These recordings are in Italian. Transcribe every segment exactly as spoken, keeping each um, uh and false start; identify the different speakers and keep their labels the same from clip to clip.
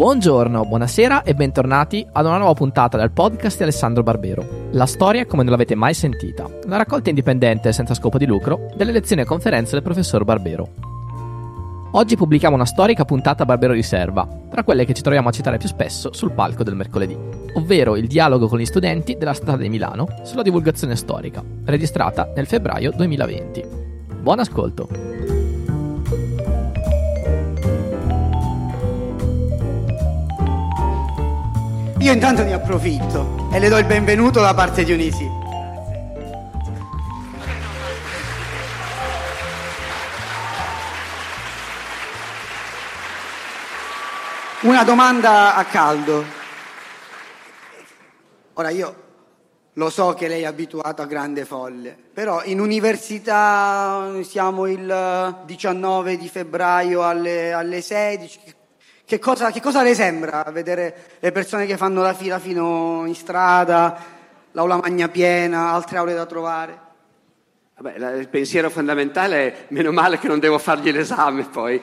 Speaker 1: Buongiorno, buonasera e bentornati ad una nuova puntata del podcast di Alessandro Barbero. La storia come non l'avete mai sentita, una raccolta indipendente e senza scopo di lucro delle lezioni e conferenze del professor Barbero. Oggi pubblichiamo una storica puntata Barbero Riserva, tra quelle che ci troviamo a citare più spesso sul palco del mercoledì, ovvero il dialogo con gli studenti della Statale di Milano sulla divulgazione storica, registrata nel febbraio duemilaventi. Buon ascolto!
Speaker 2: Io intanto ne approfitto e le do il benvenuto da parte di Unisi. Una domanda a caldo. Ora io lo so che lei è abituato a grande folle, però in università siamo il diciannove di febbraio alle, alle sedici. Che cosa, che cosa le sembra vedere le persone che fanno la fila fino in strada, l'aula magna piena, altre aule da trovare?
Speaker 3: Vabbè, la, il pensiero fondamentale è meno male che non devo fargli l'esame poi.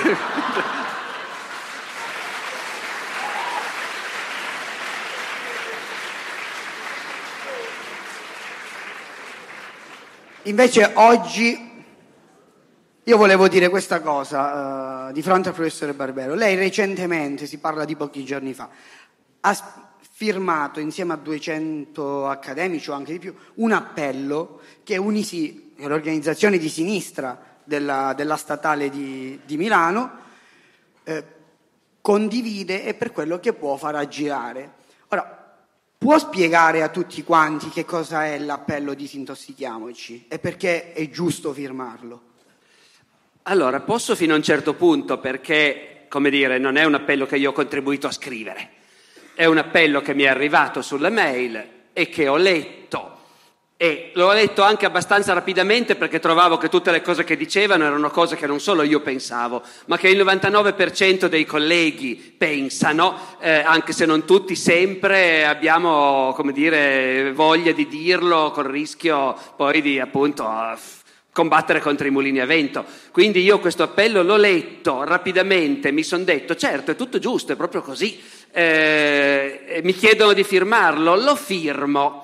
Speaker 2: Invece oggi io volevo dire questa cosa uh, di fronte al professore Barbero. Lei recentemente, si parla di pochi giorni fa, ha firmato insieme a duecento accademici o anche di più un appello che Unisi, l'organizzazione di sinistra della, della Statale di, di Milano, eh, condivide e per quello che può far aggirare. Ora, può spiegare a tutti quanti che cosa è l'appello Disintossichiamoci e perché è giusto firmarlo?
Speaker 3: Allora, posso fino a un certo punto perché, come dire, non è un appello che io ho contribuito a scrivere, è un appello che mi è arrivato sulla mail e che ho letto, e l'ho letto anche abbastanza rapidamente perché trovavo che tutte le cose che dicevano erano cose che non solo io pensavo, ma che il novantanove per cento dei colleghi pensano, eh, anche se non tutti sempre abbiamo, come dire, voglia di dirlo col rischio poi di appunto combattere contro i mulini a vento. Quindi io questo appello l'ho letto rapidamente, mi sono detto certo è tutto giusto, è proprio così, eh, mi chiedono di firmarlo, lo firmo.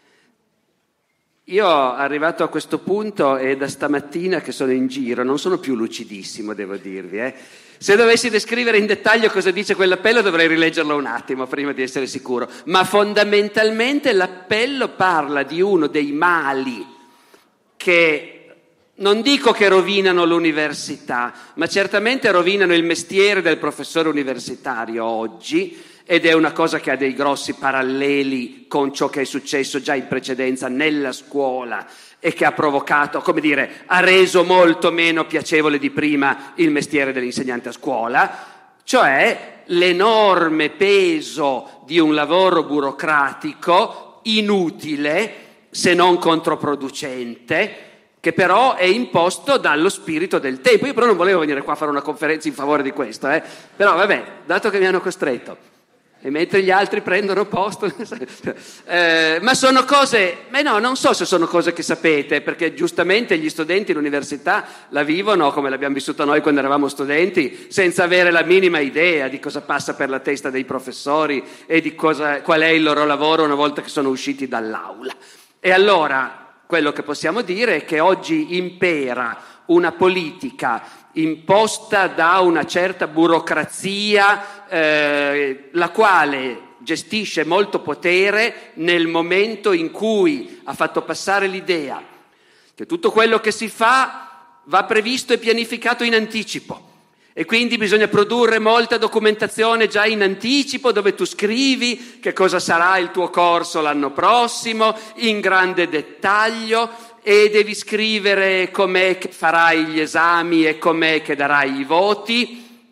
Speaker 3: Io arrivato a questo punto e da stamattina che sono in giro non sono più lucidissimo, devo dirvi, eh. Se dovessi descrivere in dettaglio cosa dice quell'appello dovrei rileggerlo un attimo prima di essere sicuro, ma fondamentalmente l'appello parla di uno dei mali che non dico che rovinano l'università, ma certamente rovinano il mestiere del professore universitario oggi, ed è una cosa che ha dei grossi paralleli con ciò che è successo già in precedenza nella scuola e che ha provocato, come dire, ha reso molto meno piacevole di prima il mestiere dell'insegnante a scuola, cioè l'enorme peso di un lavoro burocratico inutile, se non controproducente, che però è imposto dallo spirito del tempo. Io però non volevo venire qua a fare una conferenza in favore di questo, eh? Però vabbè, dato che mi hanno costretto, e mentre gli altri prendono posto, eh, ma sono cose, ma no, non so se sono cose che sapete, perché giustamente gli studenti l'università la vivono come l'abbiamo vissuta noi quando eravamo studenti, senza avere la minima idea di cosa passa per la testa dei professori e di cosa, qual è il loro lavoro una volta che sono usciti dall'aula. E allora quello che possiamo dire è che oggi impera una politica imposta da una certa burocrazia, eh, la quale gestisce molto potere nel momento in cui ha fatto passare l'idea che tutto quello che si fa va previsto e pianificato in anticipo. E quindi bisogna produrre molta documentazione già in anticipo, dove tu scrivi che cosa sarà il tuo corso l'anno prossimo in grande dettaglio, e devi scrivere com'è che farai gli esami e com'è che darai i voti.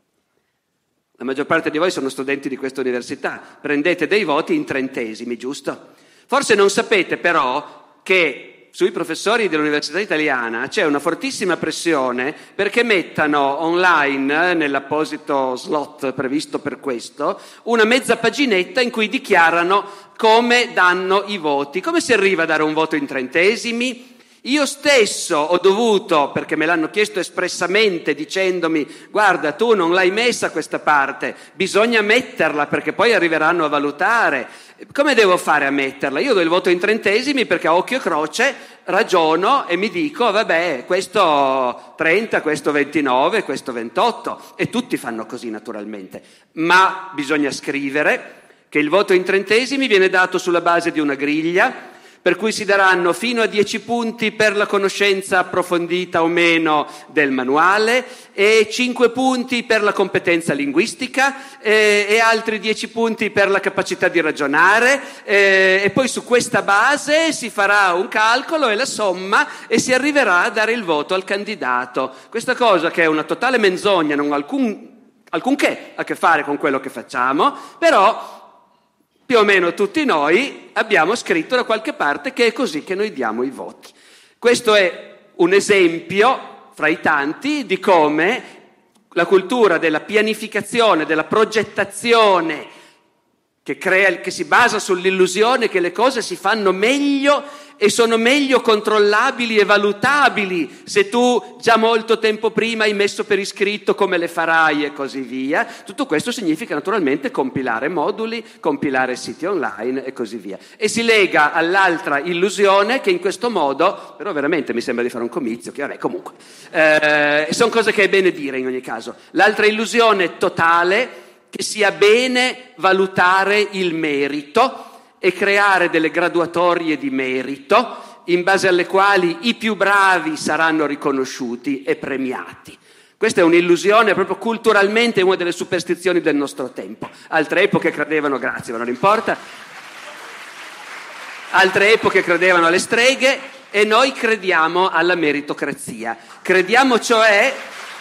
Speaker 3: La maggior parte di voi sono studenti di questa università, prendete dei voti in trentesimi, giusto? Forse non sapete però che sui professori dell'Università Italiana c'è una fortissima pressione perché mettano online, nell'apposito slot previsto per questo, una mezza paginetta in cui dichiarano come danno i voti. Come si arriva a dare un voto in trentesimi? Io stesso ho dovuto, perché me l'hanno chiesto espressamente dicendomi guarda tu non l'hai messa questa parte, bisogna metterla perché poi arriveranno a valutare. Come devo fare a metterla? Io do il voto in trentesimi perché a occhio e croce ragiono e mi dico vabbè questo trenta, questo ventinove, questo ventotto e tutti fanno così naturalmente, ma bisogna scrivere che il voto in trentesimi viene dato sulla base di una griglia per cui si daranno fino a dieci punti per la conoscenza approfondita o meno del manuale e cinque punti per la competenza linguistica e, e altri dieci punti per la capacità di ragionare e, e poi su questa base si farà un calcolo e la somma e si arriverà a dare il voto al candidato. Questa cosa che è una totale menzogna, non ha alcun, alcunché a che fare con quello che facciamo, però più o meno tutti noi abbiamo scritto da qualche parte che è così che noi diamo i voti. Questo è un esempio, fra i tanti, di come la cultura della pianificazione, della progettazione, che, crea, che si basa sull'illusione che le cose si fanno meglio e sono meglio controllabili e valutabili se tu già molto tempo prima hai messo per iscritto come le farai e così via. Tutto questo significa naturalmente compilare moduli, compilare siti online e così via. E si lega all'altra illusione che in questo modo, però veramente mi sembra di fare un comizio, che vabbè comunque, eh, sono cose che è bene dire in ogni caso. L'altra illusione totale che sia bene valutare il merito e creare delle graduatorie di merito in base alle quali i più bravi saranno riconosciuti e premiati. Questa è un'illusione, proprio culturalmente una delle superstizioni del nostro tempo. Altre epoche credevano, grazie, ma non importa, altre epoche credevano alle streghe e noi crediamo alla meritocrazia. Crediamo cioè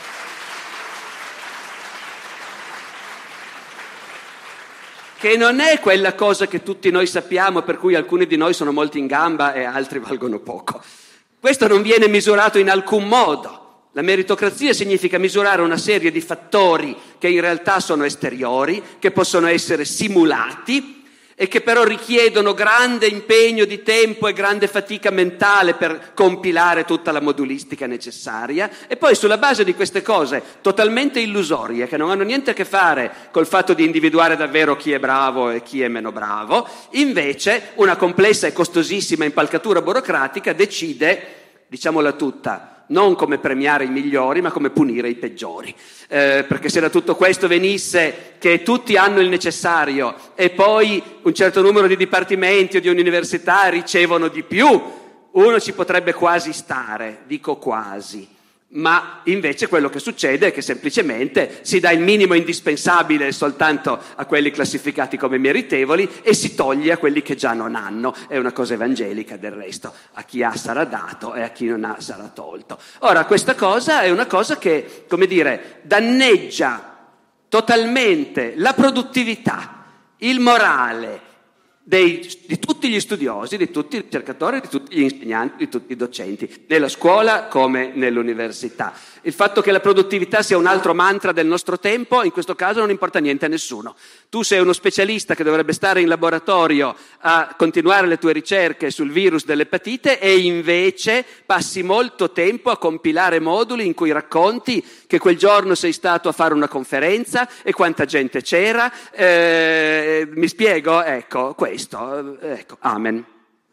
Speaker 3: che non è quella cosa che tutti noi sappiamo, per cui alcuni di noi sono molto in gamba e altri valgono poco. Questo non viene misurato in alcun modo. La meritocrazia significa misurare una serie di fattori che in realtà sono esteriori, che possono essere simulati e che però richiedono grande impegno di tempo e grande fatica mentale per compilare tutta la modulistica necessaria e poi sulla base di queste cose totalmente illusorie che non hanno niente a che fare col fatto di individuare davvero chi è bravo e chi è meno bravo, invece una complessa e costosissima impalcatura burocratica decide, diciamola tutta, non come premiare i migliori ma come punire i peggiori, eh, perché se da tutto questo venisse che tutti hanno il necessario e poi un certo numero di dipartimenti o di università ricevono di più, uno ci potrebbe quasi stare, dico quasi, ma invece quello che succede è che semplicemente si dà il minimo indispensabile soltanto a quelli classificati come meritevoli e si toglie a quelli che già non hanno. È una cosa evangelica del resto, a chi ha sarà dato e a chi non ha sarà tolto. Ora questa cosa è una cosa che, come dire, danneggia totalmente la produttività, il morale Dei, di tutti gli studiosi, di tutti i ricercatori, di tutti gli insegnanti, di tutti i docenti, nella scuola come nell'università. Il fatto che la produttività sia un altro mantra del nostro tempo, in questo caso non importa niente a nessuno. Tu sei uno specialista che dovrebbe stare in laboratorio a continuare le tue ricerche sul virus dell'epatite e invece passi molto tempo a compilare moduli in cui racconti che quel giorno sei stato a fare una conferenza e quanta gente c'era. Eh, mi spiego? Ecco, questo. Ecco, amen.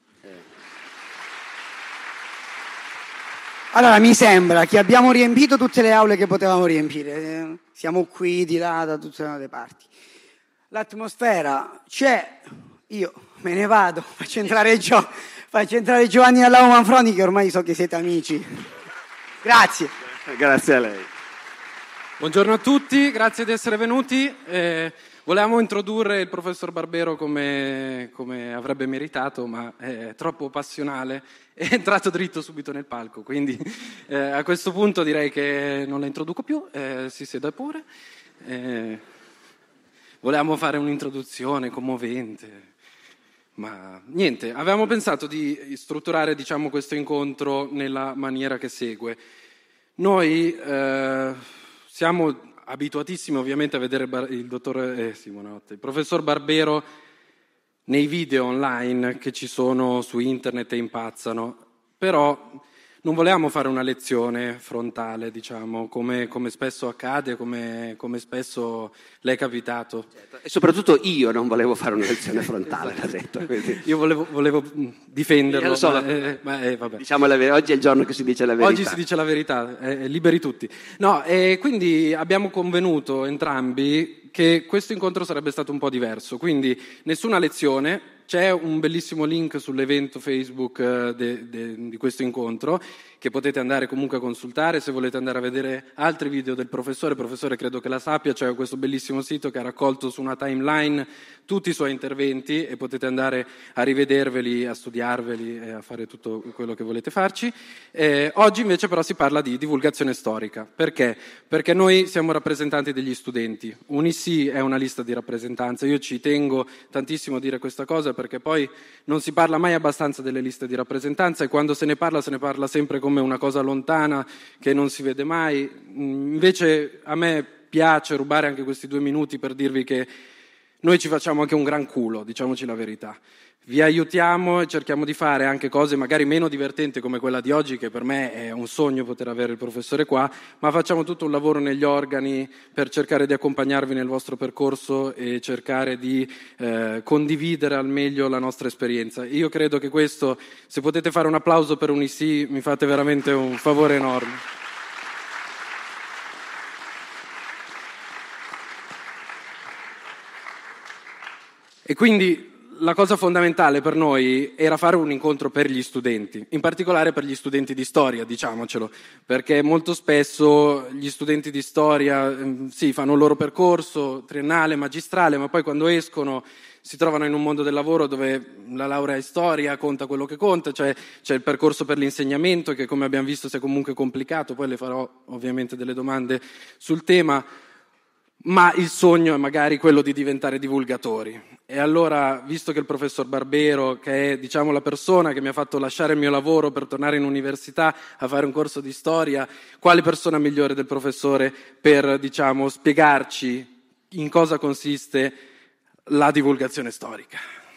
Speaker 2: Allora, mi sembra che abbiamo riempito tutte le aule che potevamo riempire. Siamo qui, di là, da tutte le parti. L'atmosfera c'è. Io me ne vado. Faccio entrare, Gio- faccio entrare Giovanni Allau Manfroni, che ormai so che siete amici. Grazie.
Speaker 3: Grazie a lei.
Speaker 4: Buongiorno a tutti, grazie di essere venuti. Eh, volevamo introdurre il professor Barbero come, come avrebbe meritato, ma è troppo passionale. È entrato dritto subito nel palco, quindi eh, a questo punto direi che non la introduco più, eh, si sieda pure. Eh, volevamo fare un'introduzione commovente, ma niente, avevamo pensato di strutturare, diciamo, questo incontro nella maniera che segue. Noi eh, siamo abituatissimi ovviamente a vedere il dottor eh, sì, buonanotte, il professor Barbero nei video online che ci sono su internet e impazzano, però non volevamo fare una lezione frontale, diciamo, come, come spesso accade, come, come spesso le è capitato.
Speaker 3: Certo. E soprattutto io non volevo fare una lezione frontale, l'ha detto. Quindi.
Speaker 4: Io volevo, volevo difenderlo,
Speaker 3: Io so,
Speaker 4: ma, eh, ma eh, vabbè.
Speaker 3: Diciamo la ver- oggi è il giorno che si dice la verità.
Speaker 4: Oggi si dice la verità, eh, liberi tutti. No, e quindi abbiamo convenuto entrambi che questo incontro sarebbe stato un po' diverso, quindi nessuna lezione. C'è un bellissimo link sull'evento Facebook de, de, di questo incontro che potete andare comunque a consultare se volete andare a vedere altri video del professore. Il professore credo che la sappia, c'è questo bellissimo sito che ha raccolto su una timeline tutti i suoi interventi e potete andare a rivederveli, a studiarveli e a fare tutto quello che volete farci. Eh, oggi invece però si parla di divulgazione storica. Perché? Perché noi siamo rappresentanti degli studenti. Un I S I è una lista di rappresentanza. Io ci tengo tantissimo a dire questa cosa perché poi non si parla mai abbastanza delle liste di rappresentanza e quando se ne parla se ne parla sempre come una cosa lontana che non si vede mai. Invece a me piace rubare anche questi due minuti per dirvi che noi ci facciamo anche un gran culo, diciamoci la verità. Vi aiutiamo e cerchiamo di fare anche cose magari meno divertenti come quella di oggi, che per me è un sogno poter avere il professore qua, ma facciamo tutto un lavoro negli organi per cercare di accompagnarvi nel vostro percorso e cercare di eh, condividere al meglio la nostra esperienza. Io credo che questo, se potete fare un applauso per un I S I, mi fate veramente un favore enorme. E quindi la cosa fondamentale per noi era fare un incontro per gli studenti, in particolare per gli studenti di storia, diciamocelo, perché molto spesso gli studenti di storia eh, sì, fanno il loro percorso triennale, magistrale, ma poi quando escono si trovano in un mondo del lavoro dove la laurea in storia conta quello che conta, cioè c'è il percorso per l'insegnamento che come abbiamo visto si è comunque complicato, poi le farò ovviamente delle domande sul tema, ma il sogno è magari quello di diventare divulgatori. E allora, visto che il professor Barbero, che è diciamo la persona che mi ha fatto lasciare il mio lavoro per tornare in università a fare un corso di storia, quale persona migliore del professore per diciamo spiegarci in cosa consiste la divulgazione storica?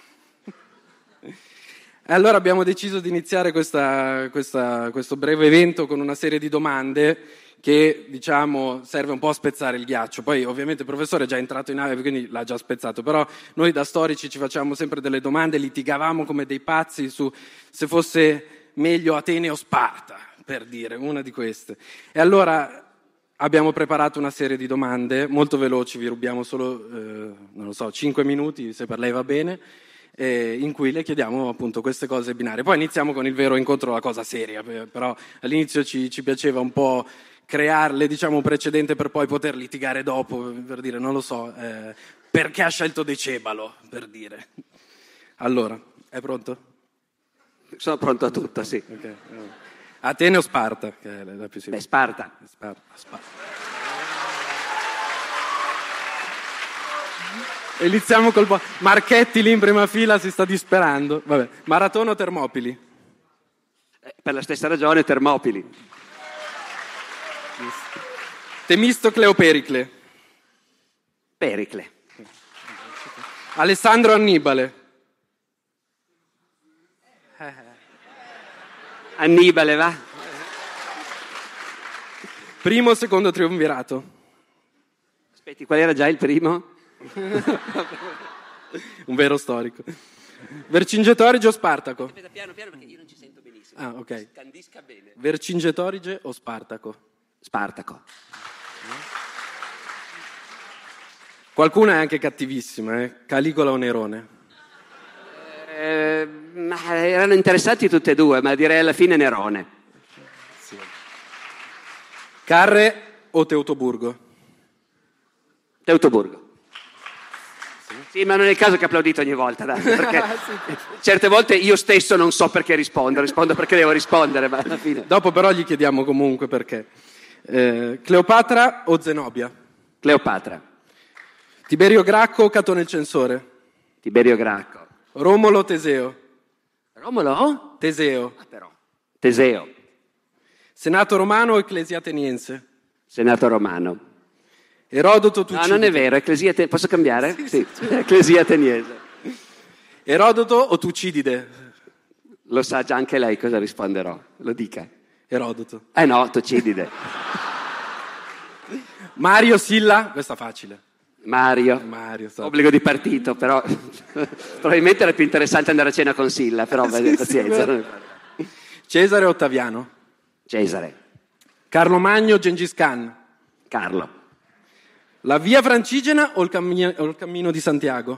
Speaker 4: E allora abbiamo deciso di iniziare questa, questa, questo breve evento con una serie di domande che diciamo serve un po' a spezzare il ghiaccio. Poi ovviamente il professore è già entrato in aula, quindi l'ha già spezzato, però noi da storici ci facciamo sempre delle domande, litigavamo come dei pazzi su se fosse meglio Atene o Sparta, per dire, una di queste. E allora abbiamo preparato una serie di domande molto veloci, vi rubiamo solo, eh, non lo so, cinque minuti, se per lei va bene, eh, in cui le chiediamo appunto queste cose binarie. Poi iniziamo con il vero incontro, la cosa seria, però all'inizio ci, ci piaceva un po' crearle, diciamo, un precedente per poi poter litigare dopo, per dire, non lo so, eh, perché ha scelto Decebalo, per dire. Allora, è pronto?
Speaker 3: Sono pronto a tutto, sì.
Speaker 4: Okay. Atene o Sparta? Che è la più
Speaker 3: Beh, Sparta.
Speaker 4: Sparta. Sparta. Iniziamo col po'. Marchetti lì in prima fila si sta disperando. Vabbè. Maratona o Termopili?
Speaker 3: Eh, per la stessa ragione Termopili.
Speaker 4: Temistocle o Pericle?
Speaker 3: Pericle.
Speaker 4: Alessandro o Annibale?
Speaker 3: Annibale, va?
Speaker 4: Primo o secondo triumvirato?
Speaker 3: Aspetti, qual era già il primo?
Speaker 4: Un vero storico. Vercingetorige o Spartaco?
Speaker 3: Aspetta, piano piano perché io non ci sento benissimo.
Speaker 4: Ah, ok.
Speaker 3: Scandisca bene.
Speaker 4: Vercingetorige o Spartaco?
Speaker 3: Spartaco.
Speaker 4: Qualcuna è anche cattivissima, eh? Caligola o Nerone?
Speaker 3: Eh, ma erano interessanti tutte e due, ma direi alla fine Nerone.
Speaker 4: Sì. Carre o Teutoburgo?
Speaker 3: Teutoburgo. Sì. Sì, ma non è il caso che applaudite ogni volta, dai, perché sì. Certe volte io stesso non so perché rispondo, rispondo perché devo rispondere, ma alla fine...
Speaker 4: Dopo però gli chiediamo comunque perché. Eh, Cleopatra o Zenobia?
Speaker 3: Cleopatra.
Speaker 4: Tiberio Gracco o Catone il Censore?
Speaker 3: Tiberio Gracco.
Speaker 4: Romolo o Teseo?
Speaker 3: Romolo?
Speaker 4: Teseo.
Speaker 3: Ah, però. Teseo.
Speaker 4: Senato romano o Ecclesia ateniense?
Speaker 3: Senato romano.
Speaker 4: Erodoto o Tucidide?
Speaker 3: No, non è vero, Ecclesia ateniese. Posso cambiare?
Speaker 4: Sì,
Speaker 3: sì.
Speaker 4: sì.
Speaker 3: Ecclesia ateniese.
Speaker 4: Erodoto o Tucidide?
Speaker 3: Lo sa già anche lei cosa risponderò, lo dica.
Speaker 4: Erodoto.
Speaker 3: Eh no, Tucidide.
Speaker 4: Mario Silla, questa facile.
Speaker 3: Mario.
Speaker 4: Mario, so.
Speaker 3: Obbligo di partito, però probabilmente era più interessante andare a cena con Silla, però
Speaker 4: Sì,
Speaker 3: pazienza.
Speaker 4: sì, Cesare Ottaviano.
Speaker 3: Cesare.
Speaker 4: Carlo Magno, Gengis Khan.
Speaker 3: Carlo.
Speaker 4: La via Francigena o il, cammi- o il cammino di Santiago?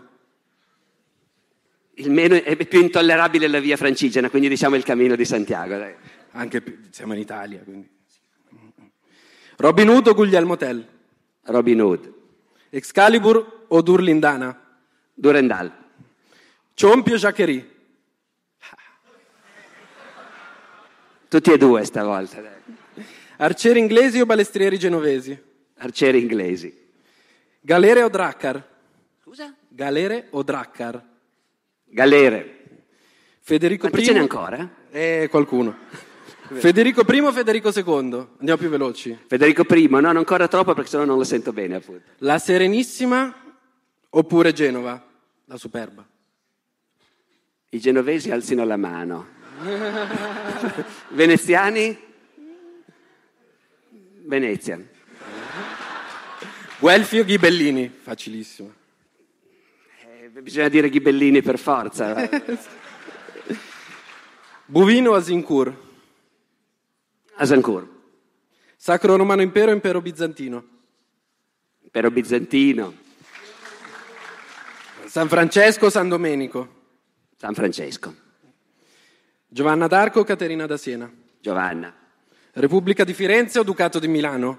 Speaker 3: Il meno, è più intollerabile la via Francigena, quindi diciamo il cammino di Santiago. Dai.
Speaker 4: Anche più, siamo in Italia, quindi. Robin Hood o Guglielmo Tell?
Speaker 3: Robin Hood.
Speaker 4: Excalibur o Durlindana?
Speaker 3: Durendal.
Speaker 4: Ciompi o Jacquerie?
Speaker 3: Tutti e due stavolta. Dai.
Speaker 4: Arcieri inglesi o balestrieri genovesi?
Speaker 3: Arcieri inglesi.
Speaker 4: Galere o Drakkar?
Speaker 3: Scusa?
Speaker 4: Galere o Drakkar?
Speaker 3: Galere.
Speaker 4: Federico
Speaker 3: Quanti
Speaker 4: I.
Speaker 3: ce n'è ancora?
Speaker 4: Eh, qualcuno. Federico I o Federico secondo? Andiamo più veloci.
Speaker 3: Federico I, no, non ancora troppo perché sennò non lo sento bene, appunto.
Speaker 4: La Serenissima oppure Genova? La Superba.
Speaker 3: I genovesi alzino la mano. Veneziani? Venezia.
Speaker 4: Guelfi o Ghibellini? Facilissimo.
Speaker 3: Eh, bisogna dire Ghibellini per forza.
Speaker 4: Buvino o Azincourt?
Speaker 3: Azincourt.
Speaker 4: Sacro Romano Impero o Impero Bizantino?
Speaker 3: Impero Bizantino.
Speaker 4: San Francesco o San Domenico?
Speaker 3: San Francesco.
Speaker 4: Giovanna d'Arco o Caterina da Siena?
Speaker 3: Giovanna.
Speaker 4: Repubblica di Firenze o Ducato di Milano?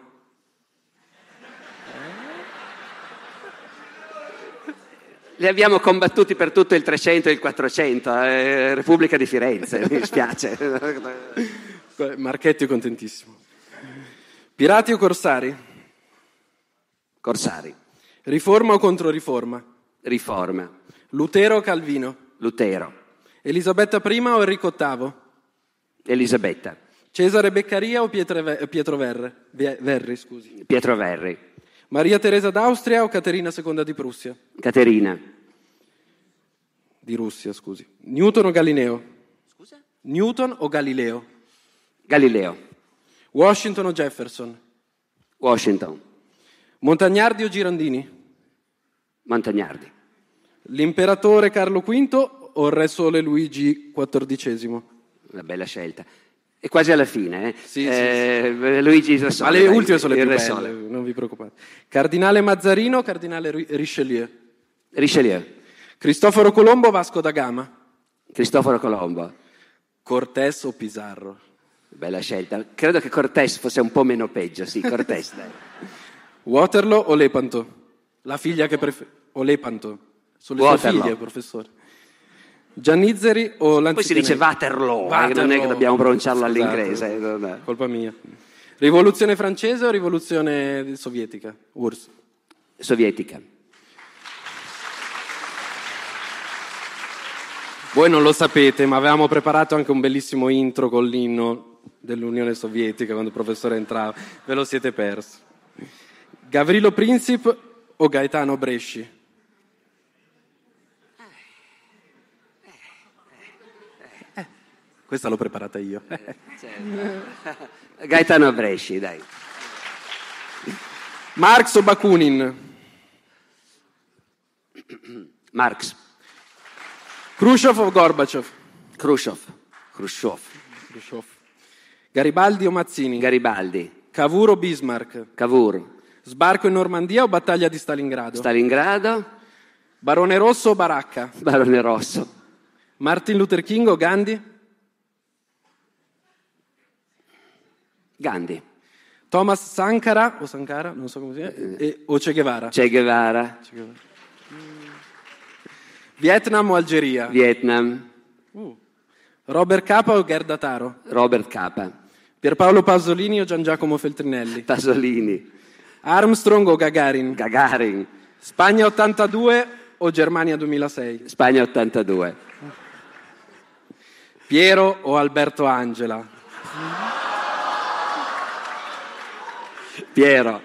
Speaker 3: Li abbiamo combattuti per tutto il trecento e il quattrocento. Eh, Repubblica di Firenze, mi dispiace.
Speaker 4: Marchetti è contentissimo. Pirati o corsari?
Speaker 3: Corsari.
Speaker 4: Riforma o controriforma?
Speaker 3: Riforma.
Speaker 4: Lutero o Calvino?
Speaker 3: Lutero.
Speaker 4: Elisabetta I o Enrico ottavo?
Speaker 3: Elisabetta.
Speaker 4: Cesare Beccaria o Pietre- Pietro Verre? Ve- Verri, scusi.
Speaker 3: Pietro Verri.
Speaker 4: Maria Teresa d'Austria o Caterina seconda di Prussia?
Speaker 3: Caterina.
Speaker 4: Di Russia, scusi. Newton o Galileo? Scusa? Newton o Galileo?
Speaker 3: Galileo.
Speaker 4: Washington o Jefferson?
Speaker 3: Washington.
Speaker 4: Montagnardi o Girondini?
Speaker 3: Montagnardi.
Speaker 4: L'imperatore Carlo V o il re sole Luigi quattordicesimo?
Speaker 3: Una bella scelta. E quasi alla fine, eh?
Speaker 4: Sì,
Speaker 3: eh, sì, sì. Luigi il Re Sole.
Speaker 4: Ma le
Speaker 3: dai,
Speaker 4: ultime sono le
Speaker 3: il
Speaker 4: più
Speaker 3: Re
Speaker 4: belle,
Speaker 3: Sole.
Speaker 4: non vi preoccupate. Cardinale Mazzarino o Cardinale Richelieu?
Speaker 3: Richelieu.
Speaker 4: Cristoforo Colombo o Vasco da Gama?
Speaker 3: Cristoforo Colombo.
Speaker 4: Cortés o Pizarro?
Speaker 3: Bella scelta. Credo che Cortés fosse un po' meno peggio, sì, Cortés. Dai.
Speaker 4: Waterloo o Lepanto? La figlia che preferisce... O Lepanto? Sono le sue
Speaker 3: Waterloo.
Speaker 4: figlie, professore. Giannizzeri o Lanzichenè?
Speaker 3: Poi si dice Waterloo, eh, non è che dobbiamo pronunciarlo
Speaker 4: Scusate,
Speaker 3: all'inglese. eh, non è.
Speaker 4: Colpa mia. Rivoluzione francese o rivoluzione sovietica? U R S S.
Speaker 3: Sovietica.
Speaker 4: Voi non lo sapete, ma avevamo preparato anche un bellissimo intro con l'inno dell'Unione Sovietica quando il professore entrava. Ve lo siete persi. Gavrilo Princip o Gaetano Bresci? Questa l'ho preparata io.
Speaker 3: Gaetano Bresci, dai.
Speaker 4: Marx o Bakunin?
Speaker 3: Marx.
Speaker 4: Khrushchev o Gorbachev?
Speaker 3: Khrushchev. Khrushchev.
Speaker 4: Khrushchev. Garibaldi o Mazzini?
Speaker 3: Garibaldi.
Speaker 4: Cavour o Bismarck?
Speaker 3: Cavour.
Speaker 4: Sbarco in Normandia o battaglia di Stalingrado?
Speaker 3: Stalingrado.
Speaker 4: Barone Rosso o Baracca?
Speaker 3: Barone Rosso.
Speaker 4: Martin Luther King o Gandhi?
Speaker 3: Gandhi.
Speaker 4: Thomas Sankara o Sankara, non so come si chiama, e, o Che Guevara?
Speaker 3: Che Guevara.
Speaker 4: Che Guevara. Vietnam o Algeria?
Speaker 3: Vietnam.
Speaker 4: Uh. Robert Capa o Gerda Taro?
Speaker 3: Robert Capa.
Speaker 4: Pierpaolo Pasolini o Gian Giacomo Feltrinelli?
Speaker 3: Pasolini.
Speaker 4: Armstrong o Gagarin?
Speaker 3: Gagarin.
Speaker 4: Spagna ottantadue o Germania duemilasei?
Speaker 3: Spagna ottantadue.
Speaker 4: Piero o Alberto Angela?
Speaker 3: Piero.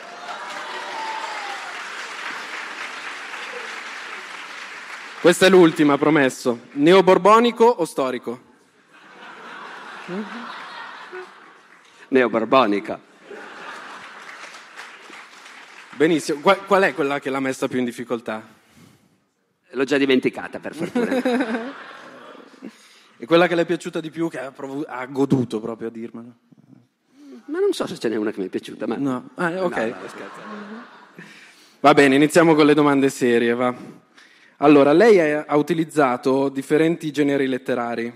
Speaker 4: Questa è l'ultima, promesso. Neoborbonico o storico?
Speaker 3: neoborbonica.
Speaker 4: Benissimo, qual, qual è quella che l'ha messa più in difficoltà?
Speaker 3: L'ho già dimenticata, per fortuna.
Speaker 4: E quella che le è piaciuta di più, che ha, prov- ha goduto proprio a dirmelo?
Speaker 3: Ma non so se ce n'è una che mi è piaciuta, ma...
Speaker 4: No, ah, ok.
Speaker 3: No, no, scherzo.
Speaker 4: Va bene, iniziamo con le domande serie, va. Allora, lei ha utilizzato differenti generi letterari.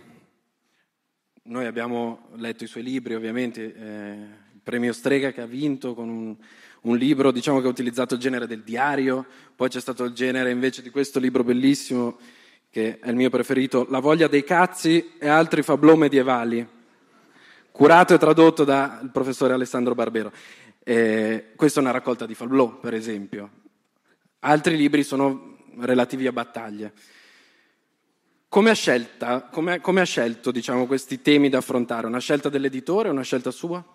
Speaker 4: Noi abbiamo letto i suoi libri, ovviamente, eh, il premio Strega che ha vinto con un, un libro, diciamo che ha utilizzato il genere del diario, poi c'è stato il genere invece di questo libro bellissimo, che è il mio preferito, La voglia dei cazzi e altri fablò medievali, curato e tradotto dal professore Alessandro Barbero. Eh, questa è una raccolta di fablò, per esempio. Altri libri sono relativi a battaglie. Come ha, scelta, come, come ha scelto, diciamo, questi temi da affrontare? Una scelta dell'editore o una scelta sua?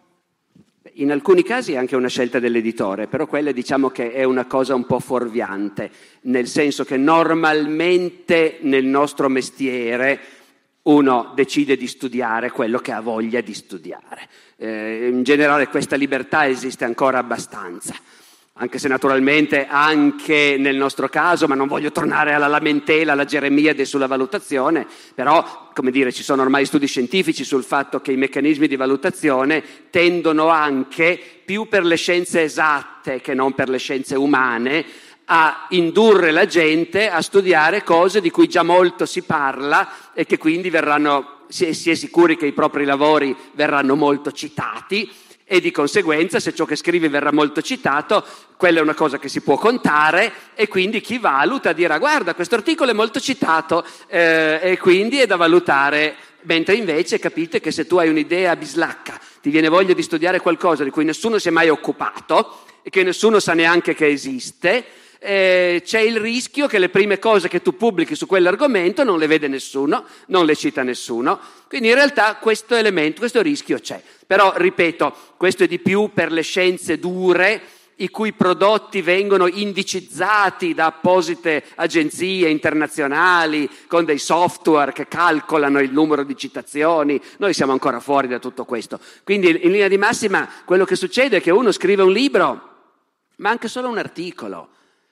Speaker 3: In alcuni casi è anche una scelta dell'editore, però quella diciamo che è una cosa un po' fuorviante, nel senso che normalmente nel nostro mestiere uno decide di studiare quello che ha voglia di studiare. Eh, in generale questa libertà esiste ancora abbastanza, anche se naturalmente anche nel nostro caso, ma non voglio tornare alla lamentela, alla Geremiade sulla valutazione, però, come dire, ci sono ormai studi scientifici sul fatto che i meccanismi di valutazione tendono anche, più per le scienze esatte che non per le scienze umane, a indurre la gente a studiare cose di cui già molto si parla e che quindi verranno, si è, si è sicuri che i propri lavori verranno molto citati, e di conseguenza se ciò che scrivi verrà molto citato, quella è una cosa che si può contare, e quindi chi valuta dirà guarda questo articolo è molto citato eh, e quindi è da valutare, mentre invece capite che se tu hai un'idea bislacca, ti viene voglia di studiare qualcosa di cui nessuno si è mai occupato e che nessuno sa neanche che esiste, eh, c'è il rischio che le prime cose che tu pubblichi su quell'argomento non le vede nessuno, non le cita nessuno, quindi in realtà questo elemento, questo rischio c'è. Però, ripeto, questo è di più per le scienze dure, i cui prodotti vengono indicizzati da apposite agenzie internazionali con dei software che calcolano il numero di citazioni. Noi siamo ancora fuori da tutto questo. Quindi, in linea di massima, quello che succede è che uno scrive un libro, ma anche solo un articolo.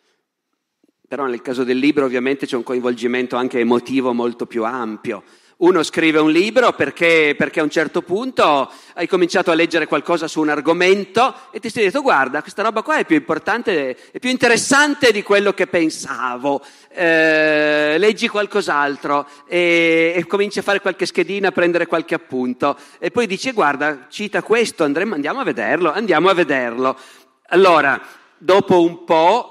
Speaker 3: Però nel caso del libro ovviamente c'è un coinvolgimento anche emotivo molto più ampio. Uno scrive un libro perché, perché a un certo punto hai cominciato a leggere qualcosa su un argomento e ti sei detto guarda, questa roba qua è più importante, è più interessante di quello che pensavo, eh, leggi qualcos'altro e, e cominci a fare qualche schedina, a prendere qualche appunto e poi dici guarda, cita questo, andremo, andiamo a vederlo, andiamo a vederlo. Allora, dopo un po',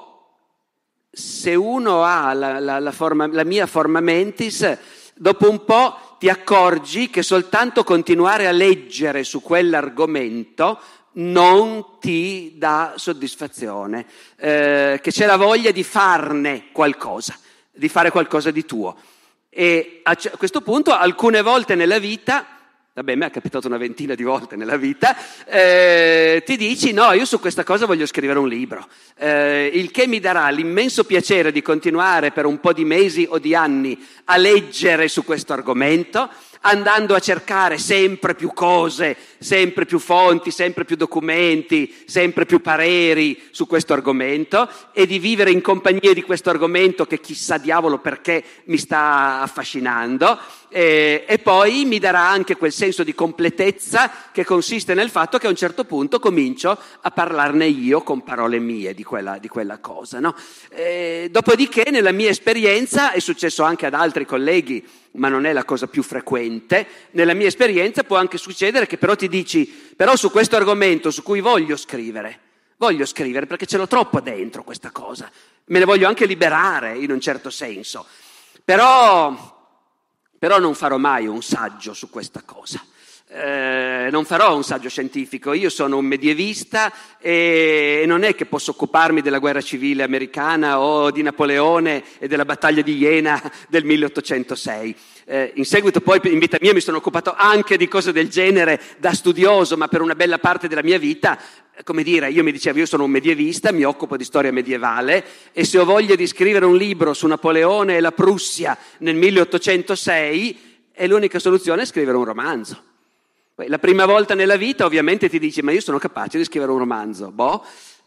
Speaker 3: se uno ha la, la, la, forma, la mia forma mentis, dopo un po' ti accorgi che soltanto continuare a leggere su quell'argomento non ti dà soddisfazione, eh, che c'è la voglia di farne qualcosa, di fare qualcosa di tuo. E a questo punto alcune volte nella vita, vabbè, a me è capitato una ventina di volte nella vita, eh, ti dici no, io su questa cosa voglio scrivere un libro, eh, il che mi darà l'immenso piacere di continuare per un po' di mesi o di anni a leggere su questo argomento, andando a cercare sempre più cose, sempre più fonti, sempre più documenti, sempre più pareri su questo argomento e di vivere in compagnia di questo argomento che chissà diavolo perché mi sta affascinando e, e poi mi darà anche quel senso di completezza che consiste nel fatto che a un certo punto comincio a parlarne io con parole mie di quella, di quella cosa, no? E, dopodiché nella mia esperienza, è successo anche ad altri colleghi, ma non è la cosa più frequente, nella mia esperienza può anche succedere che però ti dici, però su questo argomento su cui voglio scrivere, voglio scrivere perché ce l'ho troppo dentro questa cosa, me ne voglio anche liberare in un certo senso, però, però non farò mai un saggio su questa cosa. Eh, non farò un saggio scientifico, io sono un medievista e non è che posso occuparmi della guerra civile americana o di Napoleone e della battaglia di Iena del milleottocentosei. Eh, in seguito poi in vita mia mi sono occupato anche di cose del genere da studioso, ma per una bella parte della mia vita, come dire, io mi dicevo io sono un medievista, mi occupo di storia medievale e se ho voglia di scrivere un libro su Napoleone e la Prussia nel milleottocentosei è l'unica soluzione è scrivere un romanzo. La prima volta nella vita ovviamente ti dici ma io sono capace di scrivere un romanzo, boh,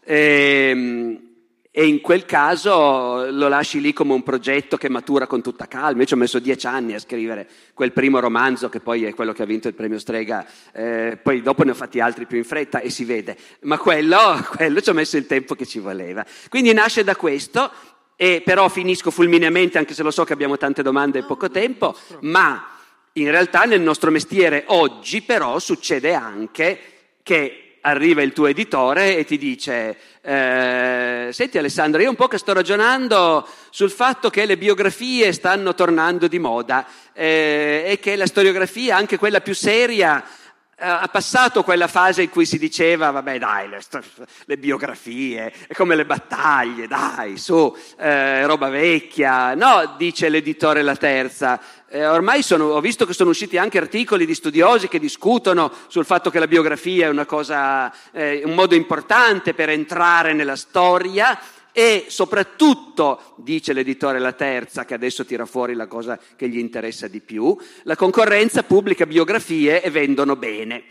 Speaker 3: e, e in quel caso lo lasci lì come un progetto che matura con tutta calma. Io ci ho messo dieci anni a scrivere quel primo romanzo che poi è quello che ha vinto il premio Strega, eh, poi dopo ne ho fatti altri più in fretta e si vede, ma quello, quello ci ho messo il tempo che ci voleva. Quindi nasce da questo, e però finisco fulmineamente anche se lo so che abbiamo tante domande e poco tempo, ma... In realtà nel nostro mestiere oggi però succede anche che arriva il tuo editore e ti dice eh, senti Alessandro, io un po' che sto ragionando sul fatto che le biografie stanno tornando di moda eh, e che la storiografia, anche quella più seria, ha passato quella fase in cui si diceva vabbè dai, le, le biografie è come le battaglie, dai su, eh, roba vecchia. No, dice l'editore La Terza, eh, ormai sono, ho visto che sono usciti anche articoli di studiosi che discutono sul fatto che la biografia è una cosa, eh, un modo importante per entrare nella storia. E soprattutto, dice l'editore La Terza, che adesso tira fuori la cosa che gli interessa di più, la concorrenza pubblica biografie e vendono bene.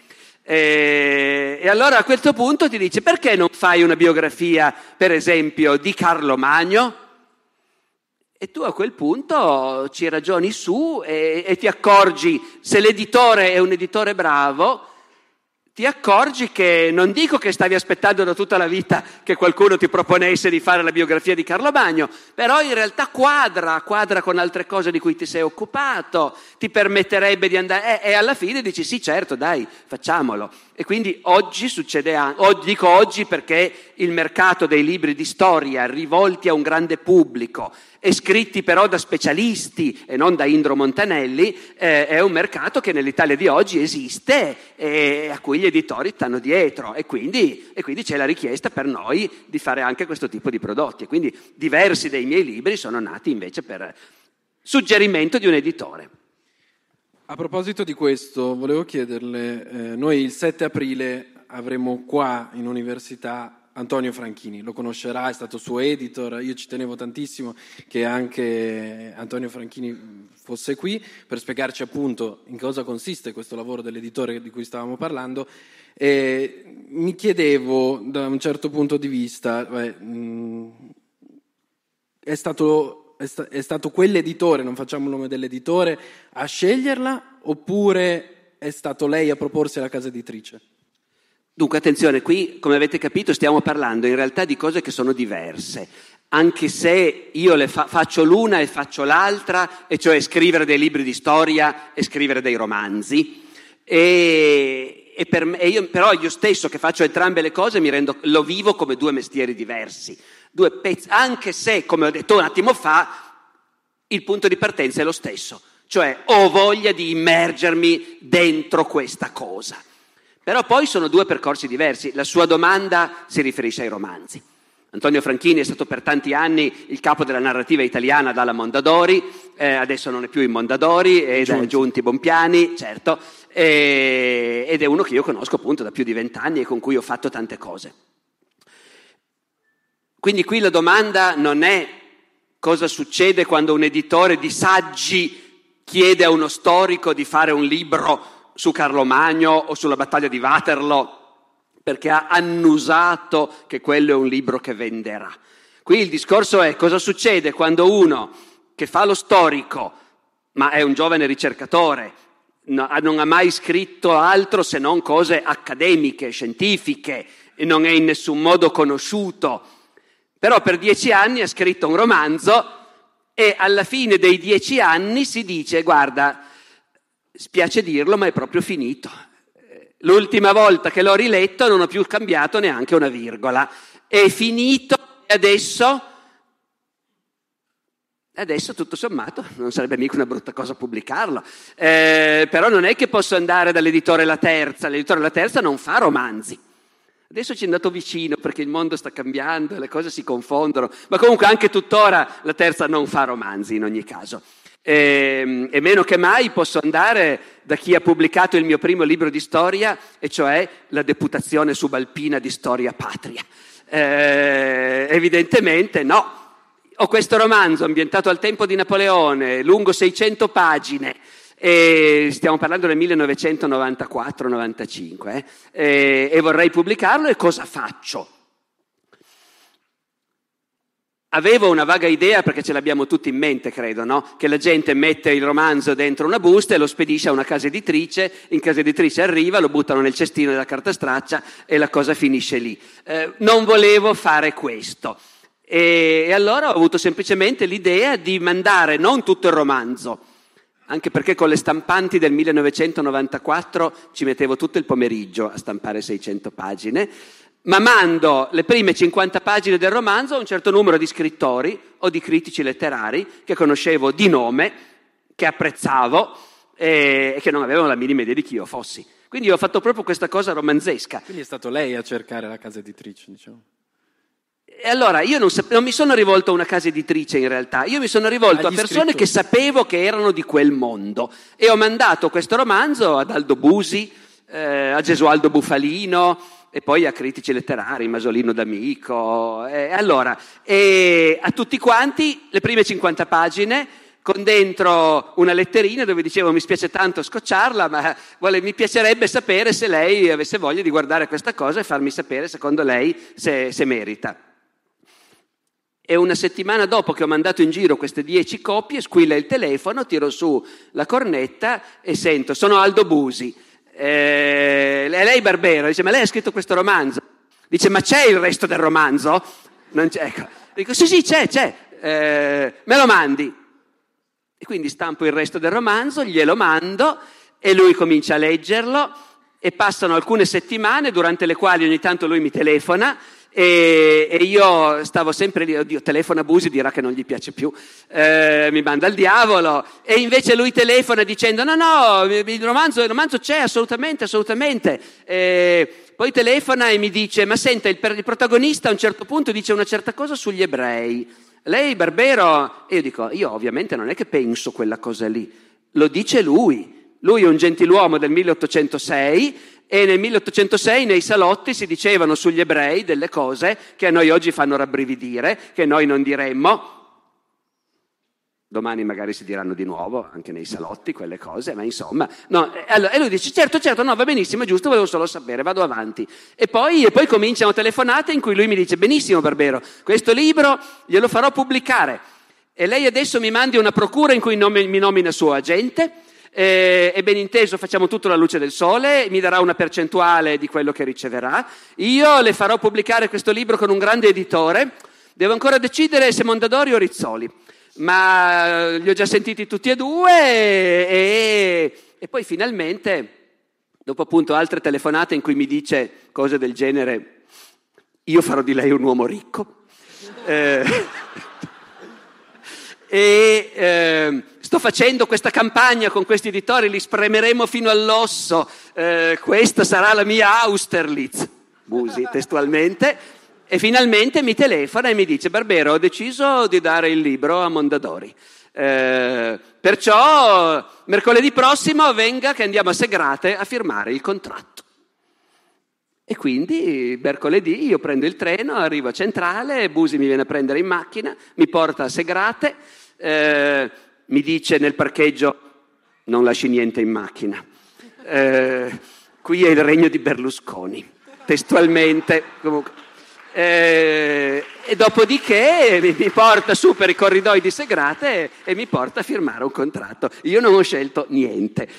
Speaker 3: E, e allora a questo punto ti dice perché non fai una biografia, per esempio, di Carlo Magno? E tu a quel punto ci ragioni su e, e ti accorgi, se l'editore è un editore bravo, ti accorgi che non dico che stavi aspettando da tutta la vita che qualcuno ti proponesse di fare la biografia di Carlo Magno, però in realtà quadra, quadra con altre cose di cui ti sei occupato, ti permetterebbe di andare, e, e alla fine dici sì certo dai, facciamolo. E quindi oggi succede anche, dico oggi perché il mercato dei libri di storia rivolti a un grande pubblico e scritti però da specialisti e non da Indro Montanelli, eh, è un mercato che nell'Italia di oggi esiste e a cui gli editori stanno dietro e quindi, e quindi c'è la richiesta per noi di fare anche questo tipo di prodotti. E quindi diversi dei miei libri sono nati invece per suggerimento di un editore.
Speaker 4: A proposito di questo, volevo chiederle, eh, noi il sette aprile avremo qua in università Antonio Franchini, lo conoscerà, è stato suo editor, io ci tenevo tantissimo che anche Antonio Franchini fosse qui per spiegarci appunto in cosa consiste questo lavoro dell'editore di cui stavamo parlando. E mi chiedevo da un certo punto di vista, beh, mh, è stato... è stato quell'editore, non facciamo il nome dell'editore, a sceglierla oppure è stato lei a proporsi alla casa editrice?
Speaker 3: Dunque attenzione, qui come avete capito stiamo parlando in realtà di cose che sono diverse, anche se io le fa- faccio l'una e faccio l'altra, e cioè scrivere dei libri di storia e scrivere dei romanzi, e, e, per me, e io, però io stesso che faccio entrambe le cose mi rendo, lo vivo come due mestieri diversi. Due pezzi, anche se, come ho detto un attimo fa, il punto di partenza è lo stesso, cioè ho voglia di immergermi dentro questa cosa. Però poi sono due percorsi diversi. La sua domanda si riferisce ai romanzi. Antonio Franchini è stato per tanti anni il capo della narrativa italiana dalla Mondadori, eh, adesso non è più in Mondadori, è da Giunti Bompiani, certo, e, ed è uno che io conosco appunto da più di vent'anni e con cui ho fatto tante cose. Quindi qui la domanda non è cosa succede quando un editore di saggi chiede a uno storico di fare un libro su Carlo Magno o sulla battaglia di Waterloo perché ha annusato che quello è un libro che venderà. Qui il discorso è cosa succede quando uno che fa lo storico ma è un giovane ricercatore, non ha mai scritto altro se non cose accademiche, scientifiche e non è in nessun modo conosciuto, però per dieci anni ha scritto un romanzo e alla fine dei dieci anni si dice guarda, spiace dirlo ma è proprio finito, l'ultima volta che l'ho riletto non ho più cambiato neanche una virgola, è finito e adesso, adesso tutto sommato non sarebbe mica una brutta cosa pubblicarlo, eh, però non è che posso andare dall'editore La Terza, l'editore La Terza non fa romanzi. Adesso ci è andato vicino perché il mondo sta cambiando e le cose si confondono, ma comunque anche tuttora La Terza non fa romanzi in ogni caso. E, e meno che mai posso andare da chi ha pubblicato il mio primo libro di storia, e cioè la Deputazione Subalpina di Storia Patria. Eh, evidentemente no. Ho questo romanzo ambientato al tempo di Napoleone, lungo seicento pagine, E stiamo parlando del millenovecentonovantaquattro novantacinque, eh? e, e vorrei pubblicarlo, e cosa faccio? Avevo una vaga idea, perché ce l'abbiamo tutti in mente, credo, no? Che la gente mette il romanzo dentro una busta e lo spedisce a una casa editrice, in casa editrice arriva, lo buttano nel cestino della carta straccia e la cosa finisce lì. Eh, non volevo fare questo. E, e allora ho avuto semplicemente l'idea di mandare non tutto il romanzo, anche perché con le stampanti del millenovecentonovantaquattro ci mettevo tutto il pomeriggio a stampare seicento pagine, ma mando le prime cinquanta pagine del romanzo a un certo numero di scrittori o di critici letterari che conoscevo di nome, che apprezzavo e, e che non avevano la minima idea di chi io fossi. Quindi ho fatto proprio questa cosa romanzesca.
Speaker 4: Quindi è stato lei a cercare la casa editrice, diciamo.
Speaker 3: E allora io non, sap- non mi sono rivolto a una casa editrice in realtà, io mi sono rivolto
Speaker 4: Agli
Speaker 3: a persone
Speaker 4: scrittori.
Speaker 3: che sapevo che erano di quel mondo, e ho mandato questo romanzo ad Aldo Busi, eh, a Gesualdo Bufalino, e poi a critici letterari, Masolino D'Amico, e allora e a tutti quanti le prime cinquanta pagine, con dentro una letterina dove dicevo: mi spiace tanto scocciarla, ma vuole, mi piacerebbe sapere se lei avesse voglia di guardare questa cosa e farmi sapere secondo lei se, se merita. E una settimana dopo che ho mandato in giro queste dieci copie, squilla il telefono, tiro su la cornetta e sento: sono Aldo Busi. Eh, lei Barbero, dice: ma lei ha scritto questo romanzo? Dice: ma c'è il resto del romanzo? Non c'è. Ecco. Dico: sì sì c'è, c'è, eh, me lo mandi. E quindi stampo il resto del romanzo, glielo mando e lui comincia a leggerlo, e passano alcune settimane durante le quali ogni tanto lui mi telefona e, e io stavo sempre lì: oddio, telefona Busi, dirà che non gli piace più, eh, mi manda al diavolo. E invece lui telefona dicendo: no no, il romanzo, il romanzo c'è assolutamente, assolutamente. E poi telefona e mi dice: ma senta, il, il protagonista a un certo punto dice una certa cosa sugli ebrei, lei Barbero? E io dico: io ovviamente non è che penso quella cosa lì, lo dice lui. Lui è un gentiluomo del milleottocentosei, e nel milleottocentosei nei salotti si dicevano sugli ebrei delle cose che a noi oggi fanno rabbrividire, che noi non diremmo. Domani magari si diranno di nuovo anche nei salotti quelle cose, ma insomma no. E lui dice: certo certo, no, va benissimo, è giusto, volevo solo sapere, vado avanti. E poi, e poi cominciano telefonate in cui lui mi dice: benissimo Barbero, questo libro glielo farò pubblicare e lei adesso mi mandi una procura in cui nome, mi nomina suo agente. E, e ben inteso, facciamo tutto alla luce del sole, mi darà una percentuale di quello che riceverà, io le farò pubblicare questo libro con un grande editore, devo ancora decidere se Mondadori o Rizzoli, ma li ho già sentiti tutti e due, e, e poi finalmente, dopo appunto altre telefonate in cui mi dice cose del genere: io farò di lei un uomo ricco, eh, e eh, sto facendo questa campagna con questi editori, li spremeremo fino all'osso, eh, questa sarà la mia Austerlitz, Busi testualmente. E finalmente mi telefona e mi dice: Barbero, ho deciso di dare il libro a Mondadori, eh, perciò mercoledì prossimo venga che andiamo a Segrate a firmare il contratto. E quindi mercoledì io prendo il treno, arrivo a Centrale, Busi mi viene a prendere in macchina, mi porta a Segrate, eh, mi dice nel parcheggio: non lasci niente in macchina, eh, qui è il regno di Berlusconi, testualmente. Comunque. Eh, e dopodiché mi, mi porta su per i corridoi di Segrate e, e mi porta a firmare un contratto. Io non ho scelto niente.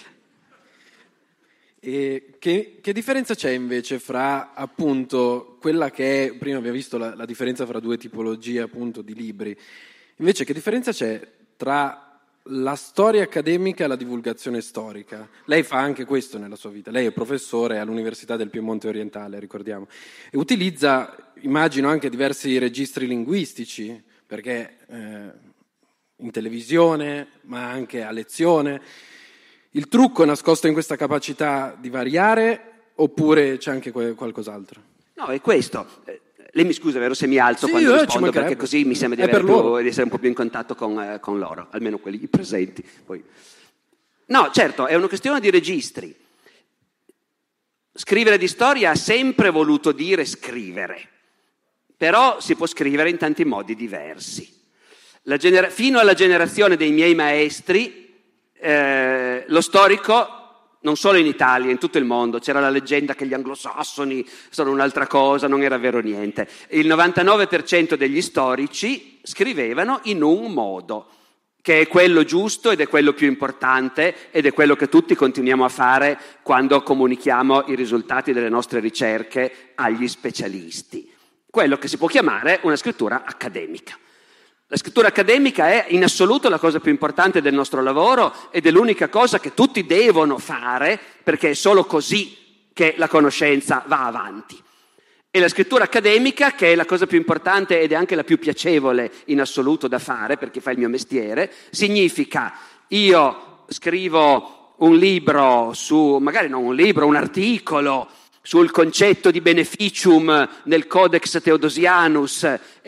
Speaker 4: E che, che differenza c'è invece fra appunto quella che è, prima abbiamo visto la, la differenza fra due tipologie appunto di libri, invece che differenza c'è tra la storia accademica e la divulgazione storica? Lei fa anche questo nella sua vita, lei è professore all'Università del Piemonte Orientale, ricordiamo, e utilizza, immagino, anche diversi registri linguistici, perché eh, in televisione, ma anche a lezione. Il trucco è nascosto in questa capacità di variare, oppure c'è anche qualcos'altro?
Speaker 3: No, è questo. Lei mi scusa, vero, se mi alzo sì, quando rispondo, perché così mi sembra di, più, di essere un po' più in contatto con, eh, con loro, almeno quelli presenti. Poi. No, certo, è una questione di registri. Scrivere di storia ha sempre voluto dire scrivere, però si può scrivere in tanti modi diversi. La genera- fino alla generazione dei miei maestri, eh, lo storico, non solo in Italia, in tutto il mondo, c'era la leggenda che gli anglosassoni sono un'altra cosa, non era vero niente. Il novantanove per cento degli storici scrivevano in un modo, che è quello giusto ed è quello più importante ed è quello che tutti continuiamo a fare quando comunichiamo i risultati delle nostre ricerche agli specialisti. Quello che si può chiamare una scrittura accademica. La scrittura accademica è in assoluto la cosa più importante del nostro lavoro ed è l'unica cosa che tutti devono fare, perché è solo così che la conoscenza va avanti. E la scrittura accademica, che è la cosa più importante ed è anche la più piacevole in assoluto da fare, per chi fa il mio mestiere, significa io scrivo un libro su, magari non un libro, un articolo sul concetto di beneficium nel Codex Theodosianus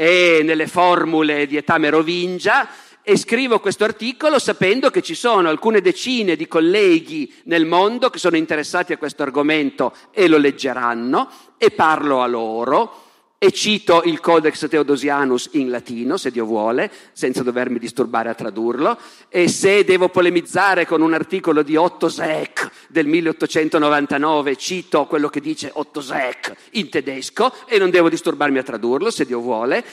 Speaker 3: e nelle formule di età merovingia, e scrivo questo articolo sapendo che ci sono alcune decine di colleghi nel mondo che sono interessati a questo argomento e lo leggeranno, e parlo a loro e cito il Codex Theodosianus in latino, se Dio vuole, senza dovermi disturbare a tradurlo, e se devo polemizzare con un articolo di Otto Seck del milleottocentonovantanove, cito quello che dice Otto Seck in tedesco e non devo disturbarmi a tradurlo, se Dio vuole,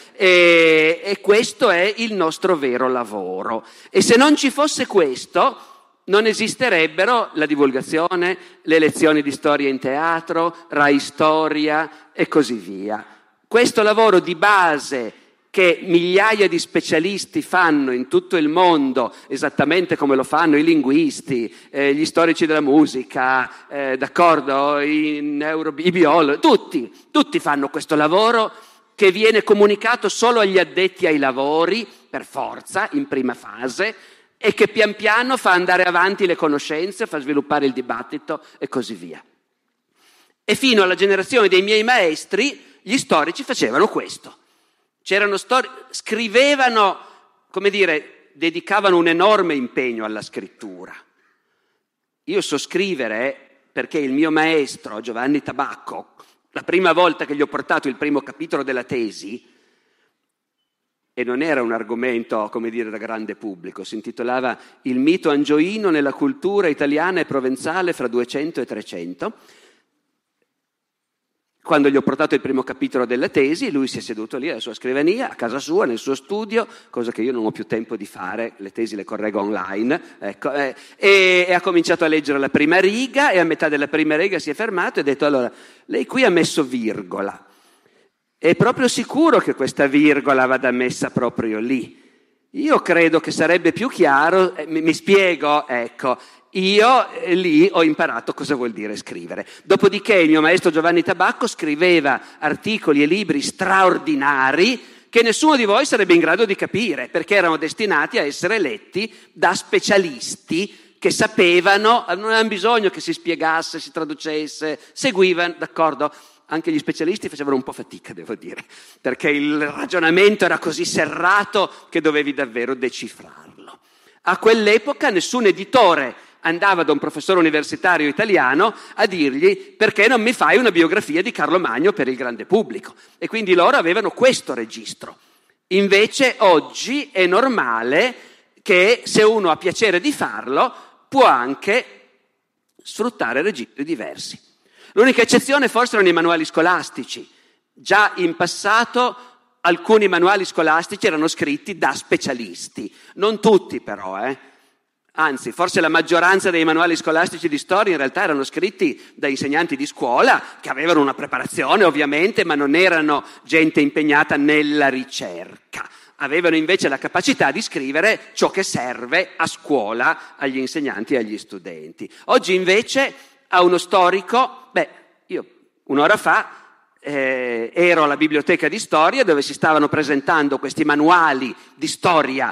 Speaker 3: e, e questo è il nostro vero lavoro. E se non ci fosse questo, non esisterebbero la divulgazione, le lezioni di storia in teatro, Rai Storia e così via. Questo lavoro di base che migliaia di specialisti fanno in tutto il mondo, esattamente come lo fanno i linguisti, eh, gli storici della musica, eh, d'accordo, i, neuro, i biologi, tutti, tutti fanno questo lavoro che viene comunicato solo agli addetti ai lavori, per forza, in prima fase, e che pian piano fa andare avanti le conoscenze, fa sviluppare il dibattito e così via. E fino alla generazione dei miei maestri, gli storici facevano questo. C'erano stori- scrivevano, come dire, dedicavano un enorme impegno alla scrittura. Io so scrivere perché il mio maestro, Giovanni Tabacco, la prima volta che gli ho portato il primo capitolo della tesi, e non era un argomento, come dire, da grande pubblico, si intitolava Il mito angioino nella cultura italiana e provenzale fra duecento e trecento, quando gli ho portato il primo capitolo della tesi, lui si è seduto lì alla sua scrivania, a casa sua, nel suo studio, cosa che io non ho più tempo di fare, le tesi le correggo online, ecco, eh, e, e ha cominciato a leggere la prima riga e a metà della prima riga si è fermato e ha detto: allora, lei qui ha messo virgola, è proprio sicuro che questa virgola vada messa proprio lì? Io credo che sarebbe più chiaro, eh, mi, mi spiego, ecco, io eh, lì ho imparato cosa vuol dire scrivere. Dopodiché il mio maestro Giovanni Tabacco scriveva articoli e libri straordinari che nessuno di voi sarebbe in grado di capire, perché erano destinati a essere letti da specialisti che sapevano, non avevano bisogno che si spiegasse, si traducesse, seguivano, d'accordo? Anche gli specialisti facevano un po' fatica, devo dire, perché il ragionamento era così serrato che dovevi davvero decifrarlo. A quell'epoca nessun editore andava da un professore universitario italiano a dirgli: perché non mi fai una biografia di Carlo Magno per il grande pubblico? E quindi loro avevano questo registro. Invece oggi è normale che, se uno ha piacere di farlo, può anche sfruttare registri diversi. L'unica eccezione forse erano i manuali scolastici. Già in passato alcuni manuali scolastici erano scritti da specialisti, non tutti però, eh. Anzi, forse la maggioranza dei manuali scolastici di storia in realtà erano scritti da insegnanti di scuola, che avevano una preparazione ovviamente, ma non erano gente impegnata nella ricerca. Avevano invece la capacità di scrivere ciò che serve a scuola agli insegnanti e agli studenti. Oggi invece a uno storico, beh, io un'ora fa eh, ero alla biblioteca di storia dove si stavano presentando questi manuali di storia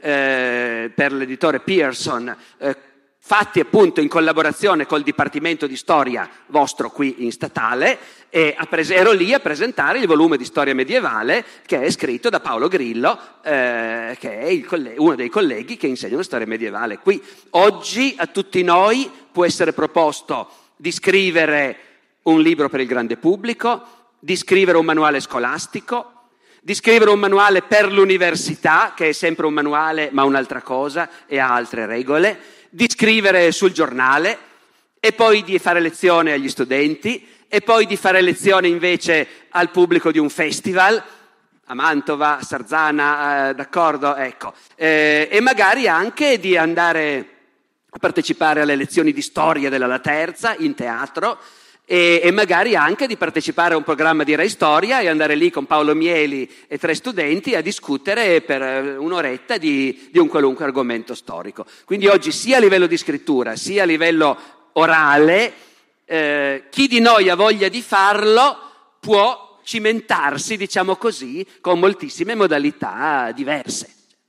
Speaker 3: eh, per l'editore Pearson, eh, fatti appunto in collaborazione col Dipartimento di Storia vostro qui in Statale, e a pres- ero lì a presentare il volume di storia medievale che è scritto da Paolo Grillo, eh, che è il coll- uno dei colleghi che insegnano storia medievale qui. Oggi a tutti noi può essere proposto di scrivere un libro per il grande pubblico, di scrivere un manuale scolastico, di scrivere un manuale per l'università, che è sempre un manuale ma un'altra cosa e ha altre regole, di scrivere sul giornale e poi di fare lezione agli studenti e poi di fare lezione invece al pubblico di un festival, a Mantova, a Sarzana, eh, d'accordo? Ecco. Eh, e magari anche di andare a partecipare alle lezioni di storia della La Terza in teatro e, e magari anche di partecipare a un programma di Rai Storia e andare lì con Paolo Mieli e tre studenti a discutere per un'oretta di, di un qualunque argomento storico. Quindi oggi sia a livello di scrittura sia a livello orale, eh, chi di noi ha voglia di farlo può cimentarsi, diciamo così, con moltissime modalità diverse.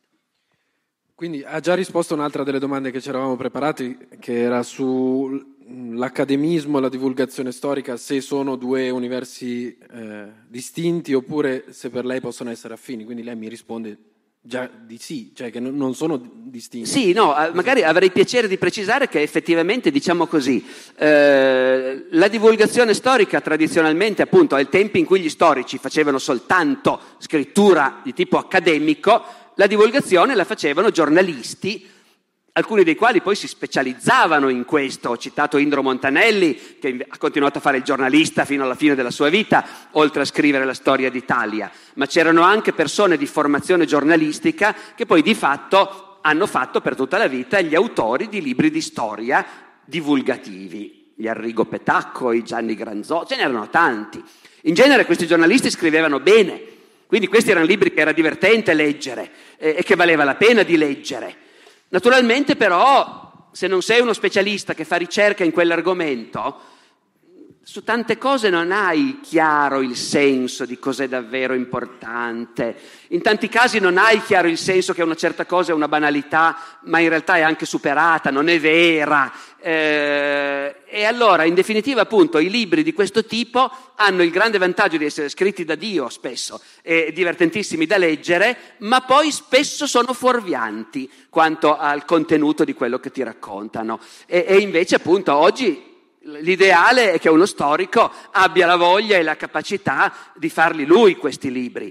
Speaker 4: Quindi ha già risposto a un'altra delle domande che ci eravamo preparati, che era sull'accademismo e la divulgazione storica, se sono due universi eh, distinti oppure se per lei possono essere affini. Quindi lei mi risponde già di sì, cioè che non sono distinti.
Speaker 3: Sì, no, magari avrei piacere di precisare che effettivamente, diciamo così, eh, la divulgazione storica tradizionalmente, appunto, ai tempi in cui gli storici facevano soltanto scrittura di tipo accademico, la divulgazione la facevano giornalisti, alcuni dei quali poi si specializzavano in questo. Ho citato Indro Montanelli, che ha continuato a fare il giornalista fino alla fine della sua vita, oltre a scrivere la storia d'Italia. Ma c'erano anche persone di formazione giornalistica che poi di fatto hanno fatto per tutta la vita gli autori di libri di storia divulgativi. Gli Arrigo Petacco, i Gianni Granzò, ce n'erano tanti. In genere questi giornalisti scrivevano bene, quindi questi erano libri che era divertente leggere eh, e che valeva la pena di leggere. Naturalmente però, se non sei uno specialista che fa ricerca in quell'argomento, su tante cose non hai chiaro il senso di cos'è davvero importante. In tanti casi non hai chiaro il senso che una certa cosa è una banalità, ma in realtà è anche superata, non è vera. Eh, e allora, in definitiva, appunto, i libri di questo tipo hanno il grande vantaggio di essere scritti da Dio spesso, e divertentissimi da leggere, ma poi spesso sono fuorvianti quanto al contenuto di quello che ti raccontano. E, e invece, appunto, oggi l'ideale è che uno storico abbia la voglia e la capacità di farli lui questi libri.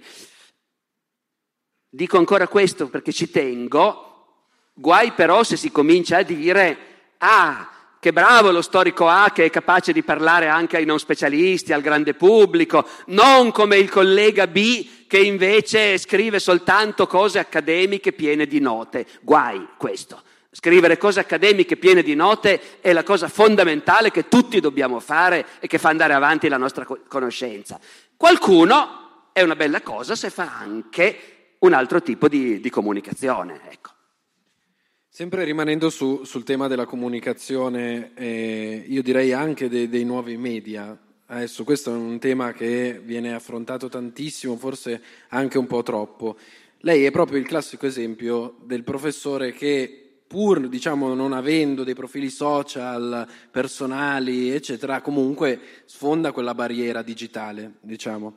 Speaker 3: Dico ancora questo perché ci tengo, guai però se si comincia a dire ah, che bravo lo storico A che è capace di parlare anche ai non specialisti, al grande pubblico, non come il collega B che invece scrive soltanto cose accademiche piene di note. Guai questo. Scrivere cose accademiche piene di note è la cosa fondamentale che tutti dobbiamo fare e che fa andare avanti la nostra conoscenza. Qualcuno è una bella cosa se fa anche un altro tipo di, di comunicazione, ecco.
Speaker 4: Sempre rimanendo su, sul tema della comunicazione, eh, io direi anche dei, dei nuovi media. Adesso questo è un tema che viene affrontato tantissimo, forse anche un po' troppo. Lei è proprio il classico esempio del professore che, pur diciamo non avendo dei profili social personali eccetera, comunque sfonda quella barriera digitale, diciamo.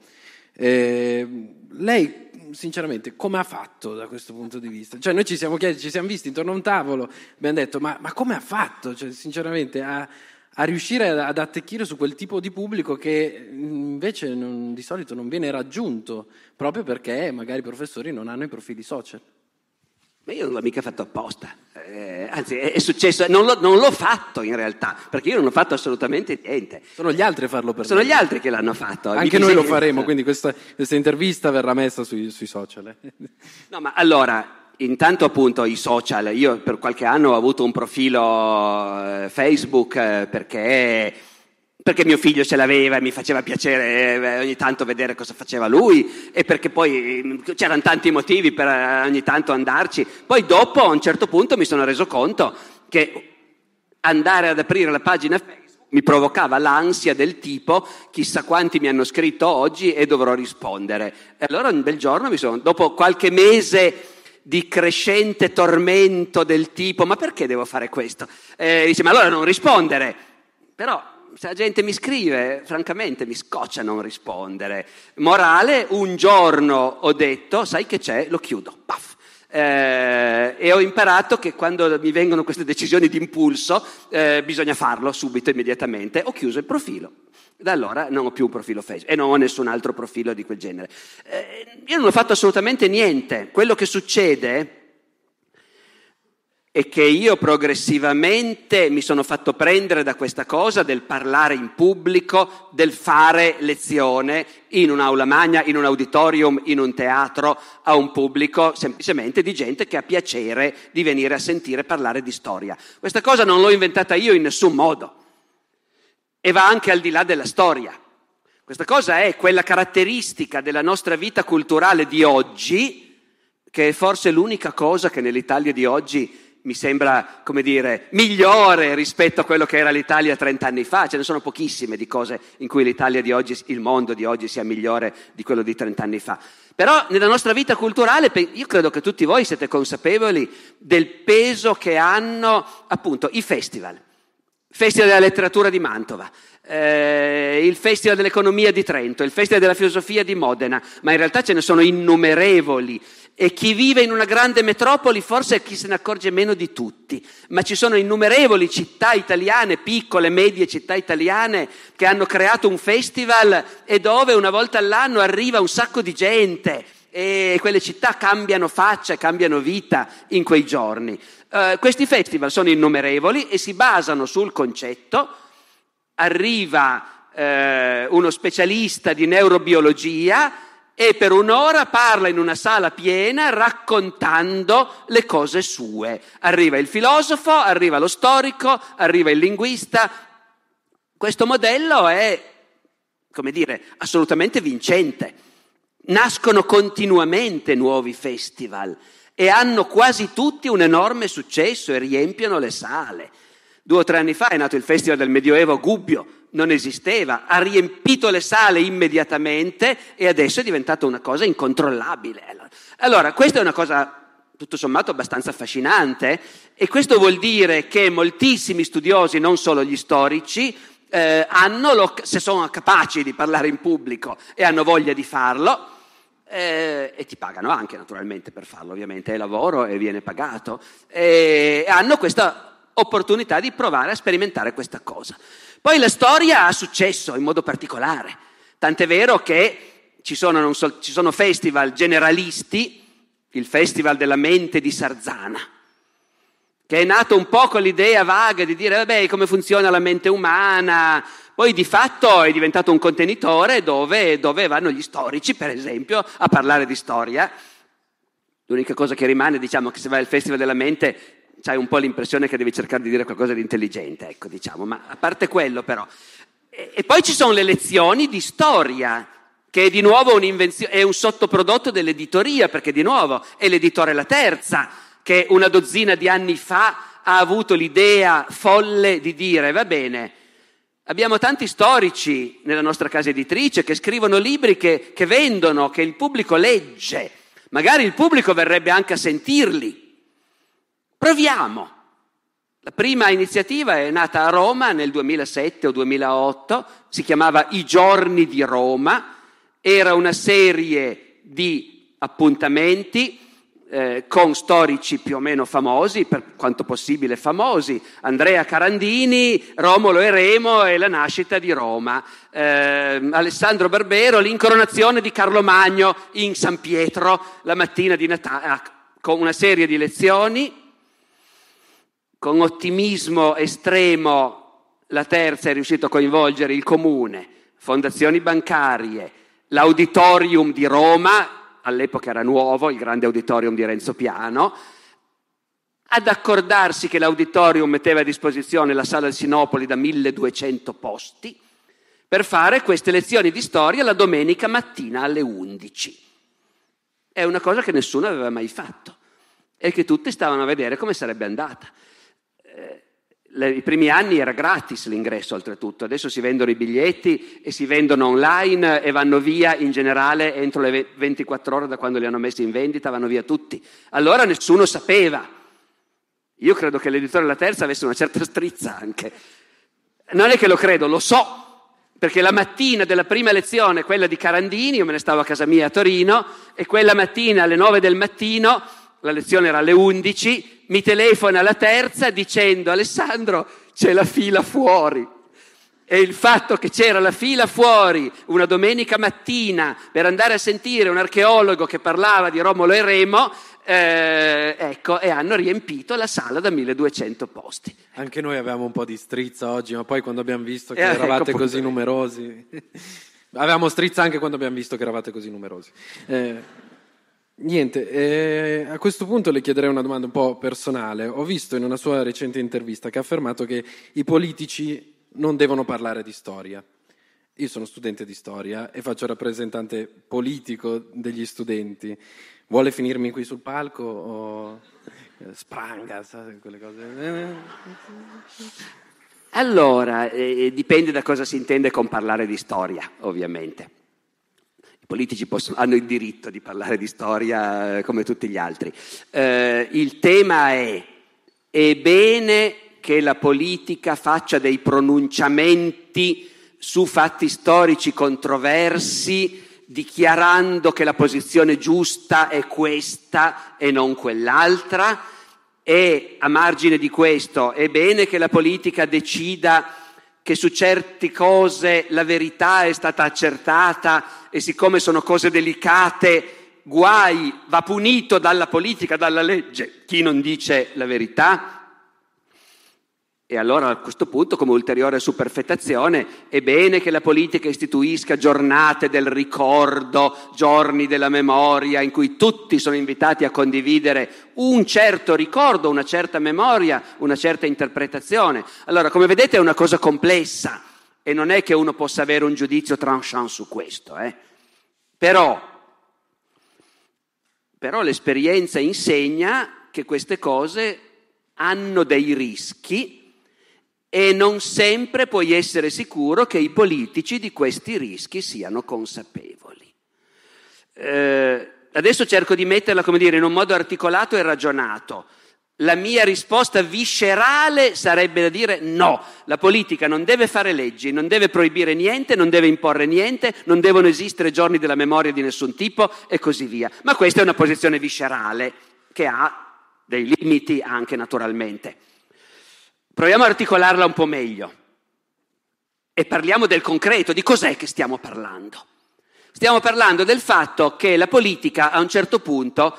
Speaker 4: Eh, lei sinceramente come ha fatto da questo punto di vista? Cioè noi ci siamo chiesti, ci siamo visti intorno a un tavolo, abbiamo detto ma, ma come ha fatto? Cioè, sinceramente a, a riuscire ad attecchire su quel tipo di pubblico che invece non, di solito non viene raggiunto, proprio perché magari i professori non hanno i profili social.
Speaker 3: Ma io non l'ho mica fatto apposta, eh, anzi è, è successo, non l'ho, non l'ho fatto in realtà, perché io non ho fatto assolutamente niente.
Speaker 4: Sono gli altri a farlo per
Speaker 3: Sono
Speaker 4: me.
Speaker 3: gli altri che l'hanno fatto.
Speaker 4: Anche noi lo faremo, quindi questa, questa intervista verrà messa sui, sui social. Eh.
Speaker 3: No, ma allora, intanto appunto i social, io per qualche anno ho avuto un profilo eh, Facebook eh, perché... perché mio figlio ce l'aveva e mi faceva piacere ogni tanto vedere cosa faceva lui e perché poi c'erano tanti motivi per ogni tanto andarci. Poi dopo a un certo punto mi sono reso conto che andare ad aprire la pagina Facebook mi provocava l'ansia del tipo chissà quanti mi hanno scritto oggi e dovrò rispondere. E allora un bel giorno mi sono, dopo qualche mese di crescente tormento del tipo ma perché devo fare questo? Eh, dice ma allora non rispondere. Però se la gente mi scrive, francamente mi scoccia non rispondere. Morale, un giorno ho detto, sai che c'è, lo chiudo, paf. Eh, e ho imparato che quando mi vengono queste decisioni di impulso eh, bisogna farlo subito, immediatamente. Ho chiuso il profilo. Da allora non ho più un profilo Facebook e non ho nessun altro profilo di quel genere. Eh, io non ho fatto assolutamente niente. Quello che succede... e che io progressivamente mi sono fatto prendere da questa cosa del parlare in pubblico, del fare lezione in un'aula magna, in un auditorium, in un teatro, a un pubblico semplicemente di gente che ha piacere di venire a sentire parlare di storia. Questa cosa non l'ho inventata io in nessun modo e va anche al di là della storia. Questa cosa è quella caratteristica della nostra vita culturale di oggi, che è forse l'unica cosa che nell'Italia di oggi mi sembra, come dire, migliore rispetto a quello che era l'Italia trent'anni fa. Ce ne sono pochissime di cose in cui l'Italia di oggi, il mondo di oggi sia migliore di quello di trent'anni fa. Però nella nostra vita culturale io credo che tutti voi siete consapevoli del peso che hanno appunto i festival. Festival della letteratura di Mantova, eh, il Festival dell'economia di Trento, il Festival della filosofia di Modena, ma in realtà ce ne sono innumerevoli. E chi vive in una grande metropoli forse è chi se ne accorge meno di tutti, ma ci sono innumerevoli città italiane, piccole, medie città italiane, che hanno creato un festival e dove una volta all'anno arriva un sacco di gente e quelle città cambiano faccia, cambiano vita in quei giorni. Uh, questi festival sono innumerevoli e si basano sul concetto: arriva uh, uno specialista di neurobiologia e per un'ora parla in una sala piena raccontando le cose sue. Arriva il filosofo, arriva lo storico, arriva il linguista. Questo modello è, come dire, assolutamente vincente. Nascono continuamente nuovi festival e hanno quasi tutti un enorme successo e riempiono le sale. Due o tre anni fa è nato il Festival del Medioevo a Gubbio, non esisteva, ha riempito le sale immediatamente e adesso è diventato una cosa incontrollabile. Allora, questa è una cosa tutto sommato abbastanza affascinante e questo vuol dire che moltissimi studiosi, non solo gli storici, eh, hanno lo, se sono capaci di parlare in pubblico e hanno voglia di farlo, eh, e ti pagano anche naturalmente per farlo, ovviamente è lavoro e viene pagato, e hanno questa opportunità di provare a sperimentare questa cosa. Poi la storia ha successo in modo particolare, tant'è vero che ci sono, non so, ci sono festival generalisti, il Festival della Mente di Sarzana, che è nato un po' con l'idea vaga di dire vabbè come funziona la mente umana, poi di fatto è diventato un contenitore dove, dove vanno gli storici per esempio a parlare di storia. L'unica cosa che rimane, diciamo, che se vai al Festival della Mente c'hai un po' l'impressione che devi cercare di dire qualcosa di intelligente, ecco, diciamo, ma a parte quello però. E, e poi ci sono le lezioni di storia, che è di nuovo un'invenzione, è un sottoprodotto dell'editoria, perché di nuovo è l'editore La Terza, che una dozzina di anni fa ha avuto l'idea folle di dire, va bene, abbiamo tanti storici nella nostra casa editrice che scrivono libri che, che vendono, che il pubblico legge, magari il pubblico verrebbe anche a sentirli. Proviamo. La prima iniziativa è nata a Roma nel duemilasette o duemilaotto, si chiamava I Giorni di Roma, era una serie di appuntamenti eh, con storici più o meno famosi, per quanto possibile famosi, Andrea Carandini, Romolo e Remo e la nascita di Roma, eh, Alessandro Barbero, l'incoronazione di Carlo Magno in San Pietro la mattina di Natale, con una serie di lezioni. Con ottimismo estremo La Terza è riuscito a coinvolgere il comune, fondazioni bancarie, l'auditorium di Roma, all'epoca era nuovo, il grande auditorium di Renzo Piano, ad accordarsi che l'auditorium metteva a disposizione la sala del Sinopoli da milleduecento posti per fare queste lezioni di storia la domenica mattina alle undici. È una cosa che nessuno aveva mai fatto e che tutti stavano a vedere come sarebbe andata. I primi anni era gratis l'ingresso oltretutto, adesso si vendono i biglietti e si vendono online e vanno via in generale entro le ventiquattro ore da quando li hanno messi in vendita, vanno via tutti. Allora nessuno sapeva. Io credo che l'editore La Terza avesse una certa strizza anche. Non è che lo credo, lo so, perché la mattina della prima lezione, quella di Carandini, io me ne stavo a casa mia a Torino, e quella mattina alle nove del mattino, la lezione era alle undici, mi telefona La Terza dicendo Alessandro c'è la fila fuori, e il fatto che c'era la fila fuori una domenica mattina per andare a sentire un archeologo che parlava di Romolo e Remo eh, ecco, e hanno riempito la sala da milleduecento posti.
Speaker 4: Anche noi avevamo un po' di strizza oggi, ma poi quando abbiamo visto che
Speaker 3: Eh,
Speaker 4: eravate
Speaker 3: ecco,
Speaker 4: così numerosi... avevamo strizza anche quando abbiamo visto che eravate così numerosi. Eh, niente, eh, a questo punto le chiederei una domanda un po' personale. Ho visto in una sua recente intervista che ha affermato che i politici non devono parlare di storia. Io sono studente di storia e faccio rappresentante politico degli studenti. Vuole finirmi qui sul palco o spranga, sai, quelle cose?
Speaker 3: Allora, eh, dipende da cosa si intende con parlare di storia, ovviamente. I politici possono, hanno il diritto di parlare di storia eh, come tutti gli altri. Eh, il tema è: è bene che la politica faccia dei pronunciamenti su fatti storici controversi, dichiarando che la posizione giusta è questa e non quell'altra, e a margine di questo è bene che la politica decida che su certe cose la verità è stata accertata e siccome sono cose delicate, guai, va punito dalla politica, dalla legge, chi non dice la verità. E allora a questo punto, come ulteriore superfettazione, è bene che la politica istituisca giornate del ricordo, giorni della memoria, in cui tutti sono invitati a condividere un certo ricordo, una certa memoria, una certa interpretazione. Allora, come vedete è una cosa complessa e non è che uno possa avere un giudizio tranchant su questo. Eh. Però, però l'esperienza insegna che queste cose hanno dei rischi e non sempre puoi essere sicuro che i politici di questi rischi siano consapevoli. Eh, adesso cerco di metterla, come dire, in un modo articolato e ragionato. La mia risposta viscerale sarebbe da dire no, la politica non deve fare leggi, non deve proibire niente, non deve imporre niente, non devono esistere giorni della memoria di nessun tipo e così via. Ma questa è una posizione viscerale che ha dei limiti anche naturalmente. Proviamo a articolarla un po' meglio e parliamo del concreto, di cos'è che stiamo parlando. Stiamo parlando del fatto che la politica a un certo punto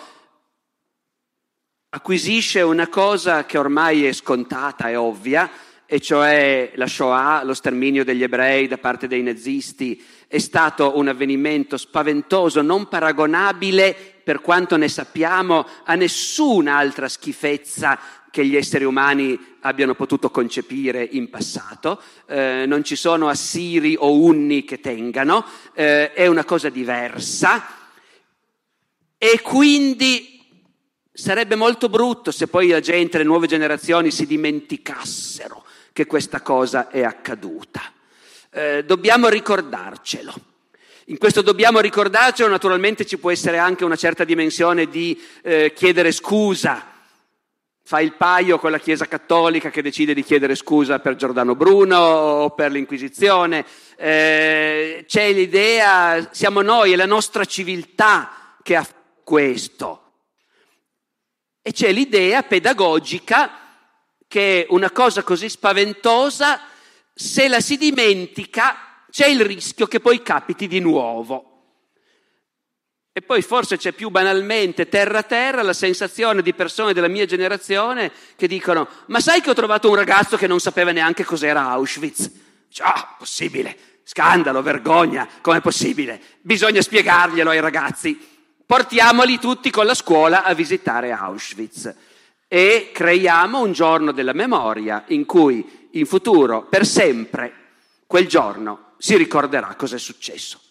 Speaker 3: acquisisce una cosa che ormai è scontata e ovvia, e cioè la Shoah, lo sterminio degli ebrei da parte dei nazisti, è stato un avvenimento spaventoso, non paragonabile, per quanto ne sappiamo, a nessun'altra schifezza che gli esseri umani abbiano potuto concepire in passato. Eh, non ci sono assiri o unni che tengano, eh, è una cosa diversa e quindi sarebbe molto brutto se poi la gente, le nuove generazioni si dimenticassero che questa cosa è accaduta. Eh, dobbiamo ricordarcelo. In questo dobbiamo ricordarcelo, naturalmente ci può essere anche una certa dimensione di eh, chiedere scusa. Fa il paio con la Chiesa Cattolica che decide di chiedere scusa per Giordano Bruno o per l'Inquisizione. Eh, c'è l'idea, siamo noi, è la nostra civiltà che ha questo. E c'è l'idea pedagogica che una cosa così spaventosa, se la si dimentica, c'è il rischio che poi capiti di nuovo. E poi forse c'è più banalmente terra a terra la sensazione di persone della mia generazione che dicono: ma sai che ho trovato un ragazzo che non sapeva neanche cos'era Auschwitz? Ah, possibile, scandalo, vergogna, com'è possibile? Bisogna spiegarglielo ai ragazzi. Portiamoli tutti con la scuola a visitare Auschwitz e creiamo un giorno della memoria in cui in futuro, per sempre, quel giorno si ricorderà cosa è successo.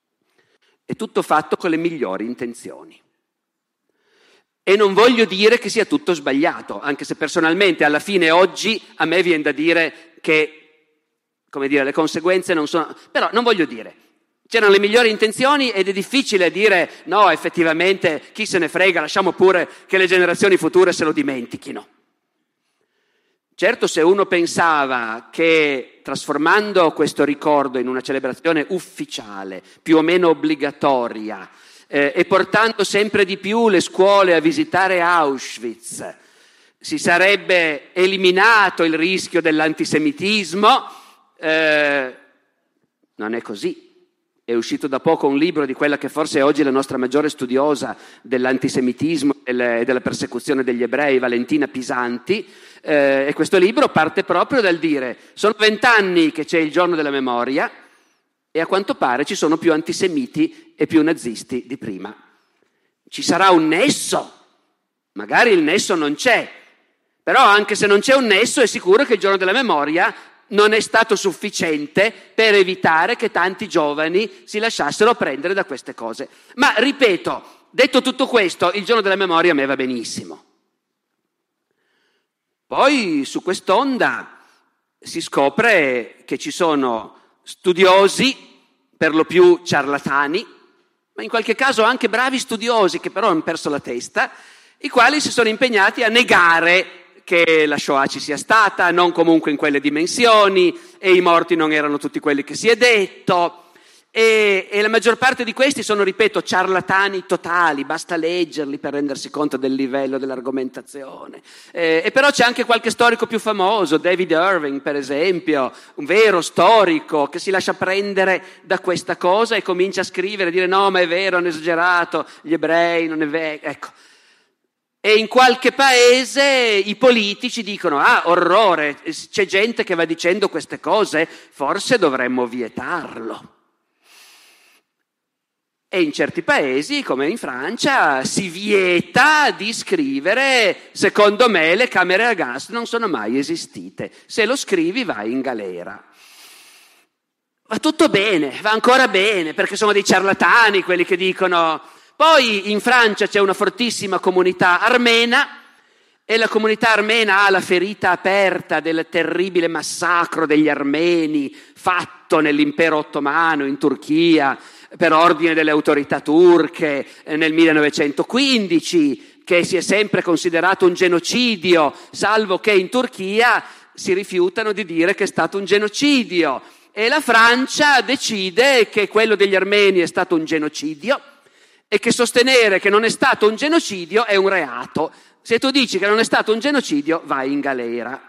Speaker 3: È tutto fatto con le migliori intenzioni. E non voglio dire che sia tutto sbagliato, anche se personalmente alla fine oggi a me viene da dire che, come dire, le conseguenze non sono... Però non voglio dire, c'erano le migliori intenzioni ed è difficile dire no, effettivamente chi se ne frega, lasciamo pure che le generazioni future se lo dimentichino. Certo, se uno pensava che trasformando questo ricordo in una celebrazione ufficiale, più o meno obbligatoria, eh, e portando sempre di più le scuole a visitare Auschwitz, si sarebbe eliminato il rischio dell'antisemitismo, eh, non è così. È uscito da poco un libro di quella che forse è oggi la nostra maggiore studiosa dell'antisemitismo e della persecuzione degli ebrei, Valentina Pisanti, eh, e questo libro parte proprio dal dire: sono vent'anni che c'è il giorno della memoria e a quanto pare ci sono più antisemiti e più nazisti di prima. Ci sarà un nesso? Magari il nesso non c'è, però anche se non c'è un nesso è sicuro che il giorno della memoria non è stato sufficiente per evitare che tanti giovani si lasciassero prendere da queste cose. Ma ripeto, detto tutto questo, il giorno della memoria a me va benissimo. Poi su quest'onda si scopre che ci sono studiosi, per lo più ciarlatani, ma in qualche caso anche bravi studiosi che però hanno perso la testa, i quali si sono impegnati a negare che la Shoah ci sia stata, non comunque in quelle dimensioni, e i morti non erano tutti quelli che si è detto, e, e la maggior parte di questi sono, ripeto, ciarlatani totali, basta leggerli per rendersi conto del livello dell'argomentazione. Eh, e però c'è anche qualche storico più famoso, David Irving per esempio, un vero storico che si lascia prendere da questa cosa e comincia a scrivere, a dire no ma è vero, hanno esagerato, gli ebrei non è vero, ecco. E in qualche paese i politici dicono ah, orrore, c'è gente che va dicendo queste cose, forse dovremmo vietarlo. E in certi paesi, come in Francia, si vieta di scrivere secondo me le camere a gas non sono mai esistite. Se lo scrivi vai in galera. Va tutto bene, va ancora bene, perché sono dei ciarlatani quelli che dicono... Poi in Francia c'è una fortissima comunità armena e la comunità armena ha la ferita aperta del terribile massacro degli armeni fatto nell'impero ottomano in Turchia per ordine delle autorità turche nel millenovecentoquindici, che si è sempre considerato un genocidio, salvo che in Turchia si rifiutano di dire che è stato un genocidio. E la Francia decide che quello degli armeni è stato un genocidio e che sostenere che non è stato un genocidio è un reato. Se tu dici che non è stato un genocidio, vai in galera.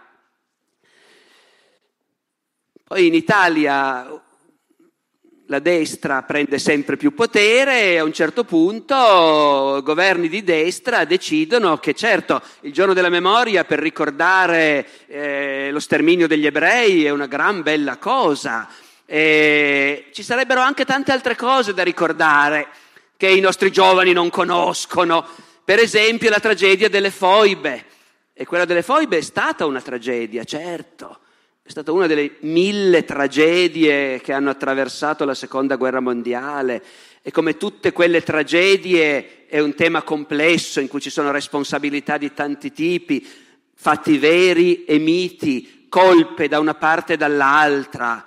Speaker 3: Poi in Italia la destra prende sempre più potere e a un certo punto governi di destra decidono che certo il giorno della memoria per ricordare eh, lo sterminio degli ebrei è una gran bella cosa. E ci sarebbero anche tante altre cose da ricordare che i nostri giovani non conoscono, per esempio la tragedia delle foibe. E quella delle foibe è stata una tragedia, certo, è stata una delle mille tragedie che hanno attraversato la seconda guerra mondiale, e come tutte quelle tragedie è un tema complesso in cui ci sono responsabilità di tanti tipi, fatti veri e miti, colpe da una parte e dall'altra.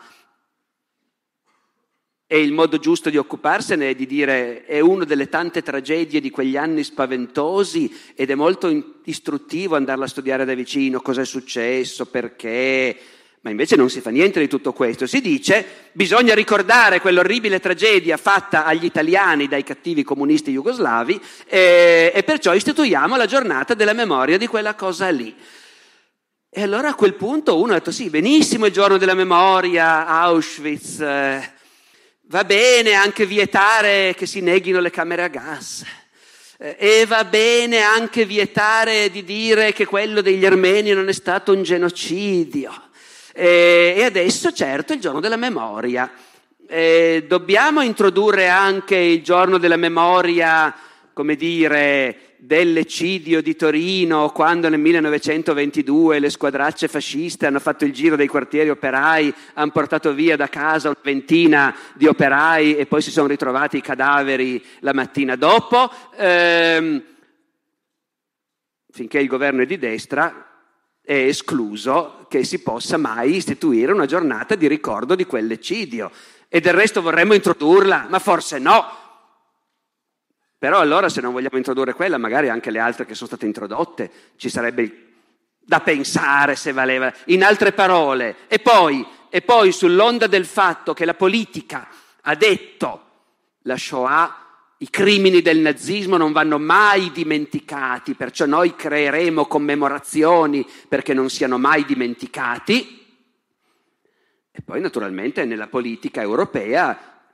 Speaker 3: E il modo giusto di occuparsene è di dire è una delle tante tragedie di quegli anni spaventosi ed è molto istruttivo andarla a studiare da vicino, cosa è successo, perché, ma invece non si fa niente di tutto questo. Si dice bisogna ricordare quell'orribile tragedia fatta agli italiani dai cattivi comunisti jugoslavi e, e perciò istituiamo la giornata della memoria di quella cosa lì. E allora a quel punto uno ha detto sì, benissimo il giorno della memoria, Auschwitz, eh, va bene anche vietare che si neghino le camere a gas, eh, e va bene anche vietare di dire che quello degli armeni non è stato un genocidio. Eh, e adesso certo il giorno della memoria. Eh, dobbiamo introdurre anche il giorno della memoria, come dire, dell'eccidio di Torino, quando nel millenovecentoventidue le squadracce fasciste hanno fatto il giro dei quartieri operai, hanno portato via da casa una ventina di operai e poi si sono ritrovati i cadaveri la mattina dopo. Ehm, finché il governo è di destra è escluso che si possa mai istituire una giornata di ricordo di quell'eccidio, e del resto vorremmo introdurla, ma forse no. Però allora se non vogliamo introdurre quella, magari anche le altre che sono state introdotte, ci sarebbe da pensare se valeva. In altre parole, e poi, e poi sull'onda del fatto che la politica ha detto la Shoah, i crimini del nazismo non vanno mai dimenticati, perciò noi creeremo commemorazioni perché non siano mai dimenticati. E poi naturalmente nella politica europea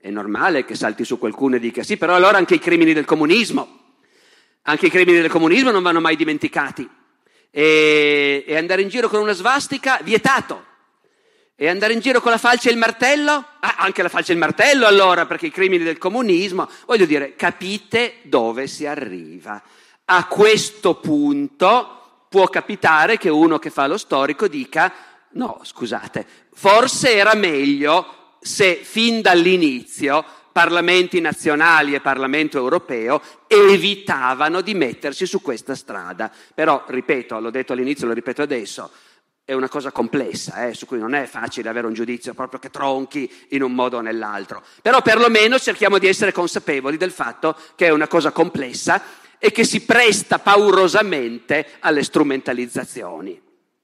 Speaker 3: è normale che salti su qualcuno e dica sì, però allora anche i crimini del comunismo, anche i crimini del comunismo non vanno mai dimenticati. E, e andare in giro con una svastica, vietato. E andare in giro con la falce e il martello? Ah, anche la falce e il martello allora, perché i crimini del comunismo. Voglio dire, capite dove si arriva. A questo punto può capitare che uno che fa lo storico dica no, scusate, forse era meglio se fin dall'inizio parlamenti nazionali e Parlamento europeo evitavano di mettersi su questa strada. Però, ripeto, l'ho detto all'inizio, lo ripeto adesso, è una cosa complessa, eh, su cui non è facile avere un giudizio proprio che tronchi in un modo o nell'altro. Però perlomeno cerchiamo di essere consapevoli del fatto che è una cosa complessa e che si presta paurosamente alle strumentalizzazioni.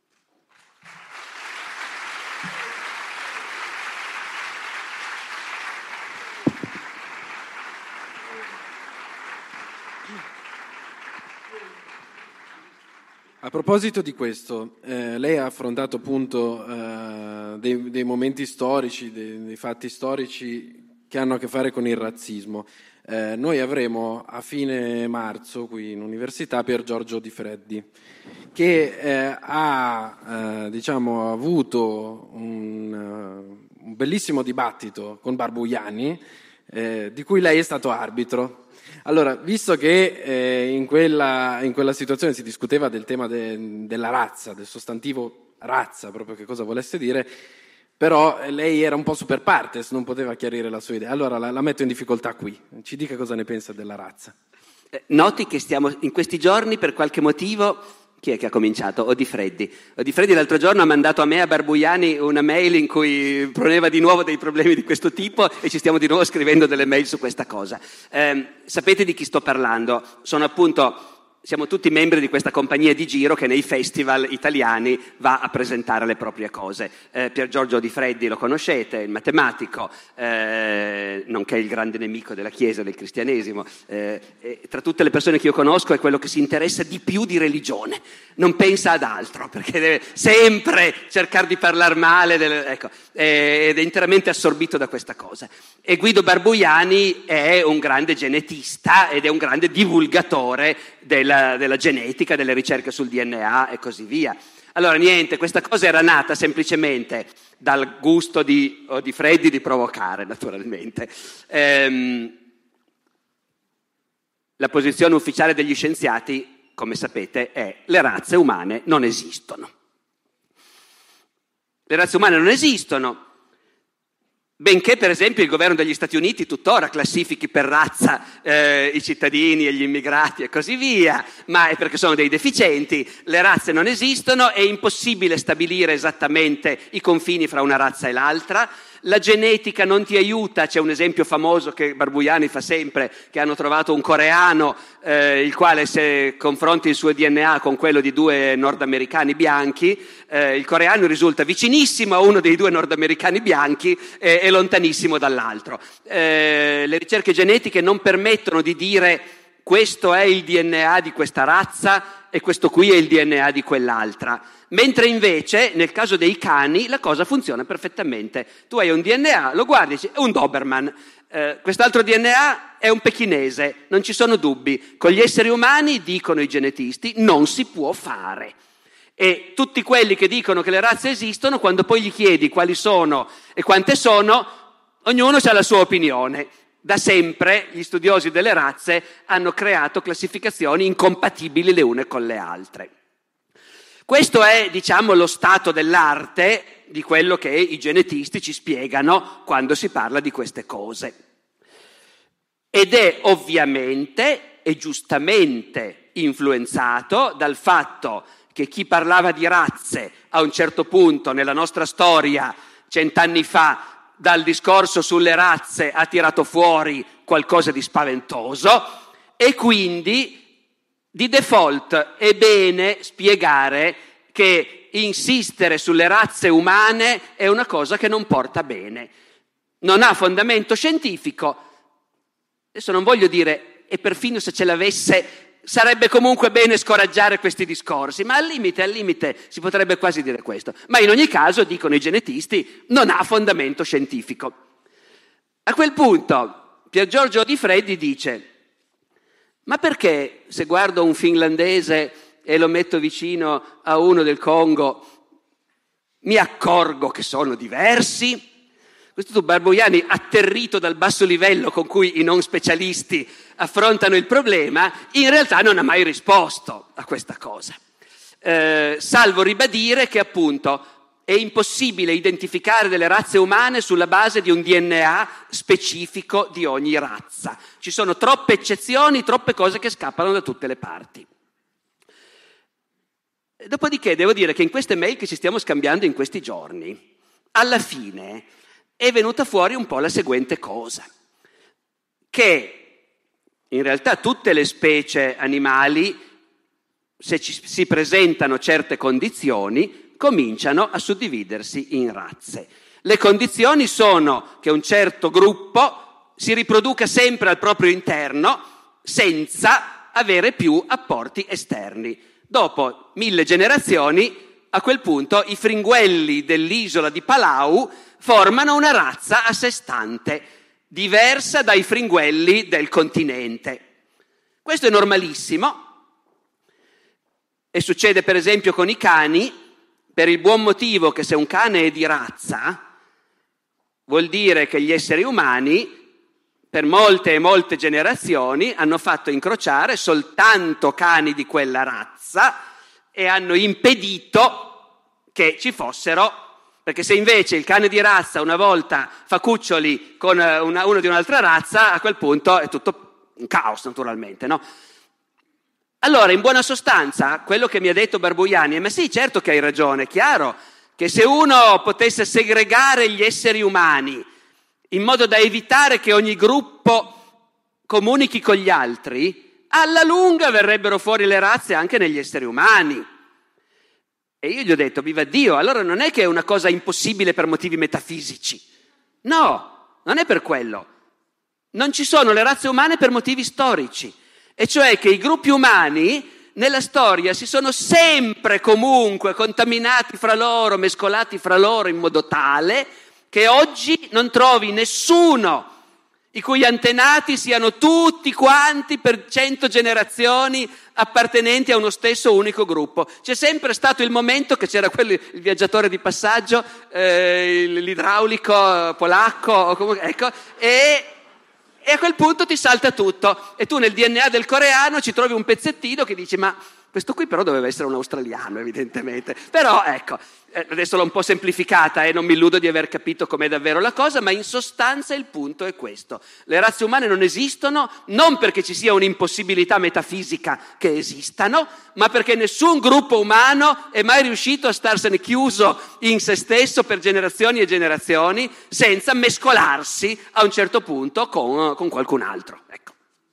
Speaker 4: A proposito di questo, eh, lei ha affrontato appunto eh, dei, dei momenti storici, dei, dei fatti storici che hanno a che fare con il razzismo. Eh, noi avremo a fine marzo qui in università Pier Giorgio Di Freddi, che eh, ha eh, diciamo, avuto un, uh, un bellissimo dibattito con Barbuiani, eh, di cui lei è stato arbitro. Allora, visto che eh, in, quella, in quella situazione si discuteva del tema de, della razza, del sostantivo razza, proprio che cosa volesse dire, però lei era un po' super partes, non poteva chiarire la sua idea. Allora la, la metto in difficoltà qui. Ci dica cosa ne pensa della razza.
Speaker 3: Noti che stiamo in questi giorni, per qualche motivo, chi è che ha cominciato? O Di Freddi. O Di Freddi l'altro giorno ha mandato a me, a Barbuiani, una mail in cui poneva di nuovo dei problemi di questo tipo e ci stiamo di nuovo scrivendo delle mail su questa cosa. Eh, sapete di chi sto parlando? Sono appunto... Siamo tutti membri di questa compagnia di giro che nei festival italiani va a presentare le proprie cose. Eh, Pier Giorgio Di Freddi lo conoscete, il matematico, eh, nonché il grande nemico della Chiesa, del cristianesimo. Eh, e tra tutte le persone che io conosco è quello che si interessa di più di religione. Non pensa ad altro, perché deve sempre cercare di parlare male, delle, ecco, eh, ed è interamente assorbito da questa cosa. E Guido Barbuiani è un grande genetista ed è un grande divulgatore della, della genetica, delle ricerche sul D N A e così via. Allora niente, questa cosa era nata semplicemente dal gusto di, o di Freddi di provocare, naturalmente. Ehm, la posizione ufficiale degli scienziati, come sapete, è le razze umane non esistono. Le razze umane non esistono, benché per esempio il governo degli Stati Uniti tuttora classifichi per razza eh, i cittadini e gli immigrati e così via, ma è perché sono dei deficienti. Le razze non esistono, è impossibile stabilire esattamente i confini fra una razza e l'altra. La genetica non ti aiuta, c'è un esempio famoso che Barbuiani fa sempre, che hanno trovato un coreano eh, il quale, se confronti il suo D N A con quello di due nordamericani bianchi, eh, il coreano risulta vicinissimo a uno dei due nordamericani bianchi eh, e lontanissimo dall'altro. Eh, le ricerche genetiche non permettono di dire questo è il D N A di questa razza e questo qui è il D N A di quell'altra. Mentre invece, nel caso dei cani, la cosa funziona perfettamente. Tu hai un D N A, lo guardi e dici, è un Doberman. Eh, quest'altro D N A è un pechinese, non ci sono dubbi. Con gli esseri umani, dicono i genetisti, non si può fare. E tutti quelli che dicono che le razze esistono, quando poi gli chiedi quali sono e quante sono, ognuno ha la sua opinione. Da sempre gli studiosi delle razze hanno creato classificazioni incompatibili le une con le altre. Questo è, diciamo, lo stato dell'arte di quello che i genetisti ci spiegano quando si parla di queste cose. Ed è ovviamente e giustamente influenzato dal fatto che chi parlava di razze a un certo punto nella nostra storia, cent'anni fa, dal discorso sulle razze ha tirato fuori qualcosa di spaventoso e quindi di default è bene spiegare che insistere sulle razze umane è una cosa che non porta bene. Non ha fondamento scientifico. Adesso non voglio dire, e perfino se ce l'avesse, sarebbe comunque bene scoraggiare questi discorsi, ma al limite, al limite si potrebbe quasi dire questo. Ma in ogni caso, dicono i genetisti, non ha fondamento scientifico. A quel punto Pier Giorgio Di Freddi dice: ma perché se guardo un finlandese e lo metto vicino a uno del Congo mi accorgo che sono diversi? Questo Barbuiani, atterrito dal basso livello con cui i non specialisti affrontano il problema, in realtà non ha mai risposto a questa cosa. Eh, salvo ribadire che appunto è impossibile identificare delle razze umane sulla base di un D N A specifico di ogni razza. Ci sono troppe eccezioni, troppe cose che scappano da tutte le parti. Dopodiché devo dire che in queste mail che ci stiamo scambiando in questi giorni, alla fine è venuta fuori un po' la seguente cosa, che in realtà tutte le specie animali, se ci, si presentano certe condizioni, cominciano a suddividersi in razze. Le condizioni sono che un certo gruppo si riproduca sempre al proprio interno senza avere più apporti esterni. Dopo mille generazioni, a quel punto i fringuelli dell'isola di Palau formano una razza a sé stante, diversa dai fringuelli del continente. Questo è normalissimo e succede per esempio con i cani, per il buon motivo che se un cane è di razza, vuol dire che gli esseri umani per molte e molte generazioni hanno fatto incrociare soltanto cani di quella razza e hanno impedito che ci fossero. Perché se invece il cane di razza una volta fa cuccioli con una, uno di un'altra razza, a quel punto è tutto un caos naturalmente, no? Allora, in buona sostanza, quello che mi ha detto Barbuiani è: ma sì, certo che hai ragione, è chiaro che se uno potesse segregare gli esseri umani in modo da evitare che ogni gruppo comunichi con gli altri, alla lunga verrebbero fuori le razze anche negli esseri umani. E io gli ho detto: viva Dio, allora non è che è una cosa impossibile per motivi metafisici. No, non è per quello. Non ci sono le razze umane per motivi storici. E cioè che i gruppi umani nella storia si sono sempre comunque contaminati fra loro, mescolati fra loro in modo tale che oggi non trovi nessuno i cui antenati siano tutti quanti per cento generazioni appartenenti a uno stesso unico gruppo. C'è sempre stato il momento che c'era quello, il viaggiatore di passaggio, eh, l'idraulico polacco, o comunque, ecco, e, e a quel punto ti salta tutto. E tu nel D N A del coreano ci trovi un pezzettino che dici: ma questo qui però doveva essere un australiano, evidentemente. Però ecco, adesso l'ho un po' semplificata e eh, non mi illudo di aver capito com'è davvero la cosa, ma in sostanza il punto è questo. Le razze umane non esistono non perché ci sia un'impossibilità metafisica che esistano, ma perché nessun gruppo umano è mai riuscito a starsene chiuso in se stesso per generazioni e generazioni senza mescolarsi a un certo punto con, con qualcun altro. Ecco.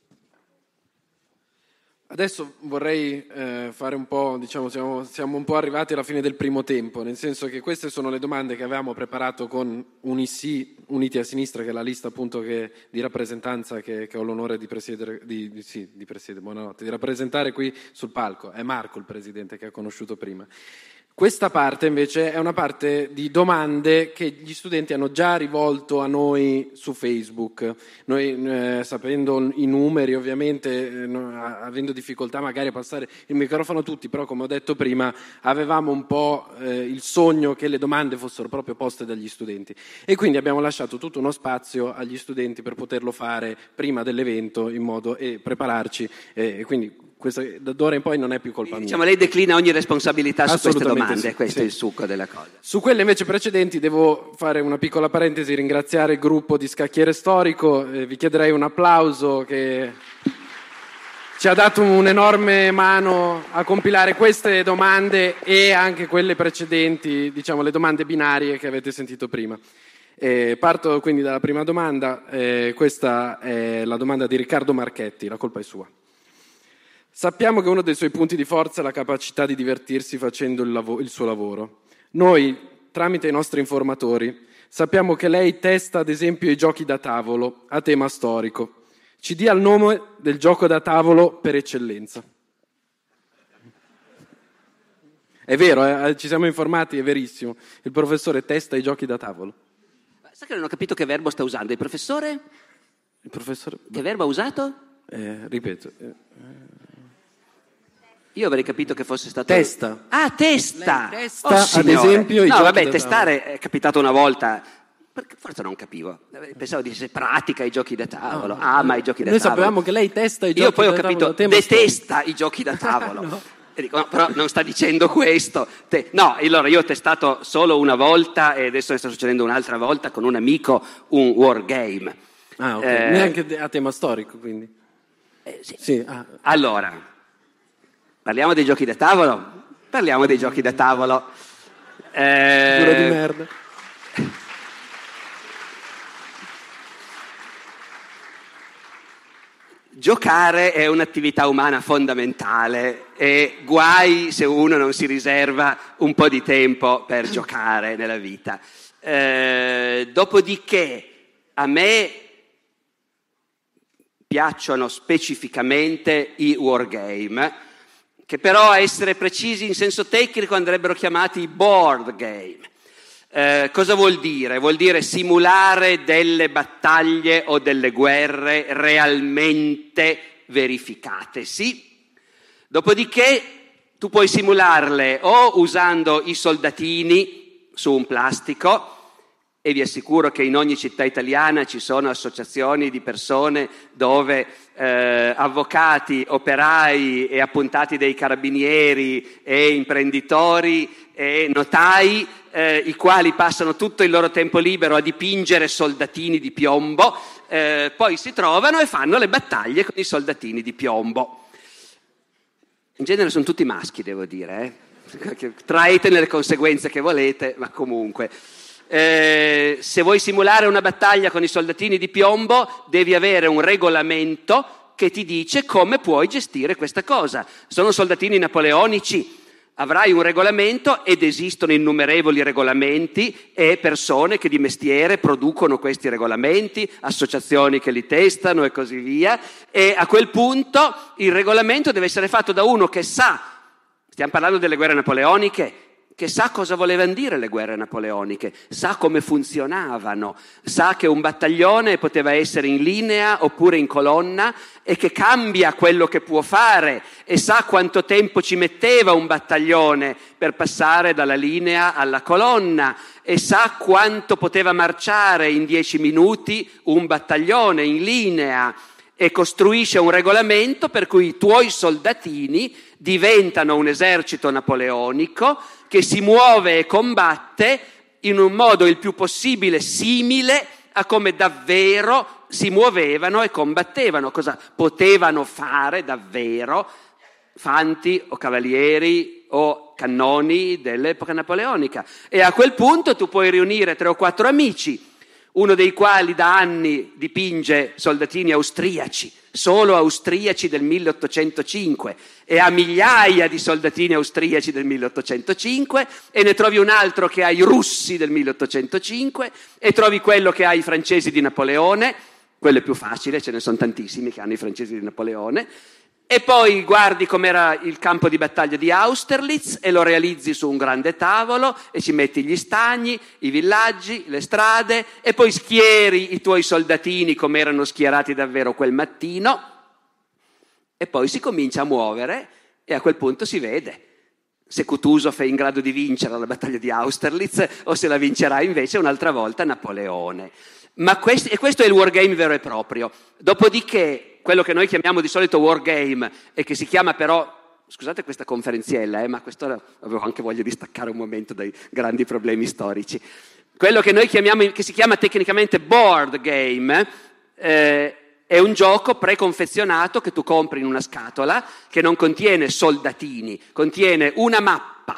Speaker 4: Adesso vorrei eh, fare un po', diciamo, siamo, siamo un po' arrivati alla fine del primo tempo, nel senso che queste sono le domande che avevamo preparato con Unissi, Uniti a Sinistra, che è la lista appunto che, di rappresentanza che, che ho l'onore di presiedere, di, di, sì, di presiedere, buonanotte, di rappresentare qui sul palco. È Marco il presidente che ha conosciuto prima. Questa parte invece è una parte di domande che gli studenti hanno già rivolto a noi su Facebook. Noi eh, sapendo i numeri ovviamente, eh, avendo difficoltà magari a passare il microfono a tutti, però come ho detto prima avevamo un po' eh, il sogno che le domande fossero proprio poste dagli studenti e quindi abbiamo lasciato tutto uno spazio agli studenti per poterlo fare prima dell'evento in modo e prepararci eh, e quindi questo, da ora in poi non è più colpa mia.
Speaker 3: Diciamo, lei declina ogni responsabilità su queste domande, sì, questo
Speaker 4: sì.
Speaker 3: è il succo della cosa.
Speaker 4: Su quelle invece precedenti devo fare una piccola parentesi, ringraziare il gruppo di Scacchiere Storico, eh, vi chiederei un applauso che ci ha dato un'enorme mano a compilare queste domande e anche quelle precedenti, diciamo le domande binarie che avete sentito prima. Eh, parto quindi dalla prima domanda, eh, questa è la domanda di Riccardo Marchetti, la colpa è sua. Sappiamo che uno dei suoi punti di forza è la capacità di divertirsi facendo il, lav- il suo lavoro. Noi, tramite i nostri informatori, sappiamo che lei testa ad esempio i giochi da tavolo a tema storico. Ci dia il nome del gioco da tavolo per eccellenza. È vero, eh? Ci siamo informati, è verissimo. Il professore testa i giochi da tavolo.
Speaker 3: Sai che non ho capito che verbo sta usando il professore?
Speaker 4: Il professore...
Speaker 3: Che verbo ha usato?
Speaker 4: Eh, ripeto. Eh,
Speaker 3: Io avrei capito che fosse stato...
Speaker 4: Testa.
Speaker 3: Ah, testa!
Speaker 4: Lei testa,
Speaker 3: oh,
Speaker 4: ad esempio, i
Speaker 3: no,
Speaker 4: giochi
Speaker 3: vabbè,
Speaker 4: da
Speaker 3: testare
Speaker 4: tavola.
Speaker 3: è capitato una volta... Perché forse non capivo. Pensavo dicesse pratica i giochi da tavolo.
Speaker 4: No,
Speaker 3: ama i giochi da
Speaker 4: noi
Speaker 3: tavolo.
Speaker 4: Noi sapevamo che lei testa i giochi
Speaker 3: Io poi
Speaker 4: da
Speaker 3: ho capito,
Speaker 4: tavolo.
Speaker 3: detesta i giochi da tavolo.
Speaker 4: No.
Speaker 3: E dico, no, però non sta dicendo questo. Te... No, allora io ho testato solo una volta e adesso ne sta succedendo un'altra volta con un amico un wargame.
Speaker 4: Ah, ok.
Speaker 3: Eh...
Speaker 4: Neanche a tema storico, quindi.
Speaker 3: Eh, sì.
Speaker 4: Sì. Ah.
Speaker 3: Allora, parliamo dei giochi da tavolo? Parliamo dei giochi da tavolo. Eh...
Speaker 4: Figura di merda.
Speaker 3: Giocare è un'attività umana fondamentale e guai se uno non si riserva un po' di tempo per giocare nella vita. Eh, dopodiché a me piacciono specificamente i wargame, che però a essere precisi in senso tecnico andrebbero chiamati board game. Eh, cosa vuol dire? Vuol dire simulare delle battaglie o delle guerre realmente verificatesi. Dopodiché tu puoi simularle o usando i soldatini su un plastico, e vi assicuro che in ogni città italiana ci sono associazioni di persone dove eh, avvocati, operai e appuntati dei carabinieri e imprenditori e notai, eh, i quali passano tutto il loro tempo libero a dipingere soldatini di piombo, eh, poi si trovano e fanno le battaglie con i soldatini di piombo. In genere sono tutti maschi, devo dire, eh? Traetene le conseguenze che volete, ma comunque... Eh, se vuoi simulare una battaglia con i soldatini di piombo devi avere un regolamento che ti dice come puoi gestire questa cosa. Sono soldatini napoleonici, avrai un regolamento ed esistono innumerevoli regolamenti e persone che di mestiere producono questi regolamenti, associazioni che li testano e così via, e a quel punto il regolamento deve essere fatto da uno che sa, stiamo parlando delle guerre napoleoniche, che sa cosa volevano dire le guerre napoleoniche, sa come funzionavano, sa che un battaglione poteva essere in linea oppure in colonna e che cambia quello che può fare, e sa quanto tempo ci metteva un battaglione per passare dalla linea alla colonna, e sa quanto poteva marciare in dieci minuti un battaglione in linea, e costruisce un regolamento per cui i tuoi soldatini diventano un esercito napoleonico che si muove e combatte in un modo il più possibile simile a come davvero si muovevano e combattevano, cosa potevano fare davvero fanti o cavalieri o cannoni dell'epoca napoleonica. E a quel punto tu puoi riunire tre o quattro amici, uno dei quali da anni dipinge soldatini austriaci, solo austriaci del milleottocentocinque, e ha migliaia di soldatini austriaci del milleottocentocinque, e ne trovi un altro che ha i russi del milleottocentocinque, e trovi quello che ha i francesi di Napoleone, quello è più facile, ce ne sono tantissimi che hanno i francesi di Napoleone, e poi guardi com'era il campo di battaglia di Austerlitz e lo realizzi su un grande tavolo e ci metti gli stagni, i villaggi, le strade, e poi schieri i tuoi soldatini come erano schierati davvero quel mattino, e poi si comincia a muovere e a quel punto si vede se Kutuzov è in grado di vincere la battaglia di Austerlitz o se la vincerà invece un'altra volta Napoleone. Ma questo, e questo è il wargame vero e proprio. Dopodiché quello che noi chiamiamo di solito wargame e che si chiama però, scusate questa conferenziella, eh, ma quest'ora avevo anche voglia di staccare un momento dai grandi problemi storici, quello che noi chiamiamo, che si chiama tecnicamente board game, eh, è un gioco preconfezionato che tu compri in una scatola che non contiene soldatini, contiene una mappa,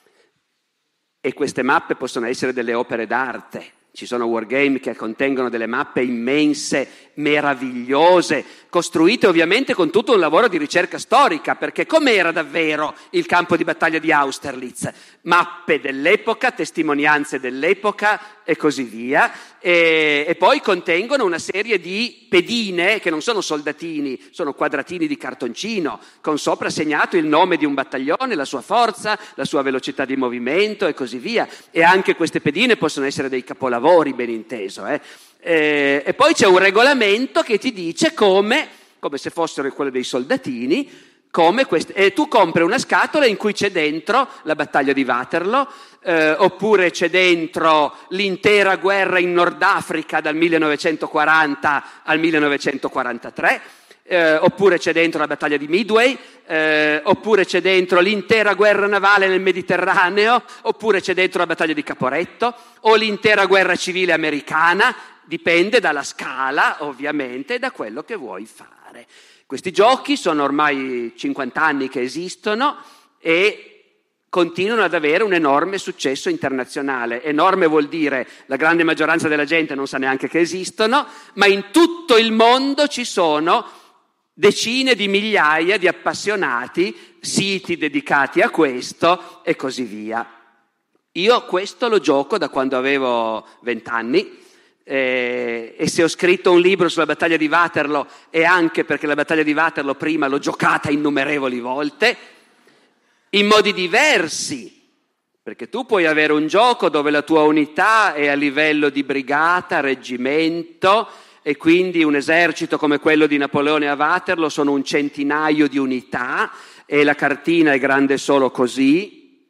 Speaker 3: e queste mappe possono essere delle opere d'arte. Ci sono wargame che contengono delle mappe immense, meravigliose, costruite ovviamente con tutto un lavoro di ricerca storica, perché com'era davvero il campo di battaglia di Austerlitz? Mappe dell'epoca, testimonianze dell'epoca, e così via, e, e poi contengono una serie di pedine che non sono soldatini, sono quadratini di cartoncino con sopra segnato il nome di un battaglione, la sua forza, la sua velocità di movimento e così via, e anche queste pedine possono essere dei capolavori, ben inteso, eh. E, e poi c'è un regolamento che ti dice come, come se fossero quelli dei soldatini, come queste, e tu compri una scatola in cui c'è dentro la battaglia di Waterloo, eh, oppure c'è dentro l'intera guerra in Nord Africa dal millenovecentoquaranta al millenovecentoquarantatré, eh, oppure c'è dentro la battaglia di Midway, eh, oppure c'è dentro l'intera guerra navale nel Mediterraneo, oppure c'è dentro la battaglia di Caporetto, o l'intera guerra civile americana, dipende dalla scala ovviamente e da quello che vuoi fare. Questi giochi sono ormai cinquanta anni che esistono e continuano ad avere un enorme successo internazionale. Enorme vuol dire la grande maggioranza della gente non sa neanche che esistono, ma in tutto il mondo ci sono decine di migliaia di appassionati, siti dedicati a questo e così via. Io questo lo gioco da quando avevo vent'anni. Eh, e se ho scritto un libro sulla battaglia di Waterloo è anche perché la battaglia di Waterloo prima l'ho giocata innumerevoli volte, in modi diversi, perché tu puoi avere un gioco dove la tua unità è a livello di brigata, reggimento, e quindi un esercito come quello di Napoleone a Waterloo sono un centinaio di unità e la cartina è grande solo così,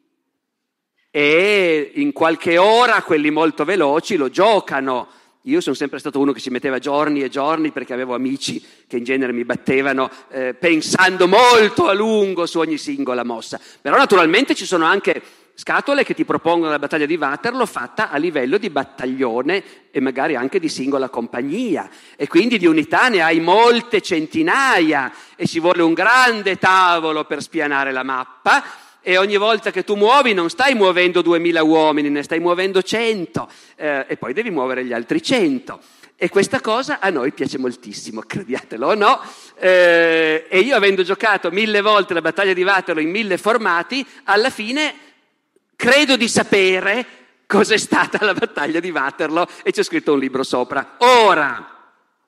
Speaker 3: e in qualche ora quelli molto veloci lo giocano. Io sono sempre stato uno che ci metteva giorni e giorni perché avevo amici che in genere mi battevano eh, pensando molto a lungo su ogni singola mossa. Però naturalmente ci sono anche scatole che ti propongono la battaglia di Waterloo fatta a livello di battaglione e magari anche di singola compagnia. E quindi di unità ne hai molte centinaia e ci vuole un grande tavolo per spianare la mappa. E ogni volta che tu muovi non stai muovendo duemila uomini, ne stai muovendo cento, eh, e poi devi muovere gli altri cento. E questa cosa a noi piace moltissimo, crediatelo o no. Eh, e io, avendo giocato mille volte la battaglia di Waterloo in mille formati, alla fine credo di sapere cos'è stata la battaglia di Waterloo e ci ho scritto un libro sopra. Ora,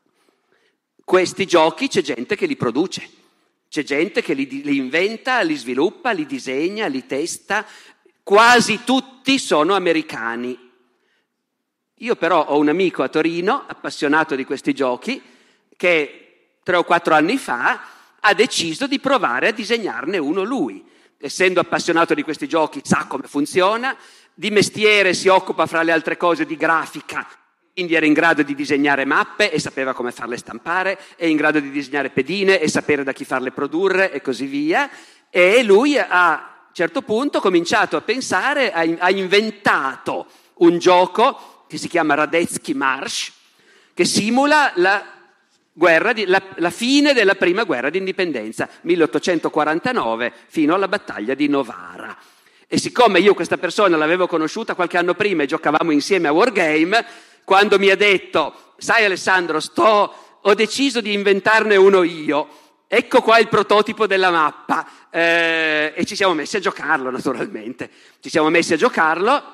Speaker 3: questi giochi c'è gente che li produce. C'è gente che li, li inventa, li sviluppa, li disegna, li testa. Quasi tutti sono americani. Io però ho un amico a Torino, appassionato di questi giochi, che tre o quattro anni fa ha deciso di provare a disegnarne uno lui. Essendo appassionato di questi giochi, sa come funziona, di mestiere si occupa fra le altre cose di grafica, quindi era in grado di disegnare mappe e sapeva come farle stampare, è in grado di disegnare pedine e sapere da chi farle produrre e così via. E lui ha, a un certo punto, cominciato a pensare, ha, ha inventato un gioco che si chiama Radetzky Marsch, che simula la, guerra di, la, la fine della prima guerra d'indipendenza, milleottocentoquarantanove, fino alla battaglia di Novara. E siccome io questa persona l'avevo conosciuta qualche anno prima e giocavamo insieme a Wargame, quando mi ha detto, sai Alessandro, sto, ho deciso di inventarne uno io, ecco qua il prototipo della mappa, eh, e ci siamo messi a giocarlo naturalmente, ci siamo messi a giocarlo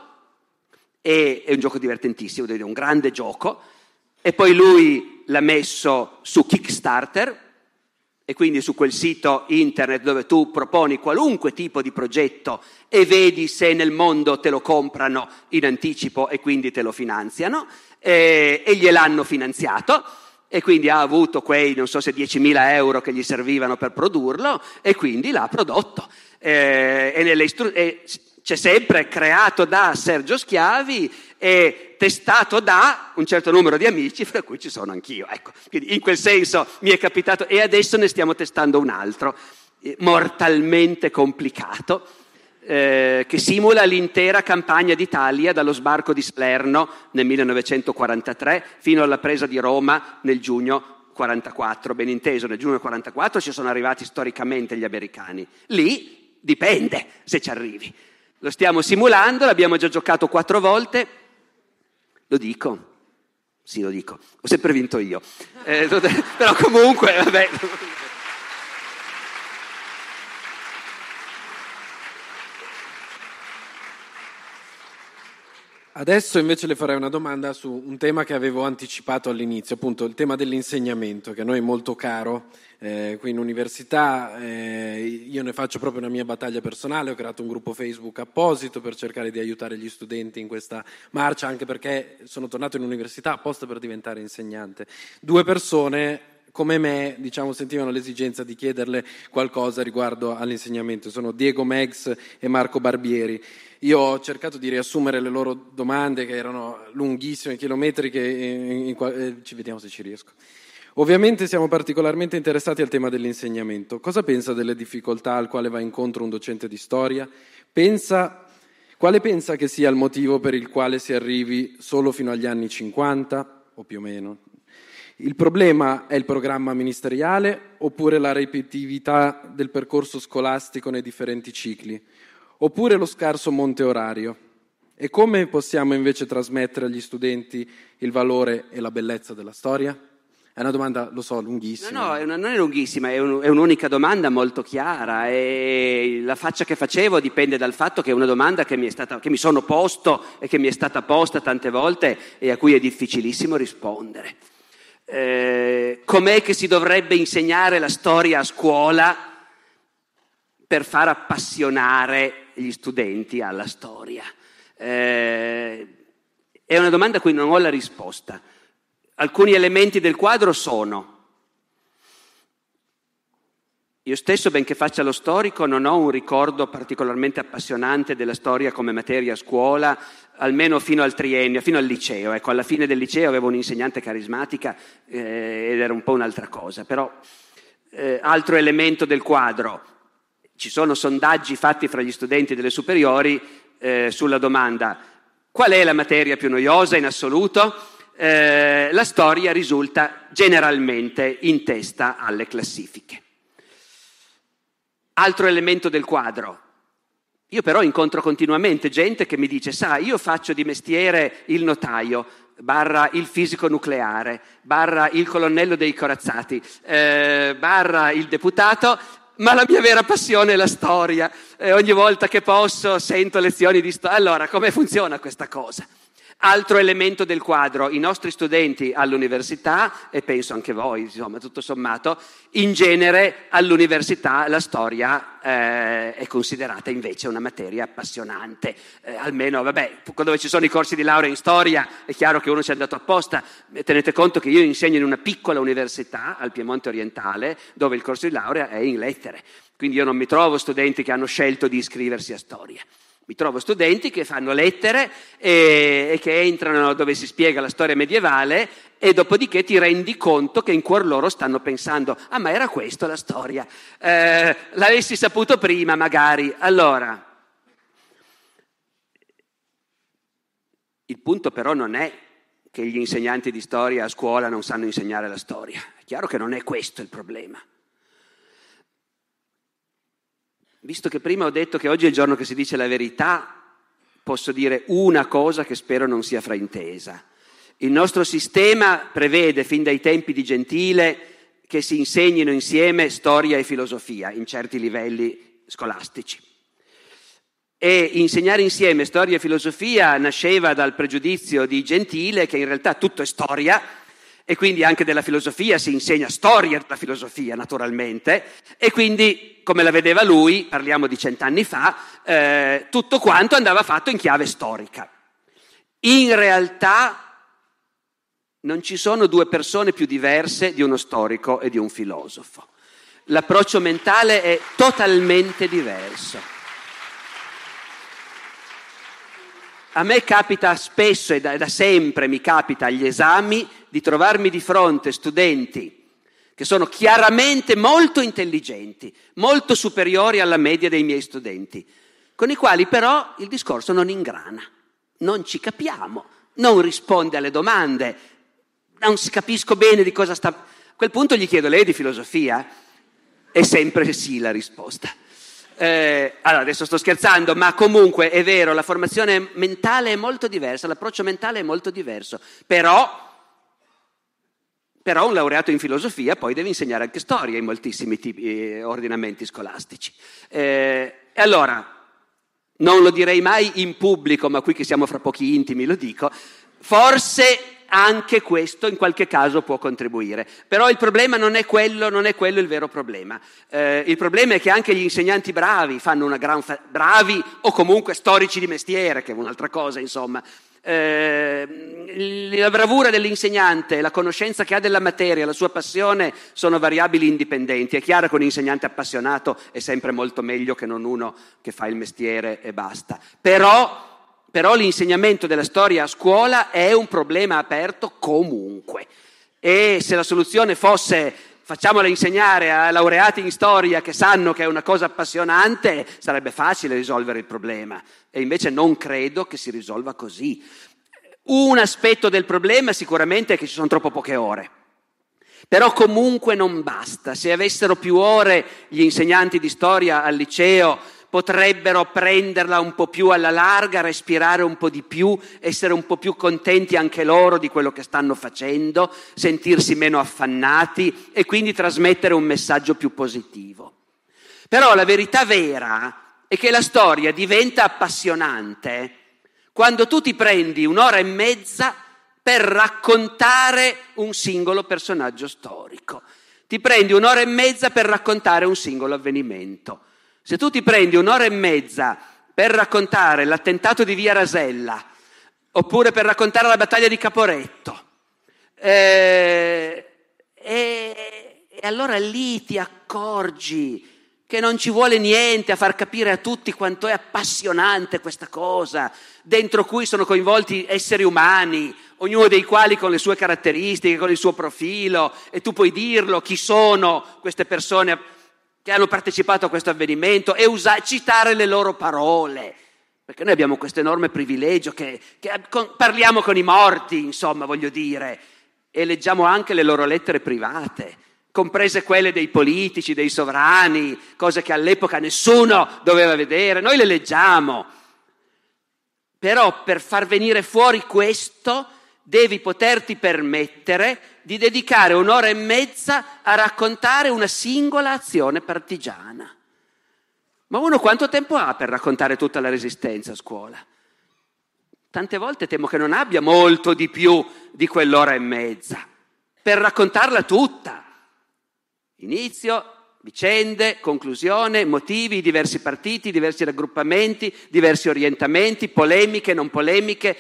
Speaker 3: e è un gioco divertentissimo, è un grande gioco, e poi lui l'ha messo su Kickstarter, e quindi su quel sito internet dove tu proponi qualunque tipo di progetto e vedi se nel mondo te lo comprano in anticipo e quindi te lo finanziano, e, e gliel'hanno finanziato, e quindi ha avuto quei, non so se diecimila euro che gli servivano per produrlo, e quindi l'ha prodotto. E, e nelle istru- e c'è sempre creato da Sergio Schiavi e testato da un certo numero di amici, fra cui ci sono anch'io. Ecco, quindi in quel senso mi è capitato, e adesso ne stiamo testando un altro, eh, mortalmente complicato, eh, che simula l'intera campagna d'Italia dallo sbarco di Salerno nel millenovecentoquarantatré fino alla presa di Roma nel giugno quarantaquattro. Ben inteso, nel giugno quarantaquattro ci sono arrivati storicamente gli americani. Lì dipende se ci arrivi. Lo stiamo simulando, l'abbiamo già giocato quattro volte. Lo dico? Sì, lo dico. Ho sempre vinto io. Eh, però comunque, vabbè.
Speaker 4: Adesso invece le farei una domanda su un tema che avevo anticipato all'inizio, appunto il tema dell'insegnamento, che a noi è molto caro. Eh, qui in università eh, io ne faccio proprio una mia battaglia personale, ho creato un gruppo Facebook apposito per cercare di aiutare gli studenti in questa marcia, anche perché sono tornato in università apposta per diventare insegnante. Due persone come me, diciamo, sentivano l'esigenza di chiederle qualcosa riguardo all'insegnamento. Sono Diego Meggs e Marco Barbieri. Io ho cercato di riassumere le loro domande, che erano lunghissime, chilometriche, in, in, in, ci vediamo se ci riesco. Ovviamente siamo particolarmente interessati al tema dell'insegnamento. Cosa pensa delle difficoltà al quale va incontro un docente di storia? Pensa, quale pensa che sia il motivo per il quale si arrivi solo fino agli anni cinquanta, o più o meno? Il problema è il programma ministeriale oppure la ripetitività del percorso scolastico nei differenti cicli? Oppure lo scarso monte orario? E come possiamo invece trasmettere agli studenti il valore e la bellezza della storia? È una domanda, lo so, lunghissima.
Speaker 3: No, no, è una, non è lunghissima, è, un, è un'unica domanda molto chiara e la faccia che facevo dipende dal fatto che è una domanda che mi, è stata, che mi sono posto e che mi è stata posta tante volte e a cui è difficilissimo rispondere. Eh, com'è che si dovrebbe insegnare la storia a scuola per far appassionare gli studenti alla storia? Eh, è una domanda a cui non ho la risposta. Alcuni elementi del quadro sono: io stesso, benché faccia lo storico, non ho un ricordo particolarmente appassionante della storia come materia a scuola, almeno fino al triennio, fino al liceo. Ecco, alla fine del liceo avevo un'insegnante carismatica eh, ed era un po' un'altra cosa. Però, eh, altro elemento del quadro: ci sono sondaggi fatti fra gli studenti delle superiori eh, sulla domanda qual è la materia più noiosa in assoluto? Eh, la storia risulta generalmente in testa alle classifiche. Altro elemento del quadro: io però incontro continuamente gente che mi dice: sa, io faccio di mestiere il notaio, barra il fisico nucleare, barra il colonnello dei corazzati, eh, barra il deputato, ma la mia vera passione è la storia. E ogni volta che posso sento lezioni di storia. Allora, come funziona questa cosa? Altro elemento del quadro: i nostri studenti all'università, e penso anche voi, insomma, tutto sommato, in genere all'università la storia eh, è considerata invece una materia appassionante. Eh, almeno, vabbè, dove ci sono i corsi di laurea in storia è chiaro che uno ci è andato apposta. Tenete conto che io insegno in una piccola università al Piemonte orientale, dove il corso di laurea è in lettere. Quindi io non mi trovo studenti che hanno scelto di iscriversi a storia. Mi trovo studenti che fanno lettere e, e che entrano dove si spiega la storia medievale e dopodiché ti rendi conto che in cuor loro stanno pensando: ah, ma era questo la storia, eh, l'avessi saputo prima magari. Allora, il punto però non è che gli insegnanti di storia a scuola non sanno insegnare la storia. È chiaro che non è questo il problema. Visto che prima ho detto che oggi è il giorno che si dice la verità, posso dire una cosa che spero non sia fraintesa. Il nostro sistema prevede fin dai tempi di Gentile che si insegnino insieme storia e filosofia in certi livelli scolastici. E insegnare insieme storia e filosofia nasceva dal pregiudizio di Gentile che in realtà tutto è storia, e quindi anche della filosofia si insegna storia della filosofia, naturalmente, e quindi, come la vedeva lui, parliamo di cent'anni fa, eh, tutto quanto andava fatto in chiave storica. In realtà non ci sono due persone più diverse di uno storico e di un filosofo. L'approccio mentale è totalmente diverso. A me capita spesso, e da, da sempre mi capita agli esami, di trovarmi di fronte studenti che sono chiaramente molto intelligenti, molto superiori alla media dei miei studenti, con i quali però il discorso non ingrana, non ci capiamo, non risponde alle domande, non si capisco bene di cosa sta... A quel punto gli chiedo: lei è di filosofia? È sempre sì la risposta. Eh, allora, adesso sto scherzando, ma comunque è vero, la formazione mentale è molto diversa, l'approccio mentale è molto diverso, però... Però un laureato in filosofia poi deve insegnare anche storia in moltissimi tipi, eh, ordinamenti scolastici. Eh, e allora, non lo direi mai in pubblico, ma qui che siamo fra pochi intimi lo dico, forse anche questo in qualche caso può contribuire. Però il problema non è quello, non è quello il vero problema. Eh, il problema è che anche gli insegnanti bravi fanno una gran fa- bravi o comunque storici di mestiere, che è un'altra cosa, insomma. Eh, la bravura dell'insegnante, la conoscenza che ha della materia, la sua passione sono variabili indipendenti. È chiaro che un insegnante appassionato è sempre molto meglio che non uno che fa il mestiere e basta. Però Però l'insegnamento della storia a scuola è un problema aperto comunque. E se la soluzione fosse facciamola insegnare a laureati in storia che sanno che è una cosa appassionante, sarebbe facile risolvere il problema. E invece non credo che si risolva così. Un aspetto del problema sicuramente è che ci sono troppo poche ore. Però comunque non basta. Se avessero più ore gli insegnanti di storia al liceo potrebbero prenderla un po' più alla larga, respirare un po' di più, essere un po' più contenti anche loro di quello che stanno facendo, sentirsi meno affannati e quindi trasmettere un messaggio più positivo. Però la verità vera è che la storia diventa appassionante quando tu ti prendi un'ora e mezza per raccontare un singolo personaggio storico. Ti prendi un'ora e mezza per raccontare un singolo avvenimento. Se tu ti prendi un'ora e mezza per raccontare l'attentato di Via Rasella, oppure per raccontare la battaglia di Caporetto, eh, e, e allora lì ti accorgi che non ci vuole niente a far capire a tutti quanto è appassionante questa cosa, dentro cui sono coinvolti esseri umani, ognuno dei quali con le sue caratteristiche, con il suo profilo, e tu puoi dirlo, chi sono queste persone che hanno partecipato a questo avvenimento e usa- citare le loro parole, perché noi abbiamo questo enorme privilegio che, che con, parliamo con i morti, insomma, voglio dire, e leggiamo anche le loro lettere private, comprese quelle dei politici, dei sovrani, cose che all'epoca nessuno doveva vedere, noi le leggiamo. Però per far venire fuori questo devi poterti permettere di dedicare un'ora e mezza a raccontare una singola azione partigiana. Ma uno quanto tempo ha per raccontare tutta la Resistenza a scuola? Tante volte temo che non abbia molto di più di quell'ora e mezza per raccontarla tutta. Inizio, vicende, conclusione, motivi, diversi partiti, diversi raggruppamenti, diversi orientamenti, polemiche, non polemiche.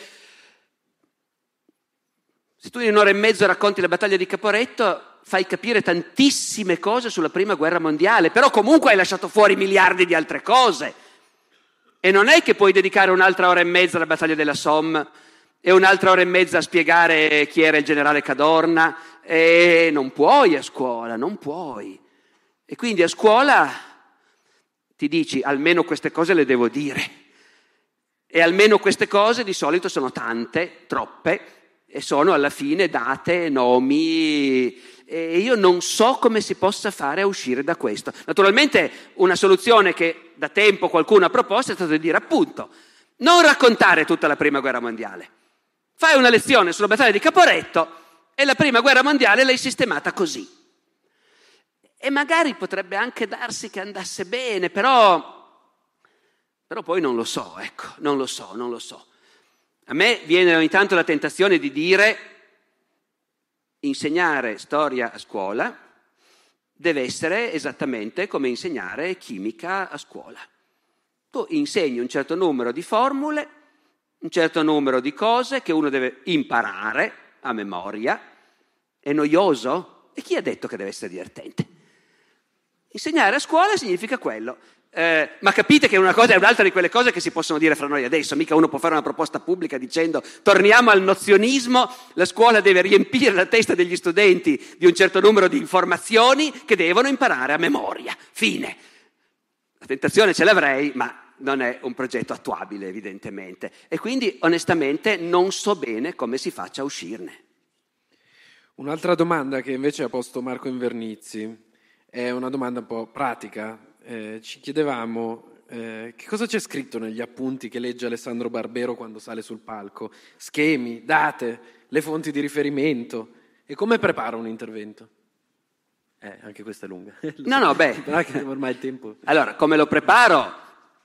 Speaker 3: Se tu in un'ora e mezzo racconti la battaglia di Caporetto, fai capire tantissime cose sulla prima guerra mondiale, però comunque hai lasciato fuori miliardi di altre cose. E non è che puoi dedicare un'altra ora e mezza alla battaglia della Somme e un'altra ora e mezza a spiegare chi era il generale Cadorna, e non puoi a scuola, non puoi. E quindi a scuola ti dici, almeno queste cose le devo dire. E almeno queste cose di solito sono tante, troppe, e sono alla fine date, nomi, e io non so come si possa fare a uscire da questo. Naturalmente una soluzione che da tempo qualcuno ha proposto è stata di dire appunto, non raccontare tutta la prima guerra mondiale. Fai una lezione sulla battaglia di Caporetto e la prima guerra mondiale l'hai sistemata così. E magari potrebbe anche darsi che andasse bene, però, però poi non lo so, ecco, non lo so, non lo so. A me viene ogni tanto la tentazione di dire insegnare storia a scuola deve essere esattamente come insegnare chimica a scuola. Tu insegni un certo numero di formule, un certo numero di cose che uno deve imparare a memoria. È noioso? E chi ha detto che deve essere divertente? Insegnare a scuola significa quello. Eh, ma capite che una cosa è un'altra di quelle cose che si possono dire fra noi adesso, mica uno può fare una proposta pubblica dicendo torniamo al nozionismo, la scuola deve riempire la testa degli studenti di un certo numero di informazioni che devono imparare a memoria, fine. La tentazione ce l'avrei, ma non è un progetto attuabile evidentemente, e quindi onestamente non so bene come si faccia a uscirne.
Speaker 4: Un'altra domanda che invece ha posto Marco Invernizzi è una domanda un po' pratica. Eh, ci chiedevamo eh, che cosa c'è scritto negli appunti che legge Alessandro Barbero quando sale sul palco, schemi, date, le fonti di riferimento, e come prepara un intervento. Eh, anche questa è lunga.
Speaker 3: No, no, beh.
Speaker 4: Ormai il tempo.
Speaker 3: Allora, come lo preparo?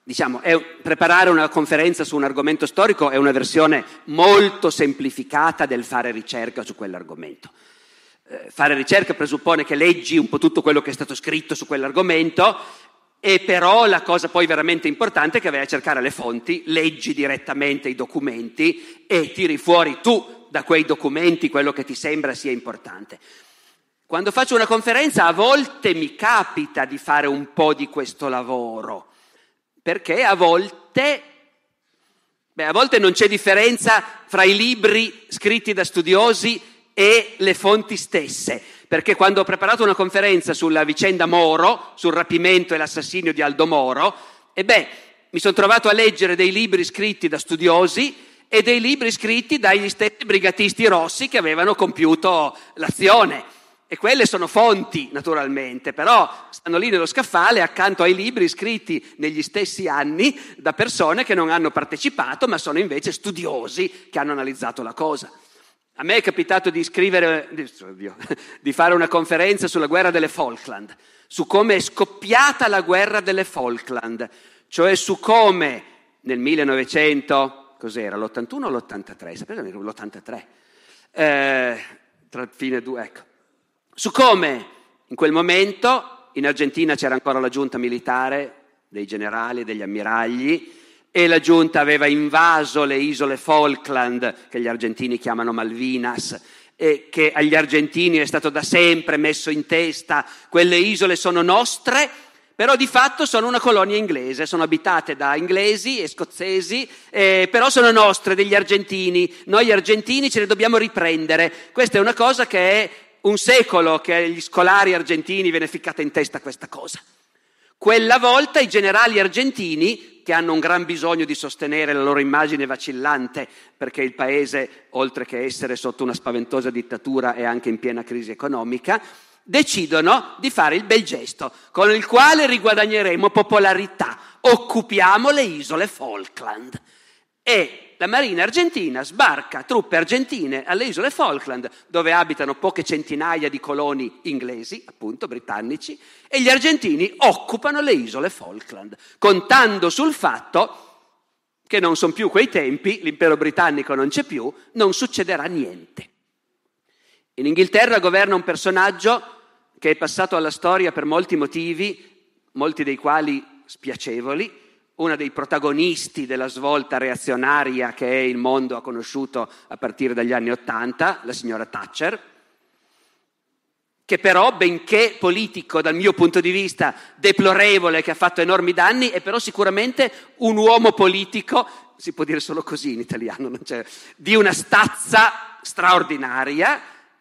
Speaker 3: Diciamo, è, preparare una conferenza su un argomento storico è una versione molto semplificata del fare ricerca su quell'argomento. Eh, fare ricerca presuppone che leggi un po' tutto quello che è stato scritto su quell'argomento, e però la cosa poi veramente importante è che vai a cercare le fonti, leggi direttamente i documenti e tiri fuori tu da quei documenti quello che ti sembra sia importante. Quando faccio una conferenza a volte mi capita di fare un po' di questo lavoro, perché a volte, beh, a volte non c'è differenza fra i libri scritti da studiosi e le fonti stesse, perché quando ho preparato una conferenza sulla vicenda Moro, sul rapimento e l'assassinio di Aldo Moro, e beh, mi sono trovato a leggere dei libri scritti da studiosi e dei libri scritti dagli stessi brigatisti rossi che avevano compiuto l'azione. E quelle sono fonti, naturalmente, però stanno lì nello scaffale accanto ai libri scritti negli stessi anni da persone che non hanno partecipato, ma sono invece studiosi che hanno analizzato la cosa. A me è capitato di scrivere, oddio, di fare una conferenza sulla guerra delle Falkland, su come è scoppiata la guerra delle Falkland, cioè su come nel millenovecento, cos'era, l'ottantuno o l'ottantatré? Sapete l'ottantatré? Eh, tra fine due, ecco. Su come in quel momento in Argentina c'era ancora la giunta militare dei generali, degli ammiragli, e la giunta aveva invaso le isole Falkland, che gli argentini chiamano Malvinas, e che agli argentini è stato da sempre messo in testa: quelle isole sono nostre, però di fatto sono una colonia inglese, sono abitate da inglesi e scozzesi, eh, però sono nostre, degli argentini, noi argentini ce le dobbiamo riprendere. Questa è una cosa che è un secolo che agli scolari argentini viene ficcata in testa questa cosa. Quella volta i generali argentini, che hanno un gran bisogno di sostenere la loro immagine vacillante, perché il paese, oltre che essere sotto una spaventosa dittatura, è anche in piena crisi economica, decidono di fare il bel gesto, con il quale riguadagneremo popolarità. Occupiamo le isole Falkland. E la marina argentina sbarca truppe argentine alle isole Falkland, dove abitano poche centinaia di coloni inglesi, appunto britannici, e gli argentini occupano le isole Falkland, contando sul fatto che non sono più quei tempi, l'impero britannico non c'è più, non succederà niente. In Inghilterra governa un personaggio che è passato alla storia per molti motivi, molti dei quali spiacevoli, una dei protagonisti della svolta reazionaria che il mondo ha conosciuto a partire dagli anni Ottanta, la signora Thatcher, che però, benché politico dal mio punto di vista deplorevole, che ha fatto enormi danni, è però sicuramente un uomo politico, si può dire solo così in italiano, non c'è, di una stazza straordinaria,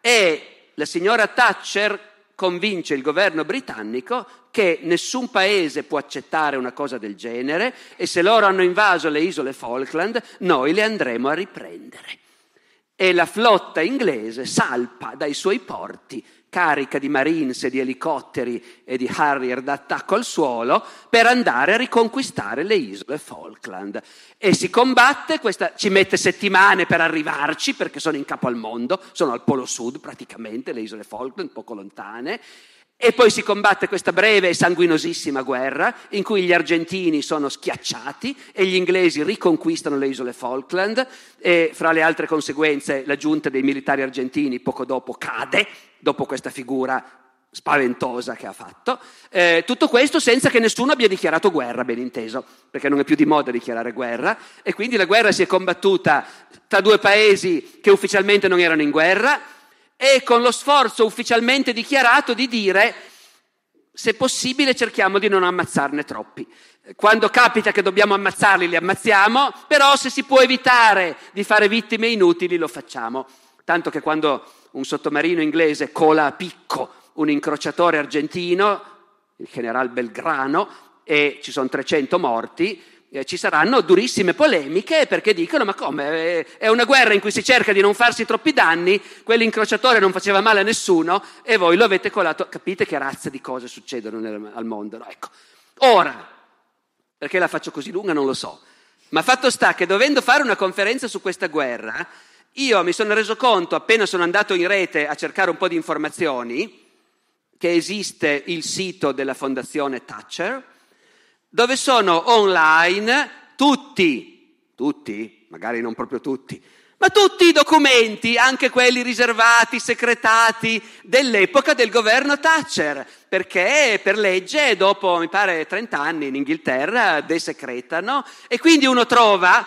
Speaker 3: e la signora Thatcher convince il governo britannico che nessun paese può accettare una cosa del genere, e se loro hanno invaso le isole Falkland noi le andremo a riprendere. E la flotta inglese salpa dai suoi porti carica di Marines e di elicotteri e di Harrier d'attacco al suolo per andare a riconquistare le isole Falkland. E si combatte, questa ci mette settimane per arrivarci perché sono in capo al mondo, sono al polo sud praticamente, le isole Falkland, poco lontane. E poi si combatte questa breve e sanguinosissima guerra in cui gli argentini sono schiacciati e gli inglesi riconquistano le isole Falkland, e fra le altre conseguenze la giunta dei militari argentini poco dopo cade, dopo questa figura spaventosa che ha fatto. Eh, tutto questo senza che nessuno abbia dichiarato guerra, ben inteso, perché non è più di moda dichiarare guerra, e quindi la guerra si è combattuta tra due paesi che ufficialmente non erano in guerra, e con lo sforzo ufficialmente dichiarato di dire: se possibile cerchiamo di non ammazzarne troppi. Quando capita che dobbiamo ammazzarli li ammazziamo, però se si può evitare di fare vittime inutili lo facciamo. Tanto che quando un sottomarino inglese cola a picco un incrociatore argentino, il general Belgrano, e ci sono trecento morti, Eh, ci saranno durissime polemiche perché dicono: ma come, è una guerra in cui si cerca di non farsi troppi danni, quell'incrociatore non faceva male a nessuno e voi lo avete colato. Capite che razza di cose succedono nel, al mondo, no? Ecco. Ora, perché la faccio così lunga non lo so, ma fatto sta che dovendo fare una conferenza su questa guerra, io mi sono reso conto, appena sono andato in rete a cercare un po' di informazioni, che esiste il sito della Fondazione Thatcher, dove sono online tutti, tutti, magari non proprio tutti, ma tutti i documenti, anche quelli riservati, secretati, dell'epoca del governo Thatcher, perché per legge dopo, mi pare, trenta anni in Inghilterra desecretano, e quindi uno trova,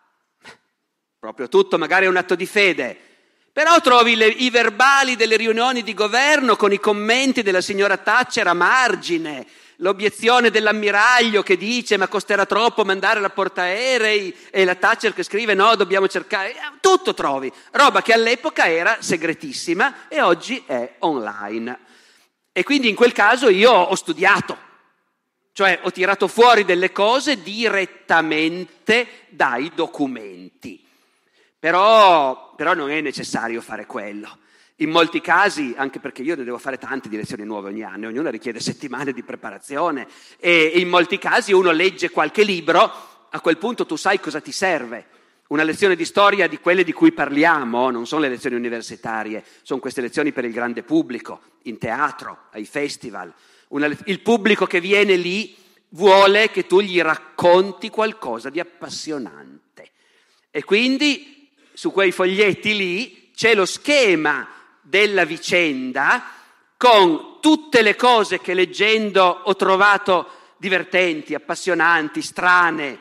Speaker 3: proprio tutto, magari è un atto di fede, però trovi le, i verbali delle riunioni di governo con i commenti della signora Thatcher a margine, l'obiezione dell'ammiraglio che dice ma costerà troppo mandare la portaerei, e la Thatcher che scrive no, dobbiamo cercare, tutto trovi, roba che all'epoca era segretissima e oggi è online. E quindi in quel caso io ho studiato, cioè ho tirato fuori delle cose direttamente dai documenti, però, però non è necessario fare quello. In molti casi, anche perché io ne devo fare tante di lezioni nuove ogni anno, ognuna richiede settimane di preparazione, e in molti casi uno legge qualche libro, a quel punto tu sai cosa ti serve. Una lezione di storia di quelle di cui parliamo non sono le lezioni universitarie, sono queste lezioni per il grande pubblico, in teatro, ai festival. Una, il pubblico che viene lì vuole che tu gli racconti qualcosa di appassionante. E quindi su quei foglietti lì c'è lo schema della vicenda con tutte le cose che leggendo ho trovato divertenti, appassionanti, strane,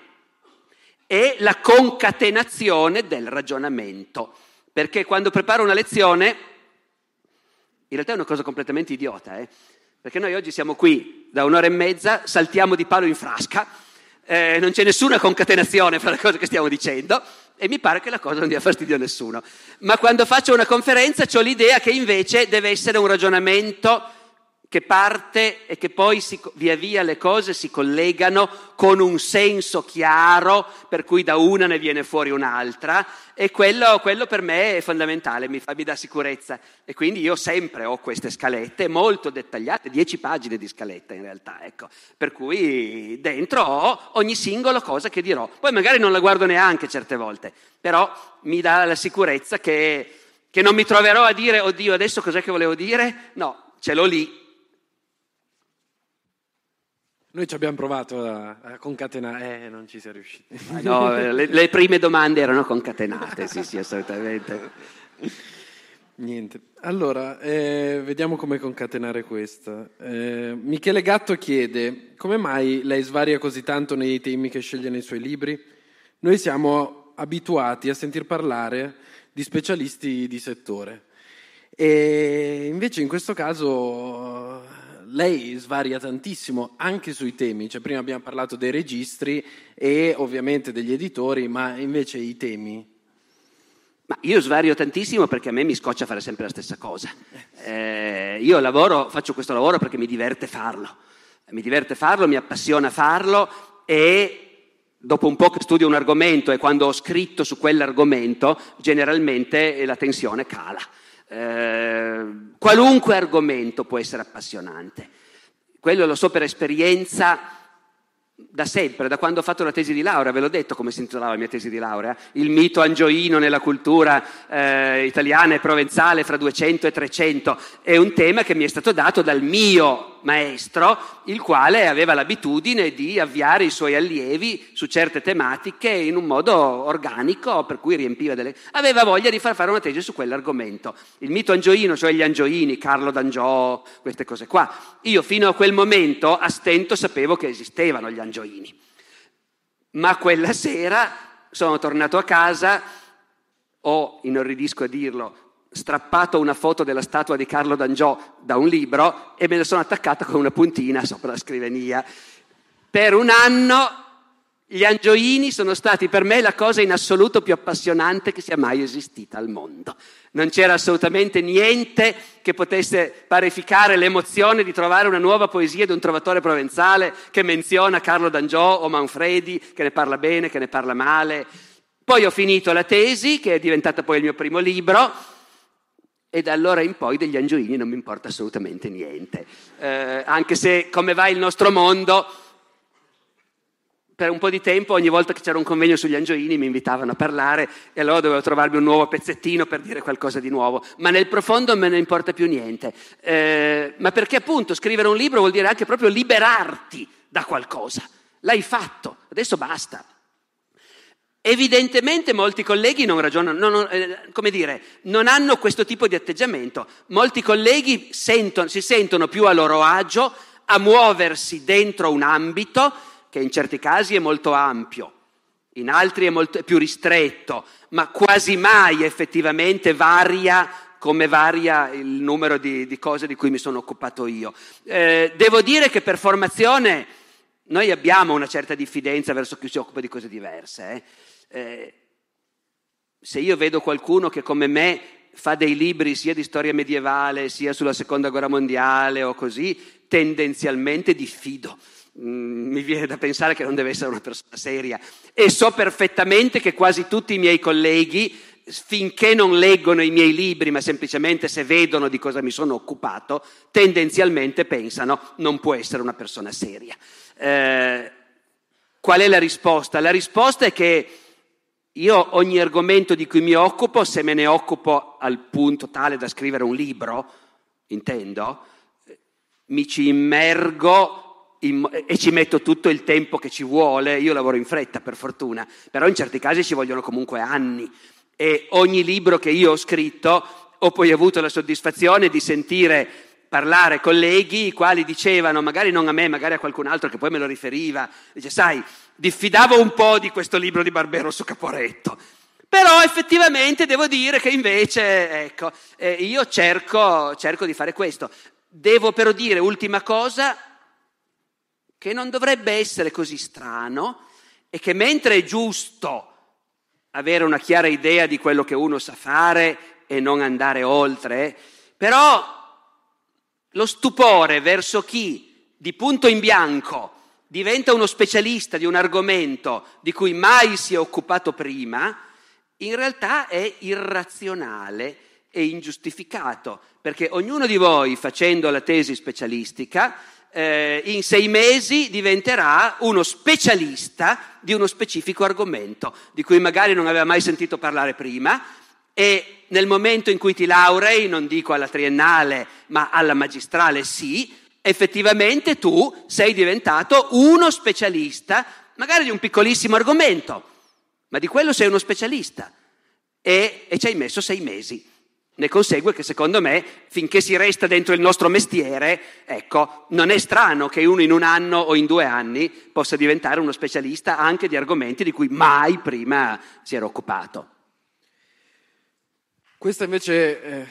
Speaker 3: e la concatenazione del ragionamento. Perché quando preparo una lezione, in realtà è una cosa completamente idiota, eh? Perché noi oggi siamo qui da un'ora e mezza, saltiamo di palo in frasca, eh, non c'è nessuna concatenazione fra le cose che stiamo dicendo, e mi pare che la cosa non dia fastidio a nessuno. Ma quando faccio una conferenza ho l'idea che invece deve essere un ragionamento che parte e che poi si, via via le cose si collegano con un senso chiaro, per cui da una ne viene fuori un'altra, e quello, quello per me è fondamentale, mi, fa, mi dà sicurezza. E quindi io sempre ho queste scalette molto dettagliate, dieci pagine di scaletta in realtà, ecco, per cui dentro ho ogni singola cosa che dirò. Poi magari non la guardo neanche certe volte, però mi dà la sicurezza che, che non mi troverò a dire oddio adesso cos'è che volevo dire, no, ce l'ho lì.
Speaker 4: Noi ci abbiamo provato a, a concatenare, eh, non ci siamo riusciti.
Speaker 3: Ah, no, le, le prime domande erano concatenate, sì, sì, assolutamente.
Speaker 4: Niente. Allora, eh, vediamo come concatenare questa. Eh, Michele Gatto chiede, come mai lei svaria così tanto nei temi che sceglie nei suoi libri? Noi siamo abituati a sentir parlare di specialisti di settore. E invece in questo caso lei svaria tantissimo anche sui temi, cioè prima abbiamo parlato dei registri e ovviamente degli editori, ma invece i temi?
Speaker 3: Ma io svario tantissimo perché a me mi scoccia fare sempre la stessa cosa. Eh, io lavoro, faccio questo lavoro perché mi diverte farlo, mi diverte farlo, mi appassiona farlo, e dopo un po' che studio un argomento e quando ho scritto su quell'argomento generalmente la tensione cala. Eh, qualunque argomento può essere appassionante, quello lo so per esperienza da sempre, da quando ho fatto la tesi di laurea. Ve l'ho detto come si intitolava la mia tesi di laurea: il mito angioino nella cultura eh, italiana e provenzale fra duecento e trecento. È un tema che mi è stato dato dal mio maestro, il quale aveva l'abitudine di avviare i suoi allievi su certe tematiche in un modo organico, per cui riempiva delle... aveva voglia di far fare una tesi su quell'argomento. Il mito angioino, cioè gli angioini, Carlo d'Angiò, queste cose qua. Io fino a quel momento a stento sapevo che esistevano gli angioini, ma quella sera sono tornato a casa, ho, inorridisco a dirlo, strappato una foto della statua di Carlo d'Angiò da un libro e me la sono attaccata con una puntina sopra la scrivania. Per un anno gli angioini sono stati per me la cosa in assoluto più appassionante che sia mai esistita al mondo. Non c'era assolutamente niente che potesse parificare l'emozione di trovare una nuova poesia di un trovatore provenzale che menziona Carlo d'Angiò o Manfredi, che ne parla bene, che ne parla male. Poi ho finito la tesi, che è diventata poi il mio primo libro, e da allora in poi degli angioini non mi importa assolutamente niente. Eh, anche se, come va il nostro mondo, per un po' di tempo, ogni volta che c'era un convegno sugli angioini mi invitavano a parlare e allora dovevo trovarmi un nuovo pezzettino per dire qualcosa di nuovo. Ma nel profondo non me ne importa più niente. Eh, ma perché appunto scrivere un libro vuol dire anche proprio liberarti da qualcosa. l'hai fatto, adesso basta. Evidentemente molti colleghi non ragionano, non, eh, come dire, non hanno questo tipo di atteggiamento. Molti colleghi sentono, si sentono più a loro agio a muoversi dentro un ambito che in certi casi è molto ampio, in altri è, molto, è più ristretto, ma quasi mai effettivamente varia come varia il numero di, di cose di cui mi sono occupato io. Eh, devo dire che per formazione noi abbiamo una certa diffidenza verso chi si occupa di cose diverse. Eh. Eh, se io vedo qualcuno che come me fa dei libri sia di storia medievale sia sulla seconda guerra mondiale o così, tendenzialmente diffido. Mm, mi viene da pensare che non deve essere una persona seria e so perfettamente che quasi tutti i miei colleghi, finché non leggono i miei libri ma semplicemente se vedono di cosa mi sono occupato, tendenzialmente pensano non può essere una persona seria. Eh, qual è la risposta? La risposta è che io ogni argomento di cui mi occupo, se me ne occupo al punto tale da scrivere un libro, intendo, mi ci immergo in, e ci metto tutto il tempo che ci vuole. Io lavoro in fretta, per fortuna, però in certi casi ci vogliono comunque anni. E ogni libro che io ho scritto ho poi avuto la soddisfazione di sentire parlare colleghi i quali dicevano, magari non a me, magari a qualcun altro che poi me lo riferiva, dice sai, diffidavo un po' di questo libro di Barbero su Caporetto, però effettivamente devo dire che invece, ecco, eh, io cerco, cerco di fare questo. Devo però dire, ultima cosa, che non dovrebbe essere così strano e che mentre è giusto avere una chiara idea di quello che uno sa fare e non andare oltre, però lo stupore verso chi di punto in bianco diventa uno specialista di un argomento di cui mai si è occupato prima, in realtà è irrazionale e ingiustificato, perché ognuno di voi facendo la tesi specialistica eh, in sei mesi diventerà uno specialista di uno specifico argomento di cui magari non aveva mai sentito parlare prima, e nel momento in cui ti laurei, non dico alla triennale ma alla magistrale sì, effettivamente tu sei diventato uno specialista magari di un piccolissimo argomento, ma di quello sei uno specialista e, e ci hai messo sei mesi. Ne consegue che secondo me, finché si resta dentro il nostro mestiere, ecco, non è strano che uno in un anno o in due anni possa diventare uno specialista anche di argomenti di cui mai prima si era occupato.
Speaker 4: Questa invece... Eh...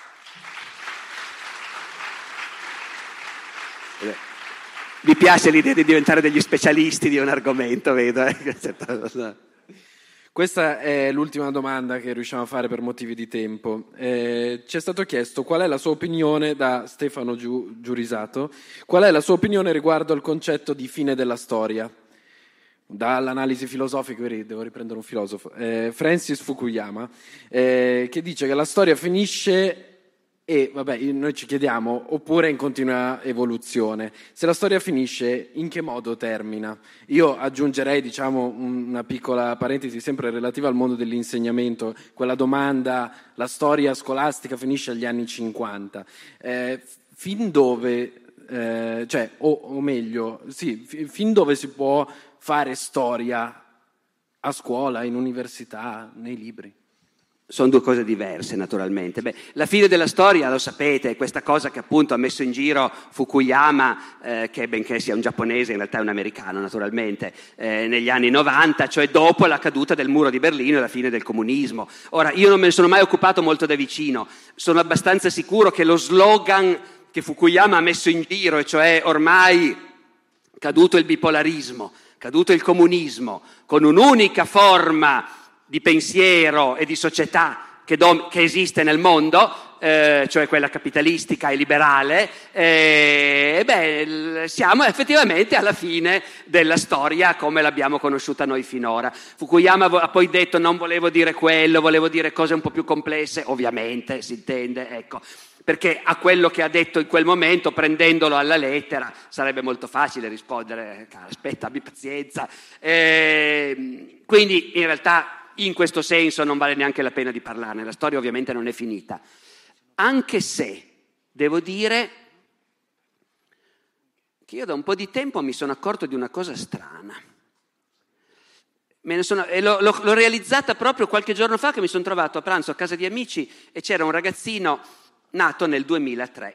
Speaker 3: Vi piace l'idea di diventare degli specialisti di un argomento, vedo. Eh?
Speaker 4: Questa è l'ultima domanda che riusciamo a fare per motivi di tempo. Eh, ci è stato chiesto qual è la sua opinione da Stefano Giu- Giurisato, qual è la sua opinione riguardo al concetto di fine della storia. Dall'analisi filosofica, devo riprendere un filosofo, eh, Francis Fukuyama, eh, che dice che la storia finisce e, vabbè, noi ci chiediamo, oppure in continua evoluzione. Se la storia finisce, in che modo termina? Io aggiungerei, diciamo, una piccola parentesi sempre relativa al mondo dell'insegnamento, quella domanda, la storia scolastica finisce agli anni cinquanta. Eh, fin dove, eh, cioè, o, o meglio, sì, f- fin dove si può fare storia a scuola, in università, nei libri?
Speaker 3: Sono due cose diverse, naturalmente. Beh, la fine della storia, lo sapete, è questa cosa che appunto ha messo in giro Fukuyama, eh, che benché sia un giapponese, in realtà è un americano, naturalmente, eh, negli anni novanta, cioè dopo la caduta del muro di Berlino e la fine del comunismo. Ora, io non me ne sono mai occupato molto da vicino, sono abbastanza sicuro che lo slogan che Fukuyama ha messo in giro, e cioè ormai caduto il bipolarismo, caduto il comunismo, con un'unica forma di pensiero e di società che, dom- che esiste nel mondo, eh, cioè quella capitalistica e liberale, e eh, beh, siamo effettivamente alla fine della storia come l'abbiamo conosciuta noi finora. Fukuyama ha poi detto non volevo dire quello, volevo dire cose un po' più complesse, ovviamente si intende, ecco, perché a quello che ha detto in quel momento, prendendolo alla lettera, sarebbe molto facile rispondere, aspetta, abbi pazienza. E, quindi in realtà in questo senso non vale neanche la pena di parlarne, la storia ovviamente non è finita, anche se devo dire che io da un po' di tempo mi sono accorto di una cosa strana. Me ne sono, e l'ho, l'ho, l'ho realizzata proprio qualche giorno fa, che mi sono trovato a pranzo a casa di amici e c'era un ragazzino nato nel duemilatré.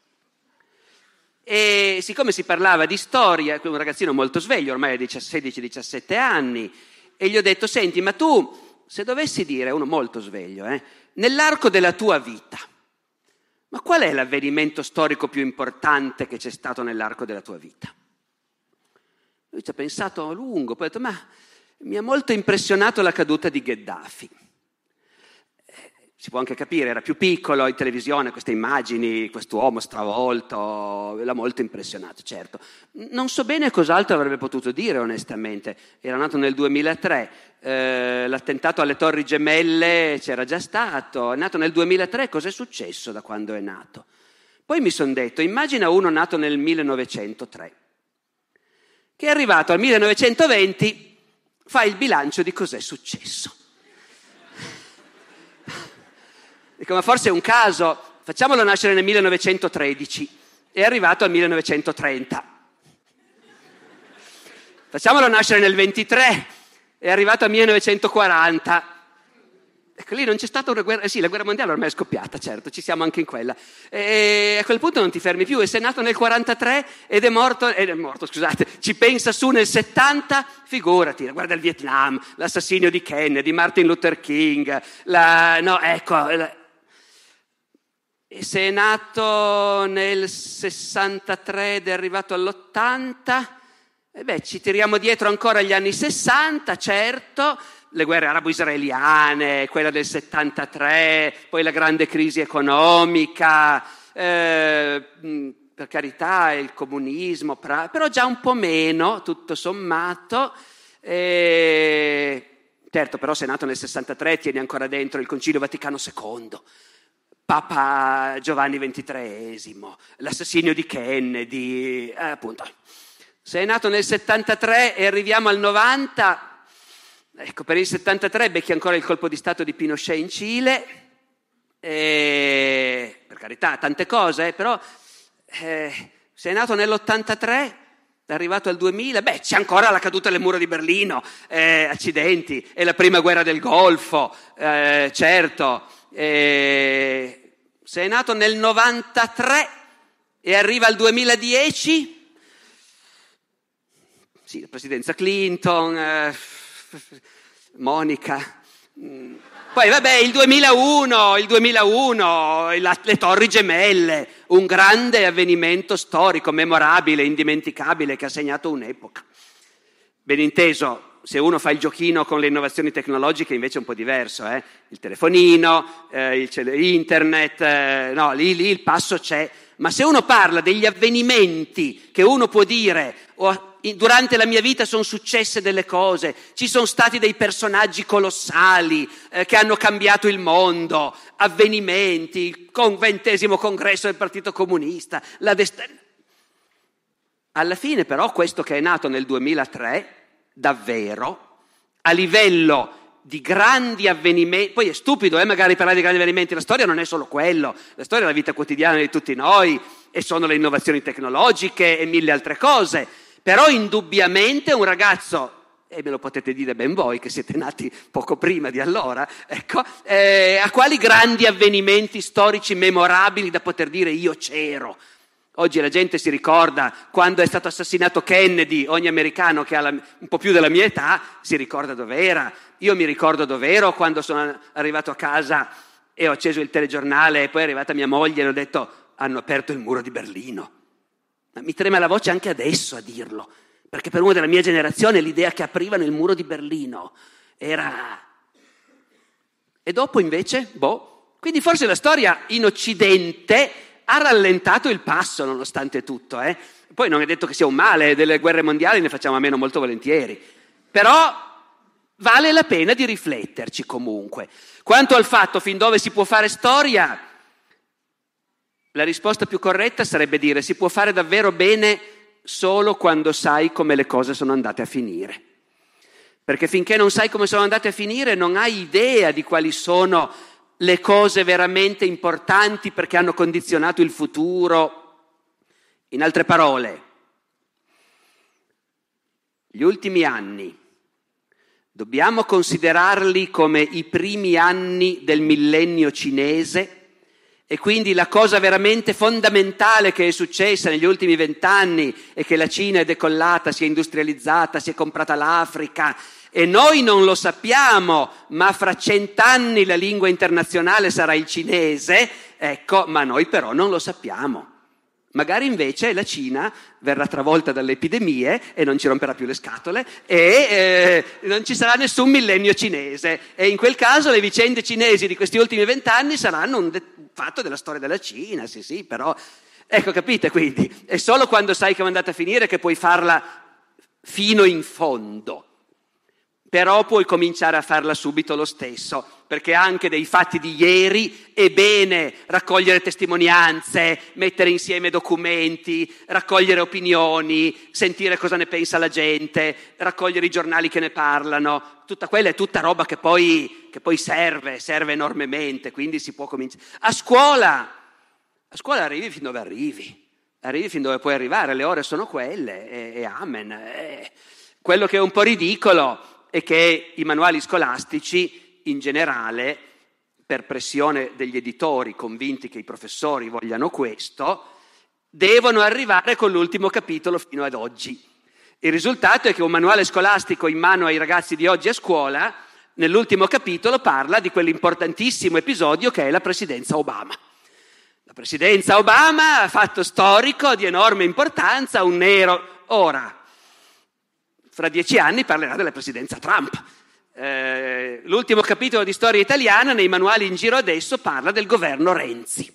Speaker 3: E siccome si parlava di storia, un ragazzino molto sveglio, ormai ha sedici diciassette anni, e gli ho detto: senti, ma tu, se dovessi dire, uno molto sveglio, eh, nell'arco della tua vita, ma qual è l'avvenimento storico più importante che c'è stato nell'arco della tua vita? Lui ci ha pensato a lungo, poi ha detto: ma mi ha molto impressionato la caduta di Gheddafi. Eh, si può anche capire, era più piccolo, in televisione, queste immagini, quest'uomo stravolto, l'ha molto impressionato, certo. Non so bene cos'altro avrebbe potuto dire, onestamente. Era nato nel duemilatré, eh, l'attentato alle Torri Gemelle c'era già stato, è nato nel duemilatré, cos'è successo da quando è nato? Poi mi sono detto: immagina uno nato nel millenovecentotre, che è arrivato al millenovecentoventi, fa il bilancio di cos'è successo. Dico, ma forse è un caso, facciamolo nascere nel millenovecentotredici, è arrivato al millenovecentotrenta. Facciamolo nascere nel ventitré, è arrivato al millenovecentoquaranta. Ecco, lì non c'è stata una guerra, eh sì, la guerra mondiale ormai è scoppiata, certo, ci siamo anche in quella. E a quel punto non ti fermi più, e se è nato nel quarantatré ed è morto, ed è morto, scusate, ci pensa su nel settanta, figurati, guarda il Vietnam, l'assassinio di Kennedy, Martin Luther King, la, no, ecco, la, e se è nato nel sessantatré ed è arrivato all'ottanta, e beh, ci tiriamo dietro ancora gli anni sessanta, certo, le guerre arabo-israeliane, quella del settantatré, poi la grande crisi economica, eh, per carità il comunismo, però già un po' meno, tutto sommato. Eh, certo, però se è nato nel sessantatré tieni ancora dentro il Concilio Vaticano secondo, Papa Giovanni ventitreesimo, l'assassinio di Kennedy, eh, appunto. Se è nato nel settantatré e arriviamo al novanta... Ecco, per il settantatré becchi ancora il colpo di stato di Pinochet in Cile, e, per carità, tante cose, però eh, se è nato nell'ottantatré, è arrivato al duemila, beh, c'è ancora la caduta del muro di Berlino, eh, accidenti, e la prima guerra del Golfo, eh, certo. Eh, se è nato nel novantatré e arriva al duemiladieci, sì, la presidenza Clinton... Eh, Monica, poi vabbè il duemilauno, il duemilauno, le Torri Gemelle, un grande avvenimento storico, memorabile, indimenticabile, che ha segnato un'epoca. Ben inteso, se uno fa il giochino con le innovazioni tecnologiche invece è un po' diverso, eh? Il telefonino, eh, il internet, eh, no, lì, lì il passo c'è, ma se uno parla degli avvenimenti che uno può dire oh, durante la mia vita sono successe delle cose, ci sono stati dei personaggi colossali eh, che hanno cambiato il mondo, avvenimenti, il ventesimo congresso del Partito Comunista, la dest- alla fine però questo che è nato nel duemilatré, davvero, a livello di grandi avvenimenti, poi è stupido eh, magari parlare di grandi avvenimenti, la storia non è solo quello, la storia è la vita quotidiana di tutti noi e sono le innovazioni tecnologiche e mille altre cose, però indubbiamente un ragazzo, e me lo potete dire ben voi che siete nati poco prima di allora, ecco, eh, a quali grandi avvenimenti storici memorabili da poter dire io c'ero. Oggi la gente si ricorda quando è stato assassinato Kennedy, ogni americano che ha la, un po' più della mia età si ricorda dove era. Io mi ricordo dove ero quando sono arrivato a casa e ho acceso il telegiornale e poi è arrivata mia moglie e ho detto hanno aperto il muro di Berlino. Ma mi trema la voce anche adesso a dirlo, perché per uno della mia generazione l'idea che aprivano il muro di Berlino era... E dopo invece, boh, quindi forse la storia in Occidente ha rallentato il passo nonostante tutto, eh? Poi non è detto che sia un male, delle guerre mondiali ne facciamo a meno molto volentieri, però vale la pena di rifletterci comunque. Quanto al fatto fin dove si può fare storia, la risposta più corretta sarebbe dire si può fare davvero bene solo quando sai come le cose sono andate a finire, perché finché non sai come sono andate a finire non hai idea di quali sono le cose veramente importanti perché hanno condizionato il futuro. In altre parole, gli ultimi anni dobbiamo considerarli come i primi anni del millennio cinese e quindi la cosa veramente fondamentale che è successa negli ultimi vent'anni è che la Cina è decollata, si è industrializzata, si è comprata l'Africa e noi non lo sappiamo, ma fra cent'anni la lingua internazionale sarà il cinese, ecco, ma noi però non lo sappiamo. Magari invece la Cina verrà travolta dalle epidemie e non ci romperà più le scatole e eh, non ci sarà nessun millennio cinese e in quel caso le vicende cinesi di questi ultimi vent'anni saranno un de- fatto della storia della Cina, sì sì, però ecco, capite, quindi è solo quando sai come è andata a finire che puoi farla fino in fondo. Però puoi cominciare a farla subito lo stesso, perché anche dei fatti di ieri è bene raccogliere testimonianze, mettere insieme documenti, raccogliere opinioni, sentire cosa ne pensa la gente, raccogliere i giornali che ne parlano. Tutta quella è tutta roba che poi, che poi serve, serve enormemente, quindi si può cominciare. A scuola, a scuola arrivi fin dove arrivi, arrivi fin dove puoi arrivare, le ore sono quelle e, e amen. E quello che è un po' ridicolo e che i manuali scolastici, in generale, per pressione degli editori convinti che i professori vogliano questo, devono arrivare con l'ultimo capitolo fino ad oggi. Il risultato è che un manuale scolastico in mano ai ragazzi di oggi a scuola, nell'ultimo capitolo parla di quell'importantissimo episodio che è la presidenza Obama. La presidenza Obama, fatto storico di enorme importanza, un nero. Ora, fra dieci anni parlerà della presidenza Trump. Eh, l'ultimo capitolo di storia italiana nei manuali in giro adesso parla del governo Renzi.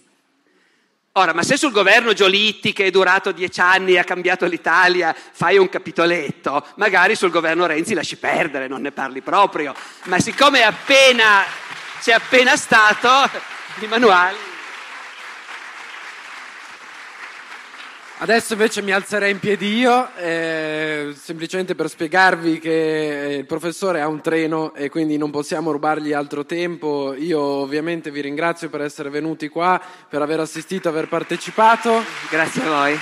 Speaker 3: Ora, ma se sul governo Giolitti, che è durato dieci anni e ha cambiato l'Italia, fai un capitoletto, magari sul governo Renzi lasci perdere, non ne parli proprio. Ma siccome è appena, c'è appena stato, i manuali...
Speaker 4: Adesso invece mi alzerei in piedi io, eh, semplicemente per spiegarvi che il professore ha un treno e quindi non possiamo rubargli altro tempo. Io ovviamente vi ringrazio per essere venuti qua, per aver assistito, aver partecipato.
Speaker 3: Grazie a voi.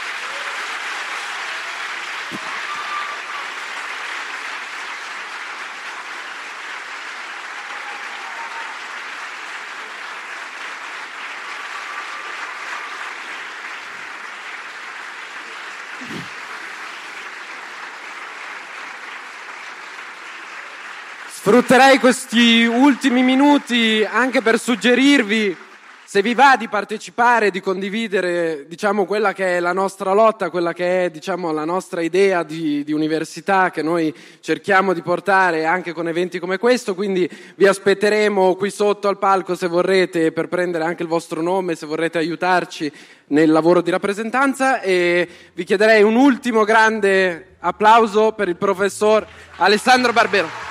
Speaker 4: Sfrutterei questi ultimi minuti anche per suggerirvi, se vi va, di partecipare, di condividere, diciamo, quella che è la nostra lotta, quella che è, diciamo, la nostra idea di, di università che noi cerchiamo di portare anche con eventi come questo. Quindi vi aspetteremo qui sotto al palco se vorrete, per prendere anche il vostro nome, se vorrete aiutarci nel lavoro di rappresentanza, e vi chiederei un ultimo grande applauso per il professor Alessandro Barbero.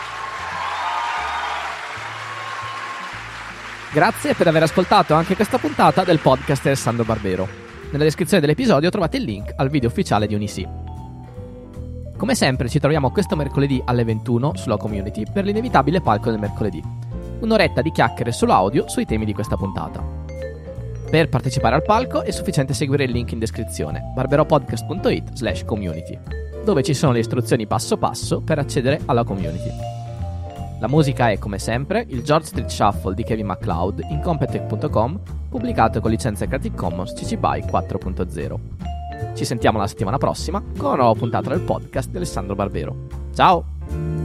Speaker 1: Grazie per aver ascoltato anche questa puntata del podcast Alessandro Barbero. Nella descrizione dell'episodio trovate il link al video ufficiale di Unisi. Come sempre ci troviamo questo mercoledì alle ventuno sulla Community per l'inevitabile palco del mercoledì. Un'oretta di chiacchiere solo audio sui temi di questa puntata. Per partecipare al palco è sufficiente seguire il link in descrizione, barberopodcast.it slash community, dove ci sono le istruzioni passo passo per accedere alla community. La musica è, come sempre, il George Street Shuffle di Kevin MacLeod in competech punto com, pubblicato con licenza Creative Commons C C B Y quattro punto zero. Ci sentiamo la settimana prossima con una nuova puntata del podcast di Alessandro Barbero. Ciao!